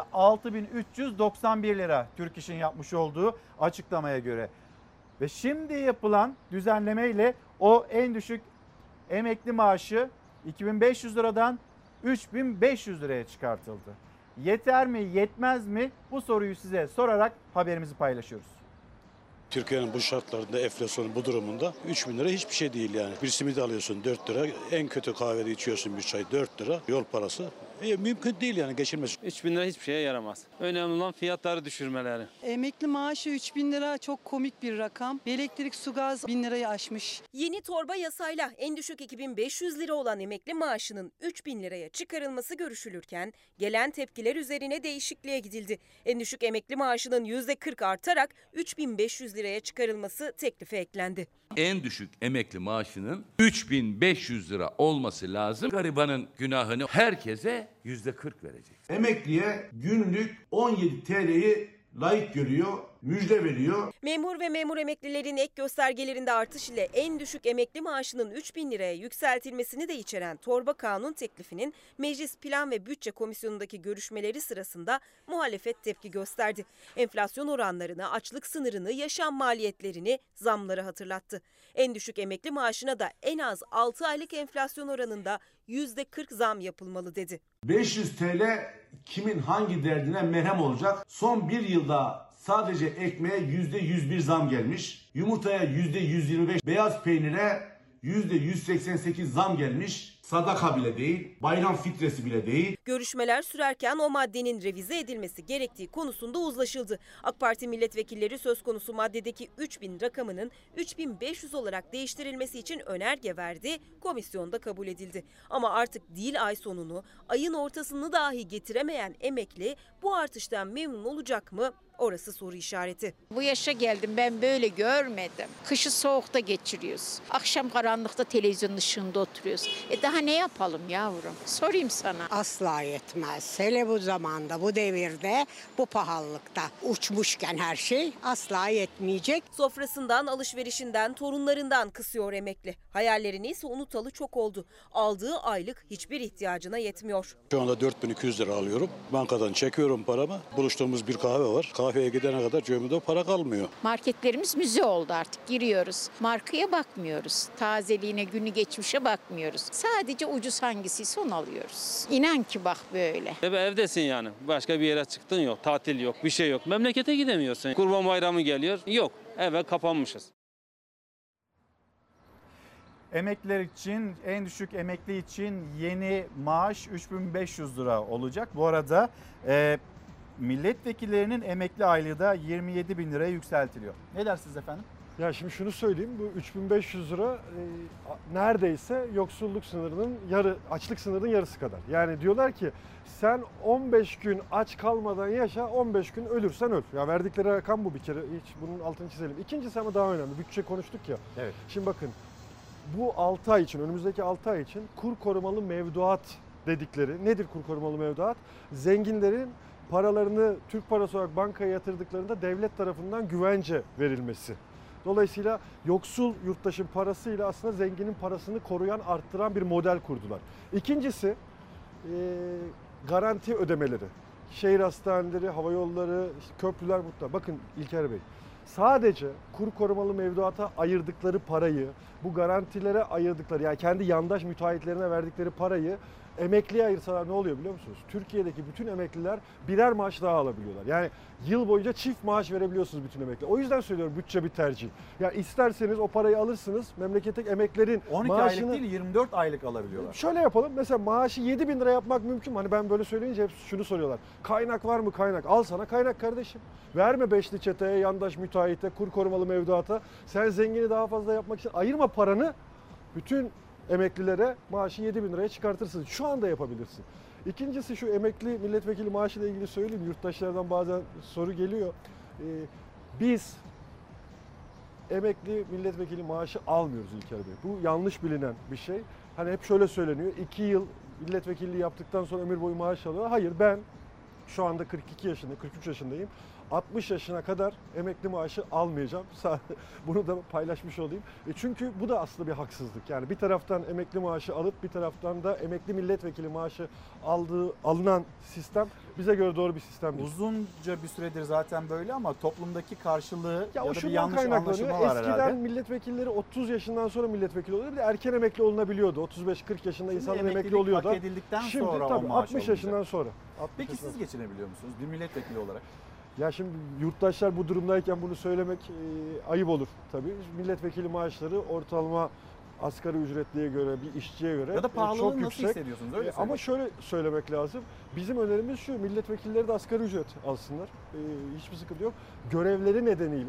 6391 lira Türk İş'in yapmış olduğu açıklamaya göre. Ve şimdi yapılan düzenlemeyle o en düşük emekli maaşı 2500 liradan 3500 liraya çıkartıldı. Yeter mi, yetmez mi? Bu soruyu size sorarak haberimizi paylaşıyoruz. Türkiye'nin bu şartlarında, enflasyonun bu durumunda 3.000 lira hiçbir şey değil yani. Bir simit alıyorsun 4 lira, en kötü kahvede içiyorsun bir çay 4 lira, yol parası. Mümkün değil yani geçilmesi. 3.000 lira hiçbir şeye yaramaz. Önemli olan fiyatları düşürmeleri. Emekli maaşı 3.000 lira çok komik bir rakam. Elektrik, su, gaz 1.000 lirayı aşmış. Yeni torba yasayla en düşük 2.500 lira olan emekli maaşının 3.000 liraya çıkarılması görüşülürken gelen tepkiler üzerine değişikliğe gidildi. En düşük emekli maaşının %40 artarak 3.500 liraya çıkarılması teklife eklendi. En düşük emekli maaşının 3.500 lira olması lazım. Garibanın günahını herkese %40 verecek. Emekliye günlük 17 TL'yi layık görüyor, müjde veriyor. Memur ve memur emeklilerin ek göstergelerinde artış ile en düşük emekli maaşının 3.000 liraya yükseltilmesini de içeren torba kanun teklifinin Meclis Plan ve Bütçe Komisyonu'ndaki görüşmeleri sırasında muhalefet tepki gösterdi. Enflasyon oranlarını, açlık sınırını, yaşam maliyetlerini, zamları hatırlattı. En düşük emekli maaşına da en az 6 aylık enflasyon oranında %40 zam yapılmalı dedi. 500 TL kimin hangi derdine merhem olacak? Son bir yılda sadece ekmeğe %101 zam gelmiş. Yumurtaya %125, beyaz peynire %188 zam gelmiş. Sadaka bile değil, bayram fitresi bile değil. Görüşmeler sürerken o maddenin revize edilmesi gerektiği konusunda uzlaşıldı. AK Parti milletvekilleri söz konusu maddedeki 3.000 rakamının 3.500 olarak değiştirilmesi için önerge verdi. Komisyonda kabul edildi. Ama artık değil ay sonunu, ayın ortasını dahi getiremeyen emekli bu artıştan memnun olacak mı? Orası soru işareti. Bu yaşa geldim, ben böyle görmedim. Kışı soğukta geçiriyoruz. Akşam karanlıkta televizyonun ışığında oturuyoruz. Daha ne yapalım yavrum? Sorayım sana. Asla yetmez. Hele bu zamanda, bu devirde, bu pahalılıkta uçmuşken her şey asla yetmeyecek. Sofrasından, alışverişinden, torunlarından kısıyor emekli. Hayallerini ise unutalı çok oldu. Aldığı aylık hiçbir ihtiyacına yetmiyor. Şu anda 4.200 lira alıyorum. Bankadan çekiyorum paramı. Buluştuğumuz bir kahve var. Kahveye gidene kadar cebimde para kalmıyor. Marketlerimiz müze oldu artık. Giriyoruz. Markaya bakmıyoruz. Tazeliğine, günü geçmişe bakmıyoruz. Sadece Sadece ucuz hangisiyse onu alıyoruz. İnan ki bak böyle. Evdesin yani. Başka bir yere çıktın yok. Tatil yok. Bir şey yok. Memlekete gidemiyorsun. Kurban Bayramı geliyor. Yok. Eve kapanmışız. Emekliler için, en düşük emekli için yeni maaş 3.500 lira olacak. Bu arada milletvekillerinin emekli aylığı da 27.000 liraya yükseltiliyor. Ne dersiniz efendim? Ya şimdi şunu söyleyeyim, bu 3.500 lira neredeyse yoksulluk sınırının açlık sınırının yarısı kadar. Yani diyorlar ki sen 15 gün aç kalmadan yaşa, 15 gün ölürsen öl. Ya verdikleri rakam bu bir kere, hiç bunun altını çizelim. İkincisi ama daha önemli, bütçe konuştuk ya. Evet. Şimdi bakın, bu 6 ay için, önümüzdeki 6 ay için kur korumalı mevduat dedikleri, nedir kur korumalı mevduat? Zenginlerin paralarını Türk parası olarak bankaya yatırdıklarında devlet tarafından güvence verilmesi. Dolayısıyla yoksul yurttaşın parasıyla aslında zenginin parasını koruyan, arttıran bir model kurdular. İkincisi garanti ödemeleri. Şehir hastaneleri, havayolları, işte köprüler mutlaka. Bakın İlker Bey, sadece kur korumalı mevduata ayırdıkları parayı, bu garantilere ayırdıkları, yani kendi yandaş müteahhitlerine verdikleri parayı emekliye ayırsalar ne oluyor biliyor musunuz? Türkiye'deki bütün emekliler birer maaş daha alabiliyorlar. Yani yıl boyunca çift maaş verebiliyorsunuz bütün emekliler. O yüzden söylüyorum, bütçe bir tercih. Yani isterseniz o parayı alırsınız, memleketteki emeklerin 12 maaşını... aylık değil 24 aylık alabiliyorlar. Şöyle yapalım, mesela maaşı 7.000 lira yapmak mümkün mü? Hani ben böyle söyleyince hep şunu soruyorlar. Kaynak var mı kaynak? Al sana kaynak kardeşim. Verme beşli çeteye, yandaş müteahhite, kur korumalı mevduata. Sen zengini daha fazla yapmak için ayırma paranı. Bütün emeklilere maaşı 7.000 liraya çıkartırsın. Şu anda yapabilirsin. İkincisi şu emekli milletvekili maaşıyla ilgili söyleyeyim. Yurttaşlardan bazen soru geliyor. Biz emekli milletvekili maaşı almıyoruz İlker Bey. Bu yanlış bilinen bir şey. Hani hep şöyle söyleniyor. 2 yıl milletvekilliği yaptıktan sonra ömür boyu maaş alıyorlar. Hayır, ben şu anda 42 yaşındayım, 43 yaşındayım. 60 yaşına kadar emekli maaşı almayacağım. Bunu da paylaşmış olayım. Çünkü bu da aslında bir haksızlık. Yani bir taraftan emekli maaşı alıp bir taraftan da emekli milletvekili maaşı alınan sistem bize göre doğru bir sistem değil. Uzunca bir süredir zaten böyle ama toplumdaki karşılığı ya da bir şundan yanlış anlaşılma var herhalde. Eskiden milletvekilleri 30 yaşından sonra milletvekili oluyordu. Bir de erken emekli olunabiliyordu. 35-40 yaşında insanlar emekli oluyordu. Hak edildikten Şimdi sonra tabii 60 yaşından sonra. Peki siz geçinebiliyor musunuz bir milletvekili olarak? Ya şimdi yurttaşlar bu durumdayken bunu söylemek ayıp olur tabii. Milletvekili maaşları ortalama asgari ücretliye göre, bir işçiye göre ya da pahalılığını çok nasıl yüksek. Hissediyorsunuz? Öyle ama şöyle söylemek lazım. Bizim önerimiz şu, milletvekilleri de asgari ücret alsınlar. Hiçbir sıkıntı yok. Görevleri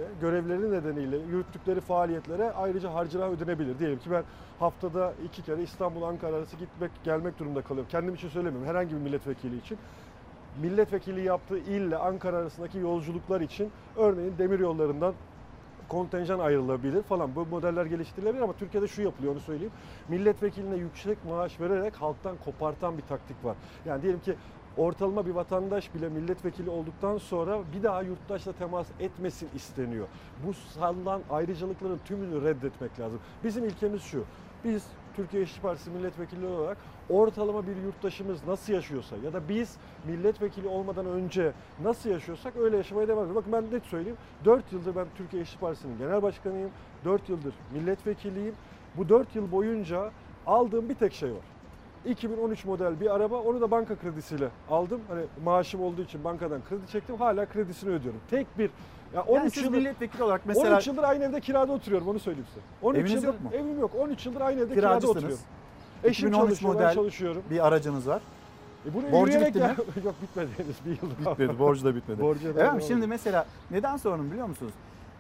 nedeniyle yürüttükleri faaliyetlere ayrıca harcırah ödenebilir. Diyelim ki ben haftada 2 kere İstanbul-Ankara arası gelmek durumunda kalıyorum. Kendim için söylemiyorum, herhangi bir milletvekili için. Milletvekili yaptığı ille Ankara arasındaki yolculuklar için örneğin demiryollarından kontenjan ayrılabilir falan. Bu modeller geliştirilebilir ama Türkiye'de şu yapılıyor, onu söyleyeyim. Milletvekiline yüksek maaş vererek halktan kopartan bir taktik var. Yani diyelim ki ortalama bir vatandaş bile milletvekili olduktan sonra bir daha yurttaşla temas etmesin isteniyor. Bu sağlanan ayrıcalıkların tümünü reddetmek lazım. Bizim ilkemiz şu. Biz Türkiye İşçi Partisi milletvekilleri olarak ortalama bir yurttaşımız nasıl yaşıyorsa ya da biz milletvekili olmadan önce nasıl yaşıyorsak öyle yaşamaya devam ediyoruz. Bakın ben net söyleyeyim. 4 yıldır ben Türkiye İşçi Partisi'nin genel başkanıyım. 4 yıldır milletvekiliyim. Bu 4 yıl boyunca aldığım bir tek şey var. 2013 model bir araba, onu da banka kredisiyle aldım. Hani maaşım olduğu için bankadan kredi çektim. Hala kredisini ödüyorum. Tek bir ya 13 yıldır milletvekili olarak mesela 13 yıldır aynı evde kirada oturuyorum, onu söyleyeyim size. 13 eviniz yıldır, yok mu? Evim yok. 13 yıldır aynı evde kirada oturuyorum. Eşim 2013 çalışıyor, model ben çalışıyorum. Bir aracınız var. Borcu bitti mi? Yok, bitmedi henüz, bir yıl daha. Bitmedi, borcu da bitmedi. Evet, şimdi mesela neden sordum biliyor musunuz?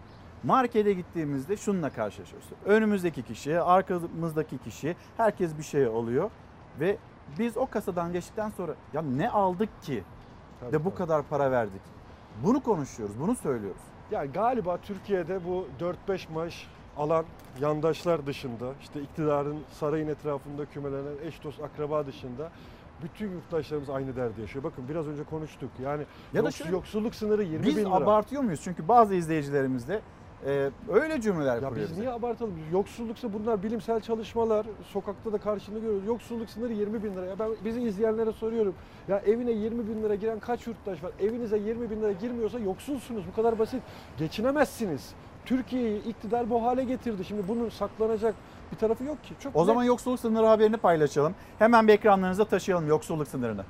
Markete gittiğimizde şununla karşılaşıyoruz. Önümüzdeki kişi, arkamızdaki kişi, herkes bir şey alıyor ve biz o kasadan geçtikten sonra ya ne aldık ki de bu kadar para verdik. Bunu konuşuyoruz, bunu söylüyoruz. Yani galiba Türkiye'de bu 4-5 maaş alan yandaşlar dışında, işte iktidarın sarayın etrafında kümelenen eş dost akraba dışında bütün yurttaşlarımız aynı derdi yaşıyor. Bakın biraz önce konuştuk. Yani ya da şöyle, yoksulluk sınırı 20 bin lira. Biz abartıyor muyuz? Çünkü bazı izleyicilerimiz de öyle cümleler kuruyor. Biz niye abartalım? Yoksulluksa bunlar bilimsel çalışmalar. Sokakta da karşılığını görüyoruz. Yoksulluk sınırı 20 bin lira. Ya ben bizi izleyenlere soruyorum. Ya evine 20 bin lira giren kaç yurttaş var? Evinize 20 bin lira girmiyorsa yoksulsunuz. Bu kadar basit. Geçinemezsiniz. Türkiye'yi iktidar bu hale getirdi. Şimdi bunun saklanacak Bir tarafı yok ki. Çok o zaman yoksulluk sınırı haberini paylaşalım. Hemen bir ekranlarınıza taşıyalım yoksulluk sınırını.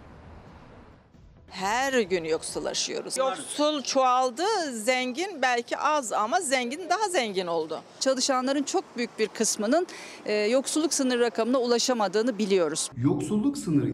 Her gün yoksullaşıyoruz. Yoksul çoğaldı, zengin belki az ama zengin daha zengin oldu. Çalışanların çok büyük bir kısmının yoksulluk sınırı rakamına ulaşamadığını biliyoruz. Yoksulluk sınırı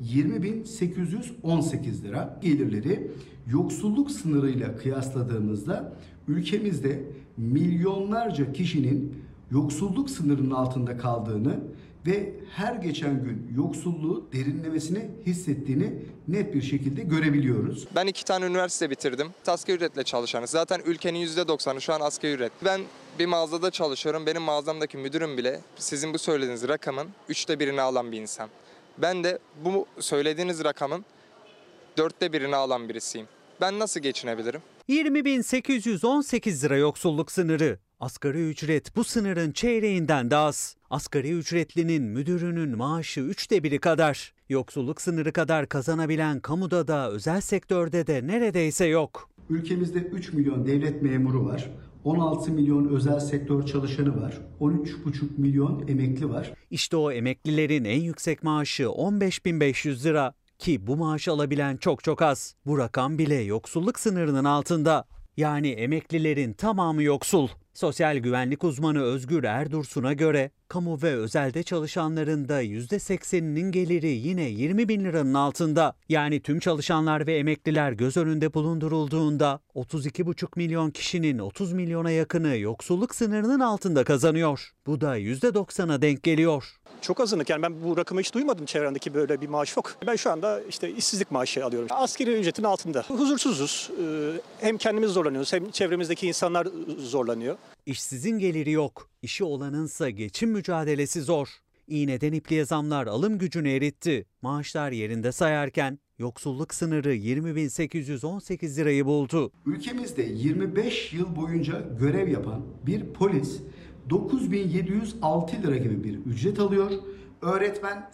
20.818 lira. Gelirleri yoksulluk sınırıyla kıyasladığımızda ülkemizde milyonlarca kişinin yoksulluk sınırının altında kaldığını ve her geçen gün yoksulluğu derinlemesine hissettiğini net bir şekilde görebiliyoruz. Ben 2 tane üniversite bitirdim. Asgari ücretle çalışanız. Zaten ülkenin %90'ı şu an asgari ücret. Ben bir mağazada çalışıyorum. Benim mağazamdaki müdürüm bile sizin bu söylediğiniz rakamın 1/3'ünü alan bir insan. Ben de bu söylediğiniz rakamın 1/4'ünü alan birisiyim. Ben nasıl geçinebilirim? 20.818 lira yoksulluk sınırı. Asgari ücret bu sınırın çeyreğinden de az. Asgari ücretlinin müdürünün maaşı 1/3 kadar. Yoksulluk sınırı kadar kazanabilen kamuda da özel sektörde de neredeyse yok. Ülkemizde 3 milyon devlet memuru var. 16 milyon özel sektör çalışanı var. 13,5 milyon emekli var. İşte o emeklilerin en yüksek maaşı 15.500 lira. Ki bu maaşı alabilen çok az. Bu rakam bile yoksulluk sınırının altında. Yani emeklilerin tamamı yoksul. Sosyal güvenlik uzmanı Özgür Erdursun'a göre kamu ve özelde çalışanların da %80'inin geliri yine 20.000 liranın altında. Yani tüm çalışanlar ve emekliler göz önünde bulundurulduğunda 32,5 milyon kişinin 30 milyona yakını yoksulluk sınırının altında kazanıyor. Bu da %90'a denk geliyor. Çok azınlık, yani ben bu rakamı hiç duymadım, çevremdeki böyle bir maaş yok. Ben şu anda işte işsizlik maaşı alıyorum. Asgari ücretin altında. Huzursuzuz. Hem kendimiz zorlanıyoruz hem çevremizdeki insanlar zorlanıyor. İşsizin geliri yok, işi olanınsa geçim mücadelesi zor. İğneden ipliğe zamlar alım gücünü eritti. Maaşlar yerinde sayarken yoksulluk sınırı 20.818 lirayı buldu. Ülkemizde 25 yıl boyunca görev yapan bir polis 9.706 lira gibi bir ücret alıyor. Öğretmen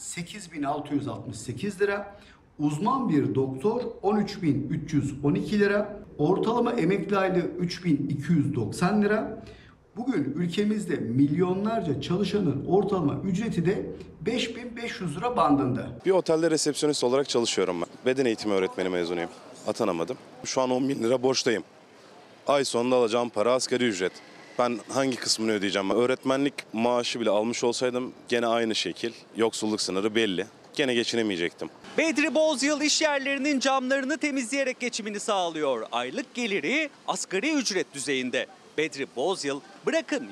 8.668 lira. Uzman bir doktor 13.312 lira. Ortalama emekli aylığı 3.290 lira. Bugün ülkemizde milyonlarca çalışanın ortalama ücreti de 5.500 lira bandında. Bir otelde resepsiyonist olarak çalışıyorum ben. Beden eğitimi öğretmeni mezunuyum. Atanamadım. Şu an 10.000 lira borçtayım. Ay sonunda alacağım para asgari ücret. Ben hangi kısmını ödeyeceğim? Öğretmenlik maaşı bile almış olsaydım gene aynı şekil. Yoksulluk sınırı belli. Gene geçinemeyecektim. Bedri Bozyıl iş yerlerinin camlarını temizleyerek geçimini sağlıyor. Aylık geliri asgari ücret düzeyinde. Bedri Bozyıl bırakın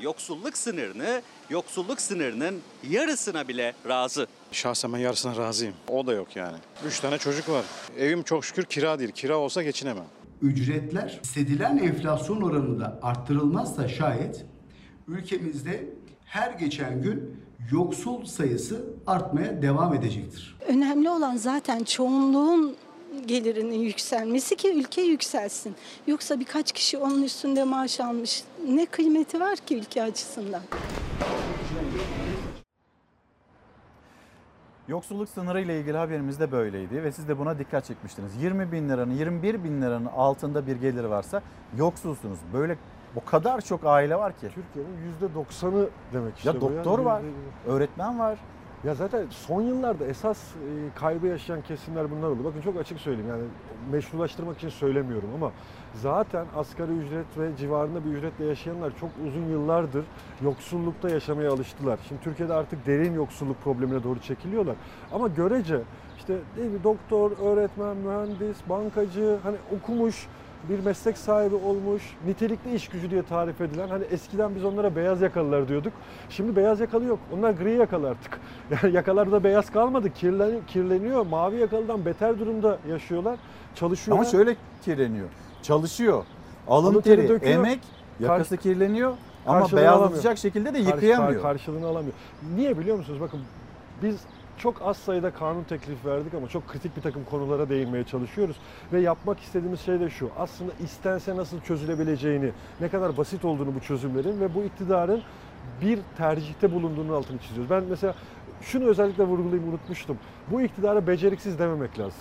yoksulluk sınırının yarısına bile razı. Şahsen ben yarısına razıyım. O da yok yani. 3 tane çocuk var. Evim çok şükür kira değil. Kira olsa geçinemem. Ücretler hissedilen enflasyon oranı da arttırılmazsa şayet ülkemizde her geçen gün yoksul sayısı artmaya devam edecektir. Önemli olan zaten çoğunluğun gelirinin yükselmesi ki ülke yükselsin. Yoksa birkaç kişi onun üstünde maaş almış. Ne kıymeti var ki ülke açısından? Yoksulluk sınırı ile ilgili haberimiz de böyleydi ve siz de buna dikkat çekmiştiniz. 20.000 liranın, 21.000 liranın altında bir geliri varsa yoksulsunuz. Böyle o kadar çok aile var ki. Türkiye'nin %90'ı demek işte. Ya doktor var, öğretmen var. Ya zaten son yıllarda esas kaybı yaşayan kesimler bunlar oldu. Bakın çok açık söyleyeyim, yani meşrulaştırmak için söylemiyorum ama zaten asgari ücret ve civarında bir ücretle yaşayanlar çok uzun yıllardır yoksullukta yaşamaya alıştılar. Şimdi Türkiye'de artık derin yoksulluk problemine doğru çekiliyorlar. Ama görece işte değil mi, doktor, öğretmen, mühendis, bankacı, hani okumuş, bir meslek sahibi olmuş, nitelikli iş gücü diye tarif edilen, hani eskiden biz onlara beyaz yakalılar diyorduk. Şimdi beyaz yakalı yok. Onlar gri yakalı artık. Yani yakalarda beyaz kalmadı. Kirleniyor. Mavi yakalıdan beter durumda yaşıyorlar. Çalışıyorlar. Ama şöyle kirleniyor. Çalışıyor. Alın teri, emek, yakası kirleniyor ama beyazlatacak şekilde de yıkayamıyor. Karşılığını alamıyor. Niye biliyor musunuz? Bakın biz çok az sayıda kanun teklifi verdik ama çok kritik bir takım konulara değinmeye çalışıyoruz. Ve yapmak istediğimiz şey de şu: aslında istense nasıl çözülebileceğini, ne kadar basit olduğunu bu çözümlerin ve bu iktidarın bir tercihte bulunduğunun altını çiziyoruz. Ben mesela şunu özellikle vurgulayıp unutmuştum. Bu iktidara beceriksiz dememek lazım.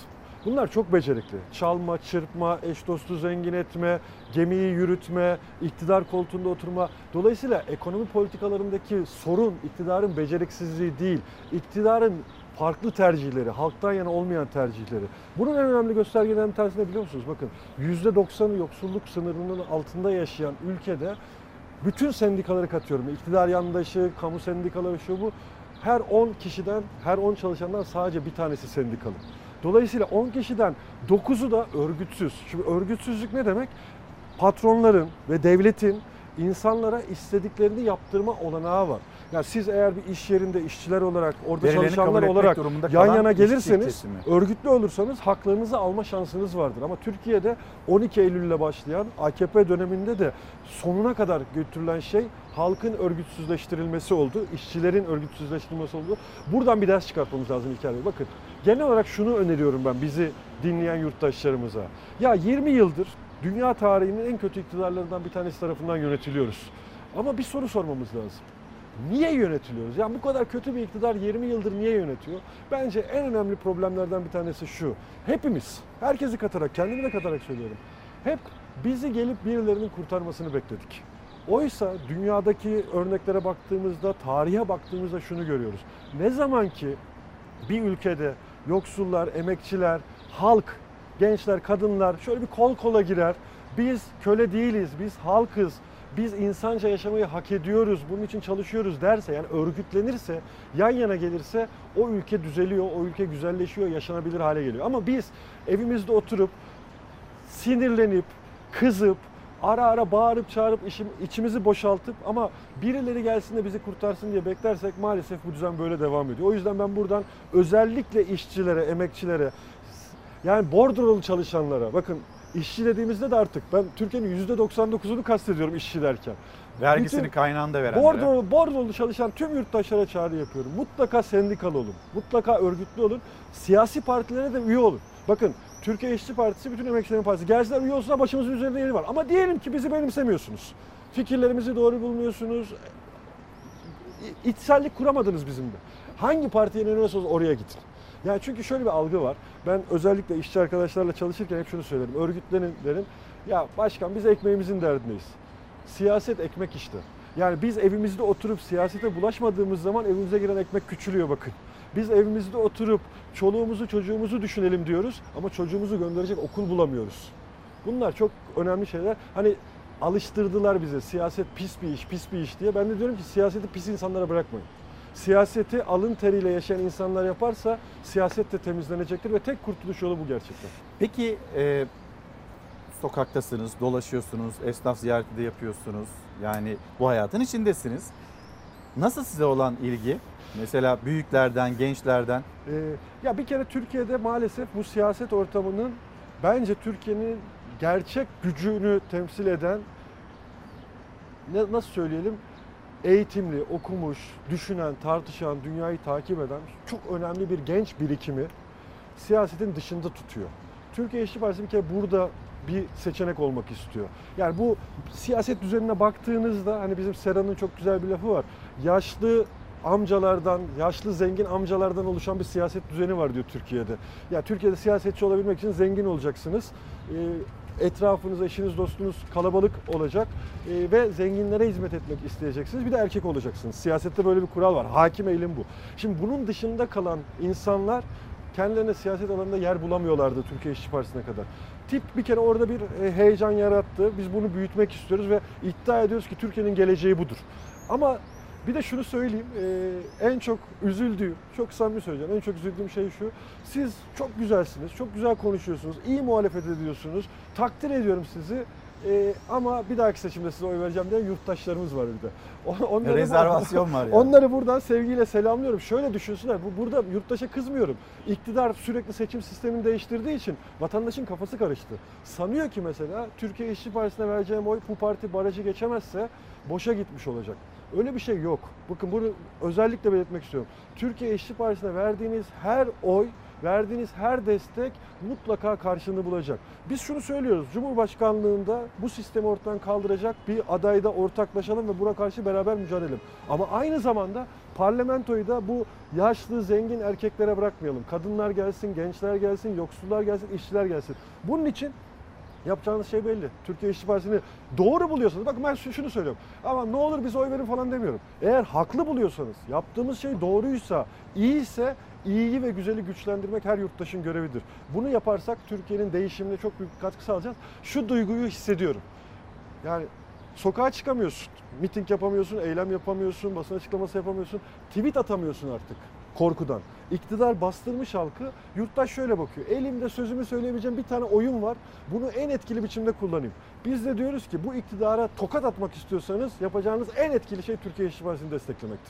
Bunlar çok becerikli. Çalma, çırpma, eş dostu zengin etme, gemiyi yürütme, iktidar koltuğunda oturma. Dolayısıyla ekonomi politikalarındaki sorun iktidarın beceriksizliği değil, iktidarın farklı tercihleri, halktan yana olmayan tercihleri. Bunun en önemli göstergelerinden bir tanesi ne biliyor musunuz? Bakın %90'ı yoksulluk sınırının altında yaşayan ülkede bütün sendikaları katıyorum. İktidar yandaşı, kamu sendikaları şu bu. Her 10 kişiden, her 10 çalışandan sadece bir tanesi sendikalı. Dolayısıyla 10 kişiden 9'u da örgütsüz. Şimdi örgütsüzlük ne demek? Patronların ve devletin insanlara istediklerini yaptırma olanağı var. Yani siz eğer bir iş yerinde işçiler olarak, orada Verilerini çalışanlar kabul olarak etmek durumunda yan kalan yana işçi gelirseniz, kesimi. örgütlü olursanız haklarınızı alma şansınız vardır. Ama Türkiye'de 12 Eylül'le başlayan AKP döneminde de sonuna kadar götürülen şey halkın örgütsüzleştirilmesi oldu, işçilerin örgütsüzleştirilmesi oldu. Buradan bir ders çıkartmamız lazım İlker Bey. Bakın genel olarak şunu öneriyorum ben bizi dinleyen yurttaşlarımıza. Ya 20 yıldır dünya tarihinin en kötü iktidarlarından bir tanesi tarafından yönetiliyoruz. Ama bir soru sormamız lazım. Niye yönetiliyoruz? Yani bu kadar kötü bir iktidar 20 yıldır niye yönetiyor? Bence en önemli problemlerden bir tanesi şu. Hepimiz, herkesi katarak, kendimi de katarak söylüyorum. Hep bizi gelip birilerinin kurtarmasını bekledik. Oysa dünyadaki örneklere baktığımızda, tarihe baktığımızda şunu görüyoruz. Ne zaman ki bir ülkede yoksullar, emekçiler, halk, gençler, kadınlar şöyle bir kol kola girer. Biz köle değiliz, biz halkız. Biz insanca yaşamayı hak ediyoruz, bunun için çalışıyoruz derse, yani örgütlenirse, yan yana gelirse o ülke düzeliyor, o ülke güzelleşiyor, yaşanabilir hale geliyor. Ama biz evimizde oturup, sinirlenip, kızıp, ara ara bağırıp çağırıp içimizi boşaltıp ama birileri gelsin de bizi kurtarsın diye beklersek maalesef bu düzen böyle devam ediyor. O yüzden ben buradan özellikle işçilere, emekçilere, yani bordrolu çalışanlara, bakın İşçi dediğimizde de artık ben Türkiye'nin %99'unu kastediyorum işçi derken. Vergisini kaynağında verenlere. Bordrolu çalışan tüm yurttaşlara çağrı yapıyorum. Mutlaka sendikalı olun, mutlaka örgütlü olun, siyasi partilere de üye olun. Bakın Türkiye İşçi Partisi bütün emekçilerin partisi. Gelsinler üye olsunlar, başımızın üzerinde yeri var. Ama diyelim ki bizi benimsemiyorsunuz. Fikirlerimizi doğru bulmuyorsunuz. İçsellik kuramadınız bizimle. Hangi partiye ne olursa oraya gidin. Yani çünkü şöyle bir algı var. Ben özellikle işçi arkadaşlarla çalışırken hep şunu söylerim. Örgütlenin derim. Ya başkan biz ekmeğimizin derdindeyiz. Siyaset ekmek işte. Yani biz evimizde oturup siyasete bulaşmadığımız zaman evimize giren ekmek küçülüyor bakın. Biz evimizde oturup çoluğumuzu çocuğumuzu düşünelim diyoruz ama çocuğumuzu gönderecek okul bulamıyoruz. Bunlar çok önemli şeyler. Hani alıştırdılar bize siyaset pis bir iş, pis bir iş diye. Ben de diyorum ki siyaseti pis insanlara bırakmayın. Siyaseti alın teriyle yaşayan insanlar yaparsa siyaset de temizlenecektir ve tek kurtuluş yolu bu gerçekten. Peki sokaktasınız, dolaşıyorsunuz, esnaf ziyareti de yapıyorsunuz. Yani bu hayatın içindesiniz. Nasıl size olan ilgi? Mesela büyüklerden, gençlerden? Ya bir kere Türkiye'de maalesef bu siyaset ortamının bence Türkiye'nin gerçek gücünü temsil eden, nasıl söyleyelim, eğitimli, okumuş, düşünen, tartışan, dünyayı takip eden çok önemli bir genç birikimi siyasetin dışında tutuyor. Türkiye İşçi Partisi bir kere burada bir seçenek olmak istiyor. Yani bu siyaset düzenine baktığınızda hani bizim Serhan'ın çok güzel bir lafı var. Yaşlı amcalardan, yaşlı zengin amcalardan oluşan bir siyaset düzeni var diyor Türkiye'de. Ya Türkiye'de siyasetçi olabilmek için zengin olacaksınız. Etrafınız, eşiniz, dostunuz kalabalık olacak ve zenginlere hizmet etmek isteyeceksiniz. Bir de erkek olacaksınız. Siyasette böyle bir kural var. Hakim eğilim bu. Şimdi bunun dışında kalan insanlar kendilerine siyaset alanında yer bulamıyorlardı Türkiye İşçi Partisi'ne kadar. Tip bir kere orada bir heyecan yarattı. Biz bunu büyütmek istiyoruz ve iddia ediyoruz ki Türkiye'nin geleceği budur. Ama bir de şunu söyleyeyim, en çok üzüldüğüm, çok samimi söyleyeceğim, en çok üzüldüğüm şey şu. Siz çok güzelsiniz, çok güzel konuşuyorsunuz, iyi muhalefet ediyorsunuz, takdir ediyorum sizi. Ama bir dahaki seçimde size oy vereceğim diye yurttaşlarımız var bir de. Rezervasyon var yani. Onları buradan sevgiyle selamlıyorum. Şöyle düşünsünler, burada yurttaşa kızmıyorum. İktidar sürekli seçim sistemini değiştirdiği için vatandaşın kafası karıştı. Sanıyor ki mesela Türkiye İşçi Partisi'ne vereceğim oy bu parti barajı geçemezse boşa gitmiş olacak. Öyle bir şey yok. Bakın bunu özellikle belirtmek istiyorum. Türkiye İşçi Partisi'ne verdiğiniz her oy verdiğiniz her destek mutlaka karşılığını bulacak. Biz şunu söylüyoruz, Cumhurbaşkanlığında bu sistemi ortadan kaldıracak bir adayda ortaklaşalım ve buna karşı beraber mücadele edelim. Ama aynı zamanda parlamentoyu da bu yaşlı, zengin erkeklere bırakmayalım. Kadınlar gelsin, gençler gelsin, yoksullar gelsin, işçiler gelsin. Bunun için yapacağınız şey belli. Türkiye İşçi Partisi'ni doğru buluyorsanız, bakın ben şunu söylüyorum. Ama ne olur bize oy verin falan demiyorum. Eğer haklı buluyorsanız, yaptığımız şey doğruysa, iyiyse, iyiyi ve güzeli güçlendirmek her yurttaşın görevidir. Bunu yaparsak Türkiye'nin değişimine çok büyük katkı sağlayacağız. Şu duyguyu hissediyorum. Yani sokağa çıkamıyorsun, miting yapamıyorsun, eylem yapamıyorsun, basın açıklaması yapamıyorsun, tweet atamıyorsun artık korkudan. İktidar bastırmış halkı, yurttaş şöyle bakıyor. Elimde sözümü söyleyebileceğim bir tane oyun var, bunu en etkili biçimde kullanayım. Biz de diyoruz ki bu iktidara tokat atmak istiyorsanız yapacağınız en etkili şey Türkiye İşçi Partisi'ni desteklemektir.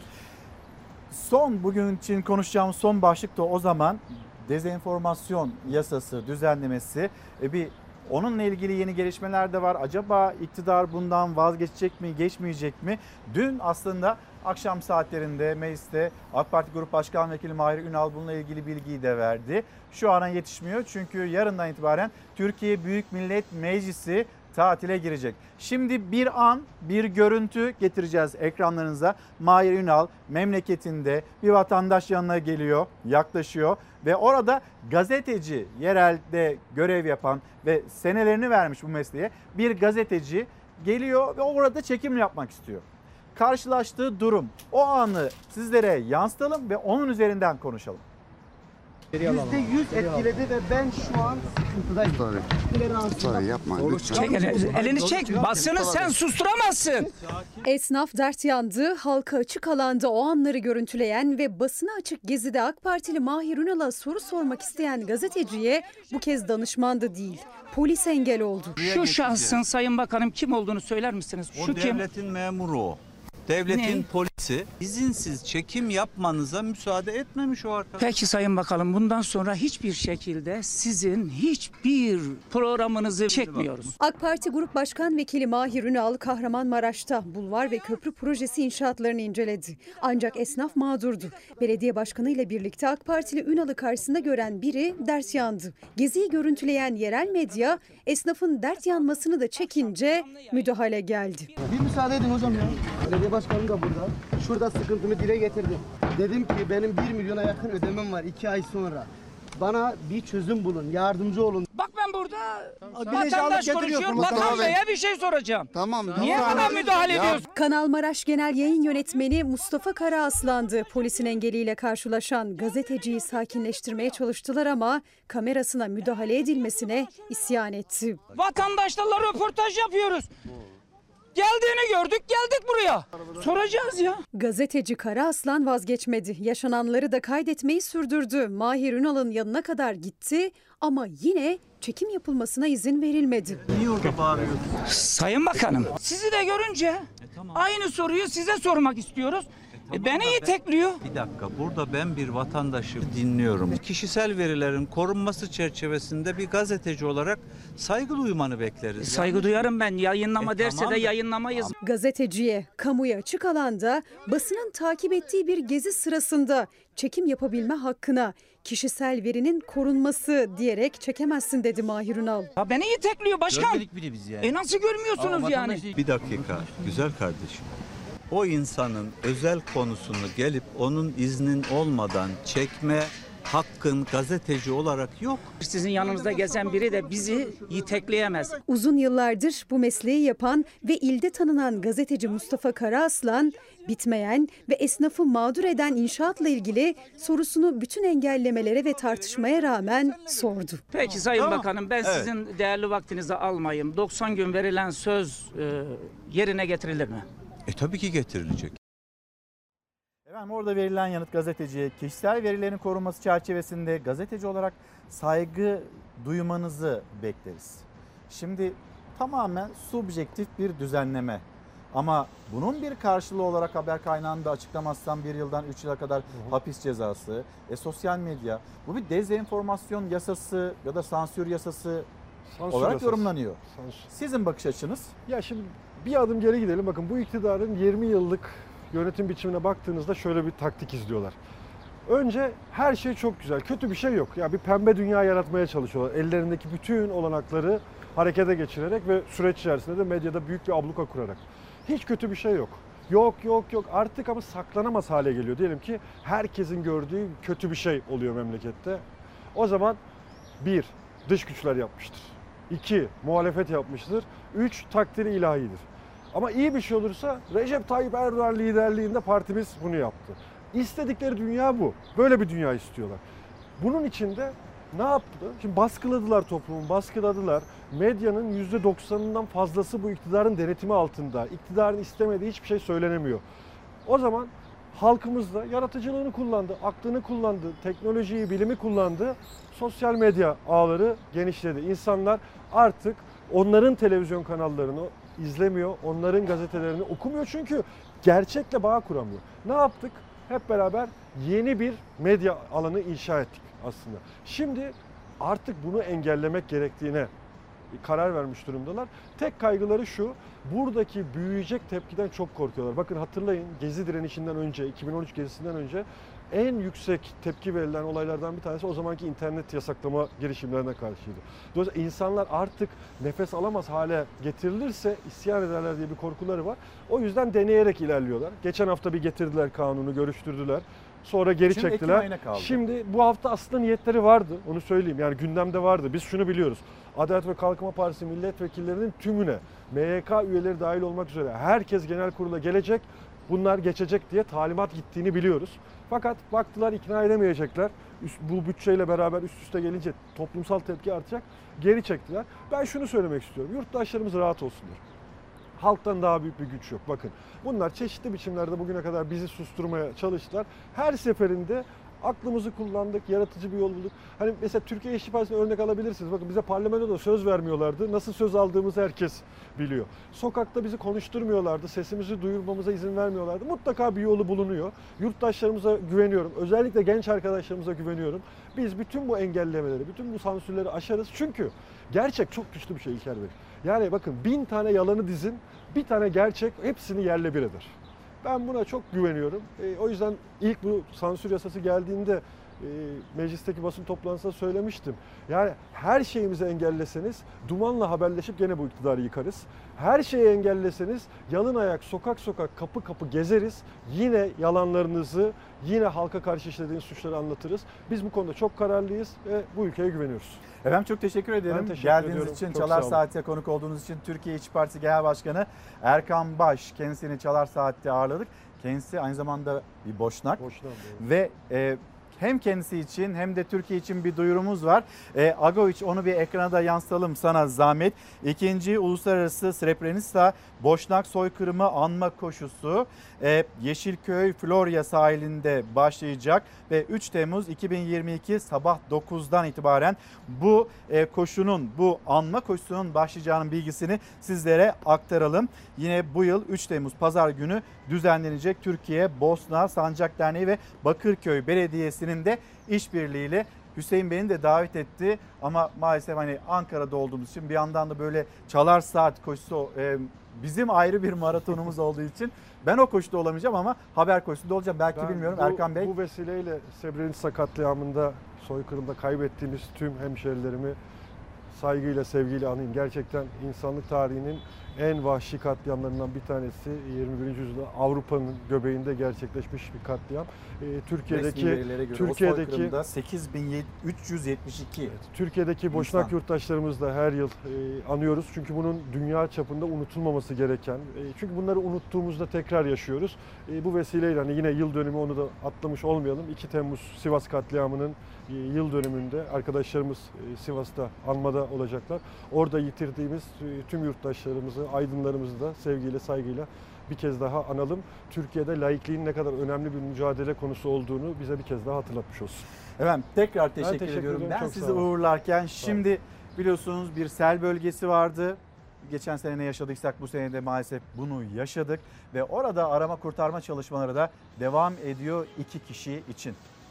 Son bugün için konuşacağım son başlık da o zaman dezenformasyon yasası düzenlemesi. Onunla ilgili yeni gelişmeler de var. Acaba iktidar bundan vazgeçecek mi, geçmeyecek mi? Dün aslında akşam saatlerinde mecliste AK Parti Grup Başkan Vekili Mahir Ünal bununla ilgili bilgiyi de verdi. Şu ana yetişmiyor çünkü yarından itibaren Türkiye Büyük Millet Meclisi tatile girecek. Şimdi bir görüntü getireceğiz ekranlarınıza. Mahir Ünal memleketinde bir vatandaş yanına geliyor, yaklaşıyor ve orada gazeteci, yerelde görev yapan ve senelerini vermiş bu mesleğe bir gazeteci geliyor ve orada çekim yapmak istiyor. Karşılaştığı durum, o anı sizlere yansıtalım ve onun üzerinden konuşalım. %100 etkiledi ve ben şu an sıkıntıdayım. Yapma. Çek elini çek. Basını sen susturamazsın. Esnaf dert yandı, halka açık alanda o anları görüntüleyen ve basına açık gezide AK Partili Mahir Ünal'a soru sormak isteyen gazeteciye bu kez danışman da değil, polis engel oldu. Şu şahsın Sayın Bakanım kim olduğunu söyler misiniz? O devletin memuru o. Devletin polisi izinsiz çekim yapmanıza müsaade etmemiş o arkadaş. Peki Sayın Bakanım bundan sonra hiçbir şekilde sizin hiçbir programınızı çekmiyoruz. AK Parti Grup Başkan Vekili Mahir Ünal Kahramanmaraş'ta bulvar ve köprü projesi inşaatlarını inceledi. Ancak esnaf mağdurdu. Belediye başkanı ile birlikte AK Partili Ünal'ı karşısında gören biri dert yandı. Geziyi görüntüleyen yerel medya esnafın dert yanmasını da çekince müdahale geldi. Bir müsaade edin hocam ya. Belediye başkanım da burada. Şurada sıkıntımı dile getirdim. Dedim ki benim 1 milyona yakın ödemem var 2 ay sonra. Bana bir çözüm bulun, yardımcı olun. Bak ben burada vatandaş konuşuyor, Bakan Bey'e bir şey soracağım. Tamam. Niye bana müdahale ediyorsun? Kanal Maraş Genel Yayın Yönetmeni Mustafa Karaaslan'dı. Polisin engeliyle karşılaşan gazeteciyi sakinleştirmeye çalıştılar ama kamerasına müdahale edilmesine isyan etti. Vatandaşlarla röportaj yapıyoruz. Geldiğini gördük, geldik buraya. Soracağız ya. Gazeteci Karaaslan vazgeçmedi. Yaşananları da kaydetmeyi sürdürdü. Mahir Ünal'ın yanına kadar gitti ama yine çekim yapılmasına izin verilmedi. Niye orada bağırıyorsun? Sayın Bakanım, sizi de görünce aynı soruyu size sormak istiyoruz. Beni itekliyor. Bir dakika, burada ben bir vatandaşı dinliyorum. Kişisel verilerin korunması çerçevesinde bir gazeteci olarak saygı duymanı bekleriz. Saygı duyarım ben. Yayınlama derse tamam de da- Gazeteciye, yayınlamayız. kamuya açık alanda basının takip ettiği bir gezi sırasında çekim yapabilme hakkına kişisel verinin korunması diyerek çekemezsin dedi Mahir Ünal. Ha, beni itekliyor başkan. Görmedik bile biz yani. Nasıl görmüyorsunuz yani? Bir dakika, güzel kardeşim. O insanın özel konusunu gelip onun iznin olmadan çekme hakkın gazeteci olarak yok. Sizin yanınızda gezen biri de bizi yitekleyemez. Uzun yıllardır bu mesleği yapan ve ilde tanınan gazeteci Mustafa Karaaslan, bitmeyen ve esnafı mağdur eden inşaatla ilgili sorusunu bütün engellemelere ve tartışmaya rağmen sordu. Peki Sayın Tamam. Bakanım ben Evet. sizin değerli vaktinizi almayayım. 90 gün verilen söz yerine getirilir mi? Tabii ki getirilecek. Efendim orada verilen yanıt gazeteciye kişisel verilerin korunması çerçevesinde gazeteci olarak saygı duymanızı bekleriz. Şimdi tamamen subjektif bir düzenleme. Ama bunun bir karşılığı olarak haber kaynağında açıklamazsam 1 yıldan 3 yıla kadar hapis cezası, sosyal medya. Bu bir dezenformasyon yasası ya da sansür yasası olarak yasası. yorumlanıyor. Sansür. Sizin bakış açınız? Ya şimdi bir adım geri gidelim. Bakın bu iktidarın 20 yıllık yönetim biçimine baktığınızda şöyle bir taktik izliyorlar. Önce her şey çok güzel, kötü bir şey yok. Ya bir pembe dünya yaratmaya çalışıyorlar. Ellerindeki bütün olanakları harekete geçirerek ve süreç içerisinde de medyada büyük bir abluka kurarak. Hiç kötü bir şey yok. Yok artık ama saklanamaz hale geliyor. Diyelim ki herkesin gördüğü kötü bir şey oluyor memlekette. O zaman 1. Dış güçler yapmıştır. 2. Muhalefet yapmıştır. 3. Takdiri ilahidir. Ama iyi bir şey olursa Recep Tayyip Erdoğan liderliğinde partimiz bunu yaptı. İstedikleri dünya bu. Böyle bir dünya istiyorlar. Bunun için de ne yaptı? Şimdi baskıladılar toplumu, baskıladılar. Medyanın %90'ından fazlası bu iktidarın denetimi altında. İktidarın istemediği hiçbir şey söylenemiyor. O zaman halkımız da yaratıcılığını kullandı, aklını kullandı, teknolojiyi, bilimi kullandı. Sosyal medya ağları genişledi. İnsanlar artık onların televizyon kanallarını izlemiyor, onların gazetelerini okumuyor çünkü gerçekle bağ kuramıyor. Ne yaptık? Hep beraber yeni bir medya alanı inşa ettik aslında. Şimdi artık bunu engellemek gerektiğine karar vermiş durumdalar. Tek kaygıları şu, buradaki büyüyecek tepkiden çok korkuyorlar. Bakın hatırlayın Gezi direnişinden önce, 2013 gezisinden önce en yüksek tepki verilen olaylardan bir tanesi o zamanki internet yasaklama girişimlerine karşıydı. Dolayısıyla insanlar artık nefes alamaz hale getirilirse isyan ederler diye bir korkuları var. O yüzden deneyerek ilerliyorlar. Geçen hafta bir getirdiler kanunu, görüştürdüler. Sonra geri Şimdi çektiler. Şimdi bu hafta aslında niyetleri vardı. Onu söyleyeyim. Yani gündemde vardı. Biz şunu biliyoruz. Adalet ve Kalkınma Partisi milletvekillerinin tümüne, MYK üyeleri dahil olmak üzere herkes genel kurula gelecek. Bunlar geçecek diye talimat gittiğini biliyoruz. Fakat baktılar ikna edemeyecekler. Bu bütçeyle beraber üst üste gelince toplumsal tepki artacak. Geri çektiler. Ben şunu söylemek istiyorum. Yurttaşlarımız rahat olsunlar. Halktan daha büyük bir güç yok. Bakın bunlar çeşitli biçimlerde bugüne kadar bizi susturmaya çalıştılar. Her seferinde aklımızı kullandık, yaratıcı bir yol bulduk. Hani mesela Türkiye İşçi Partisi'ne örnek alabilirsiniz. Bakın bize parlamentoda söz vermiyorlardı. Nasıl söz aldığımızı herkes biliyor. Sokakta bizi konuşturmuyorlardı, sesimizi duyurmamıza izin vermiyorlardı. Mutlaka bir yolu bulunuyor. Yurttaşlarımıza güveniyorum. Özellikle genç arkadaşlarımıza güveniyorum. Biz bütün bu engellemeleri, bütün bu sansürleri aşarız. Çünkü gerçek çok güçlü bir şey İlker Bey. Yani bakın 1000 tane yalanı dizin, bir tane gerçek hepsini yerle bir eder. Ben buna çok güveniyorum. O yüzden ilk bu sansür yasası geldiğinde meclisteki basın toplantısında söylemiştim. Yani her şeyimizi engelleseniz dumanla haberleşip gene bu iktidarı yıkarız. Her şeyi engelleseniz yalın ayak sokak sokak kapı kapı gezeriz. Yine yalanlarınızı, yine halka karşı işlediğiniz suçları anlatırız. Biz bu konuda çok kararlıyız ve bu ülkeye güveniyoruz. Efendim çok teşekkür ederim. Geldiğiniz için, Çalar Saat'e konuk olduğunuz için Türkiye İşçi Partisi Genel Başkanı Erkan Baş. Kendisini Çalar Saat'te ağırladık. Kendisi aynı zamanda bir Boşnak. Ve hem kendisi için hem de Türkiye için bir duyurumuz var. Agoviç onu bir ekrana da yansıtalım sana zahmet. 2. Uluslararası Srebrenica Boşnak Soykırımı Anma Koşusu Yeşilköy Florya sahilinde başlayacak ve 3 Temmuz 2022 sabah 9'dan itibaren bu koşunun, bu anma koşusunun başlayacağının bilgisini sizlere aktaralım. Yine bu yıl 3 Temmuz Pazar günü düzenlenecek Türkiye Bosna Sancak Derneği ve Bakırköy Belediyesi'nin de işbirliğiyle Hüseyin Bey'in de davet etti ama maalesef hani Ankara'da olduğumuz için bir yandan da böyle Çalar Saat koşusu bizim ayrı bir maratonumuz olduğu için ben o koşuda olamayacağım ama haber koşusunda olacağım. Belki bilmiyorum Erkan Bey. Bu vesileyle Srebrenica katliamında, soykırımda kaybettiğimiz tüm hemşerilerimi saygıyla, sevgiyle anayım. Gerçekten insanlık tarihinin en vahşi katliamlarından bir tanesi 21. yüzyılda Avrupa'nın göbeğinde gerçekleşmiş bir katliam. Türkiye'deki 8372. Türkiye'deki Boşnak yurttaşlarımızı da her yıl anıyoruz. Çünkü bunun dünya çapında unutulmaması gereken. Çünkü bunları unuttuğumuzda tekrar yaşıyoruz. Bu vesileyle hani yine yıl dönümü onu da atlamış olmayalım. 2 Temmuz Sivas katliamının yıl dönümünde arkadaşlarımız Sivas'ta anmada olacaklar. Orada yitirdiğimiz tüm yurttaşlarımızı, aydınlarımızı da sevgiyle, saygıyla bir kez daha analım. Türkiye'de laikliğin ne kadar önemli bir mücadele konusu olduğunu bize bir kez daha hatırlatmış olsun. Efendim tekrar teşekkür ediyorum. Ben sizi uğurlarken şimdi biliyorsunuz bir sel bölgesi vardı. Geçen sene ne yaşadıysak bu sene de maalesef bunu yaşadık. Ve orada arama kurtarma çalışmaları da devam ediyor 2 kişi için.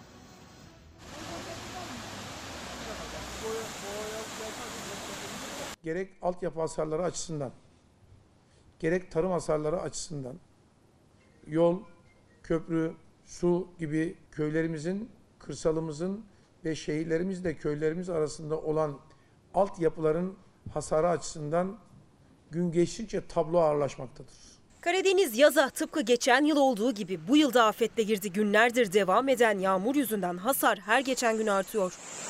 Gerek altyapı hasarları açısından, gerek tarım hasarları açısından, yol, köprü, Su gibi köylerimizin, kırsalımızın ve şehirlerimizle köylerimiz arasında olan altyapıların hasarı açısından gün geçtikçe tablo ağırlaşmaktadır. Karadeniz yaza tıpkı geçen yıl olduğu gibi bu yılda afetle girdi. Günlerdir devam eden yağmur yüzünden hasar her geçen gün artıyor.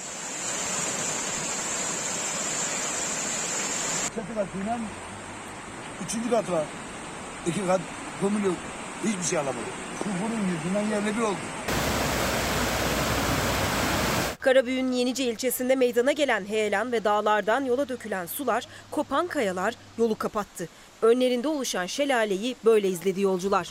Katıyla 3. kata 2 kat gömülü hiçbir şey alamadı. Bunun yüzünden yerle bir oldu. Karabüğün Yenice ilçesinde meydana gelen heyelan ve dağlardan yola dökülen sular, kopan kayalar yolu kapattı. Önlerinde oluşan şelaleyi böyle izledi yolcular.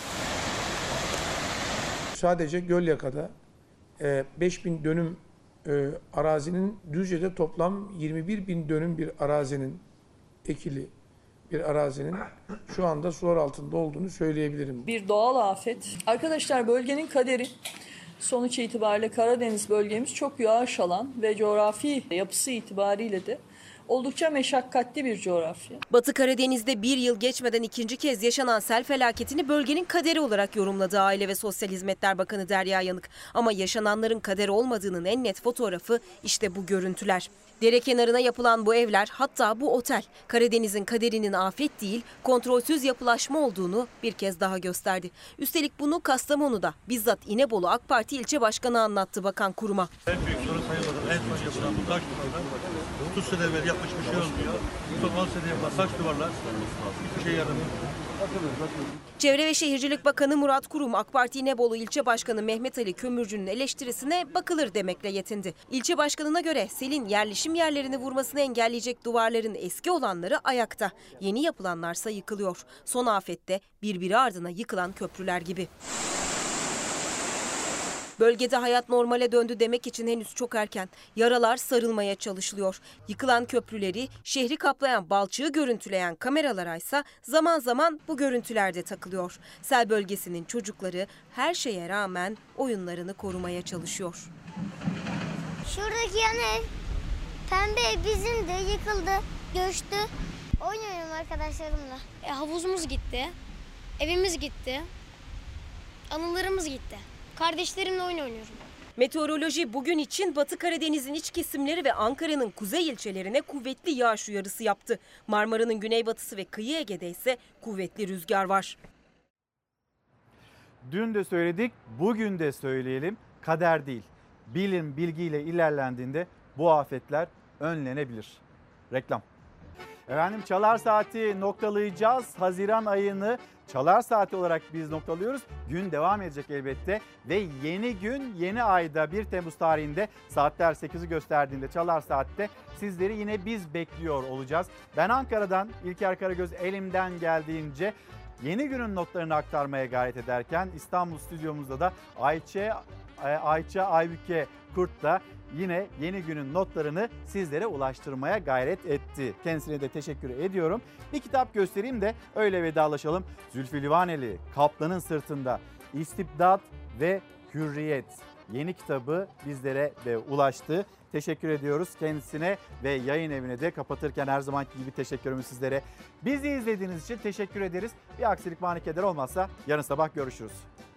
Sadece Gölyaka'da 5000 dönüm arazinin, Düzce'de toplam 21.000 dönüm bir arazinin, ekili bir arazinin şu anda sular altında olduğunu söyleyebilirim. Bir doğal afet. Arkadaşlar, bölgenin kaderi sonuç itibariyle Karadeniz bölgemiz çok yağış alan ve coğrafi yapısı itibariyle de oldukça meşakkatli bir coğrafya. Batı Karadeniz'de bir yıl geçmeden ikinci kez yaşanan sel felaketini bölgenin kaderi olarak yorumladı Aile ve Sosyal Hizmetler Bakanı Derya Yanık. Ama yaşananların kader olmadığının en net fotoğrafı işte bu görüntüler. Dere kenarına yapılan bu evler, hatta bu otel, Karadeniz'in kaderinin afet değil, kontrolsüz yapılaşma olduğunu bir kez daha gösterdi. Üstelik bunu Kastamonu'da bizzat İnebolu AK Parti ilçe başkanı anlattı bakan kuruma. En büyük sorun Sayın Bakan, en son yapılan bu taş duvarlar 30 sene evvel yapmış bir şey olmuyor. Son 10 sene yapılan taş duvarlar hiçbir şey yaramıyor. Çevre ve Şehircilik Bakanı Murat Kurum, AK Parti İnebolu İlçe Başkanı Mehmet Ali Kömürcü'nün eleştirisine bakılır demekle yetindi. İlçe başkanına göre selin yerleşim yerlerini vurmasını engelleyecek duvarların eski olanları ayakta. Yeni yapılanlarsa yıkılıyor. Son afette birbiri ardına yıkılan köprüler gibi. Bölgede hayat normale döndü demek için henüz çok erken. Yaralar sarılmaya çalışılıyor. Yıkılan köprüleri, şehri kaplayan balçığı görüntüleyen kameralara ise zaman zaman bu görüntülerde takılıyor. Sel bölgesinin çocukları her şeye rağmen oyunlarını korumaya çalışıyor. Şuradaki yan ev, pembe ev bizim de yıkıldı, göçtü. Oynuyorum arkadaşlarımla. Havuzumuz gitti, evimiz gitti, anılarımız gitti. Kardeşlerimle oyun oynuyorum. Meteoroloji bugün için Batı Karadeniz'in iç kesimleri ve Ankara'nın kuzey ilçelerine kuvvetli yağış uyarısı yaptı. Marmara'nın güneybatısı ve kıyı Ege'de ise kuvvetli rüzgar var. Dün de söyledik, bugün de söyleyelim. Kader değil. Bilim, bilgiyle ilerlendiğinde bu afetler önlenebilir. Reklam. Efendim, Çalar Saati noktalayacağız. Haziran ayını Çalar Saati olarak biz noktalıyoruz. Gün devam edecek elbette ve yeni gün yeni ayda 1 Temmuz tarihinde saatler 8'i gösterdiğinde Çalar Saat'te sizleri yine biz bekliyor olacağız. Ben Ankara'dan İlker Karagöz elimden geldiğince yeni günün notlarını aktarmaya gayret ederken İstanbul stüdyomuzda da Ayça Aybüke Kurt da yine yeni günün notlarını sizlere ulaştırmaya gayret etti. Kendisine de teşekkür ediyorum. Bir kitap göstereyim de öyle vedalaşalım. Zülfü Livaneli, Kaplanın Sırtında, İstibdat ve Hürriyet yeni kitabı bizlere de ulaştı. Teşekkür ediyoruz kendisine ve yayın evine de. Kapatırken her zamanki gibi teşekkürümü sizlere. Bizi izlediğiniz için teşekkür ederiz. Bir aksilik, mani, keder olmazsa yarın sabah görüşürüz.